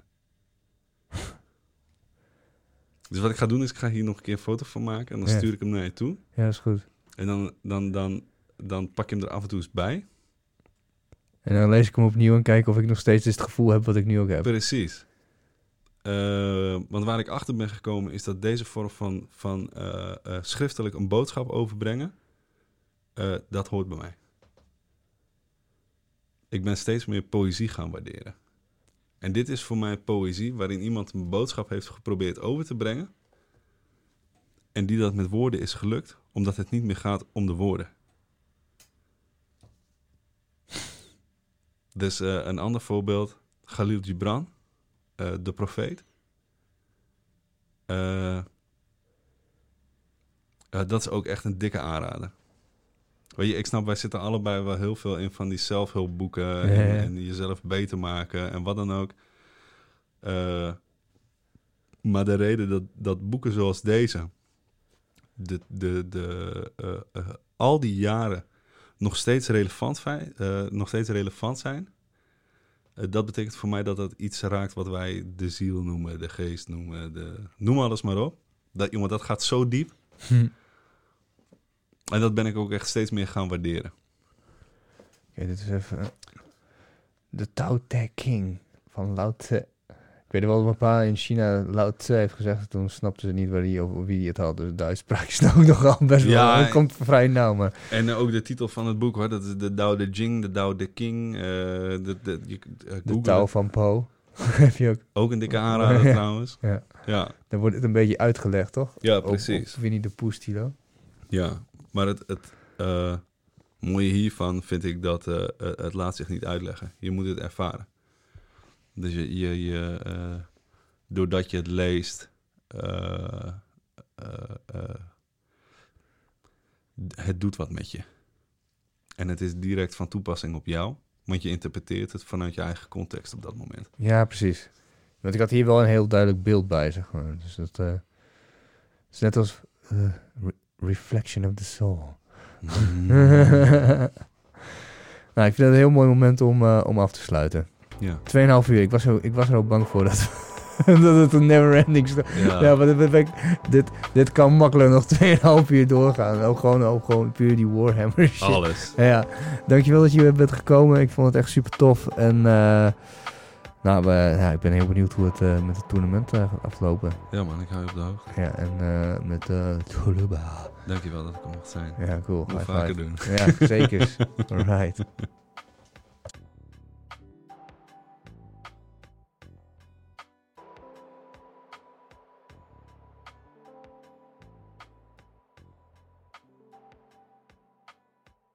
Dus wat ik ga doen is, ik ga hier nog een keer een foto van maken en dan ja. stuur ik hem naar je toe. Ja, dat is goed. En dan, dan, dan, dan pak je hem er af en toe eens bij. En dan lees ik hem opnieuw en kijk of ik nog steeds het gevoel heb wat ik nu ook heb. Precies. Uh, want waar ik achter ben gekomen is dat deze vorm van, van uh, uh, schriftelijk een boodschap overbrengen, uh, dat hoort bij mij. Ik ben steeds meer poëzie gaan waarderen. En dit is voor mij poëzie waarin iemand een boodschap heeft geprobeerd over te brengen en die dat met woorden is gelukt, omdat het niet meer gaat om de woorden. Dus uh, een ander voorbeeld, Khalil Gibran, uh, de profeet. Uh, uh, dat is ook echt een dikke aanrader. Weet je, ik snap, wij zitten allebei wel heel veel in van die zelfhulpboeken ja, en, ja. en jezelf beter maken en wat dan ook. Uh, maar de reden dat, dat boeken zoals deze, de, de, de, uh, uh, al die jaren nog steeds relevant, uh, nog steeds relevant zijn, uh, dat betekent voor mij dat dat iets raakt wat wij de ziel noemen, de geest noemen, de, noem alles maar op. Dat, jongen, dat gaat zo diep. Hm. En dat ben ik ook echt steeds meer gaan waarderen. Oké, okay, dit is even... De Tao Te Ching van Lao Tse. Ik weet wel dat mijn pa in China Lao Tse heeft gezegd. Toen snapten ze niet waar die, over wie die het had. Dus de uitspraak is nou nogal best ja, wel... Het komt vrij nauw, maar... En uh, ook de titel van het boek, hoor. Dat is de Tao Te Ching, de Tao Te King. Uh, de, de, je, uh, de Tao van Po. Heb je ook. Ook een dikke aanrader Ja. trouwens. Ja. Ja, Dan wordt het een beetje uitgelegd, toch? ja Op- precies. Op Winnie de Pooh stilo. Ja, maar het, het eh, mooie hiervan vind ik dat eh, het laat zich niet uitleggen. Je moet het ervaren. Dus je, je, je eh, doordat je het leest, eh, eh, eh, het doet wat met je. En het is direct van toepassing op jou, want je interpreteert het vanuit je eigen context op dat moment. Ja, precies. Want ik had hier wel een heel duidelijk beeld bij, zeg maar. Dus dat eh, is net als eh, re- Reflection of the Soul. Nou, ik vind het een heel mooi moment om, uh, om af te sluiten. Ja. Tweeënhalf uur. Ik was, er, ik was er ook bang voor dat, dat het een never-ending... Sto- Ja. ja, maar dit, dit, dit, dit kan makkelijk nog tweeënhalf uur doorgaan. Ook gewoon, ook gewoon puur die Warhammer shit. Alles. Ja, dankjewel dat je bent gekomen. Ik vond het echt super tof. En uh, nou, uh, ja, ik ben heel benieuwd hoe het uh, met het toernooi uh, gaat aflopen. Ja man, ik hou je op de hoogte. Ja, en uh, met uh, Tuluba. Dankjewel dat ik er mocht zijn. Ja, cool. Moet High vaker five. doen. Ja, zeker. Alright.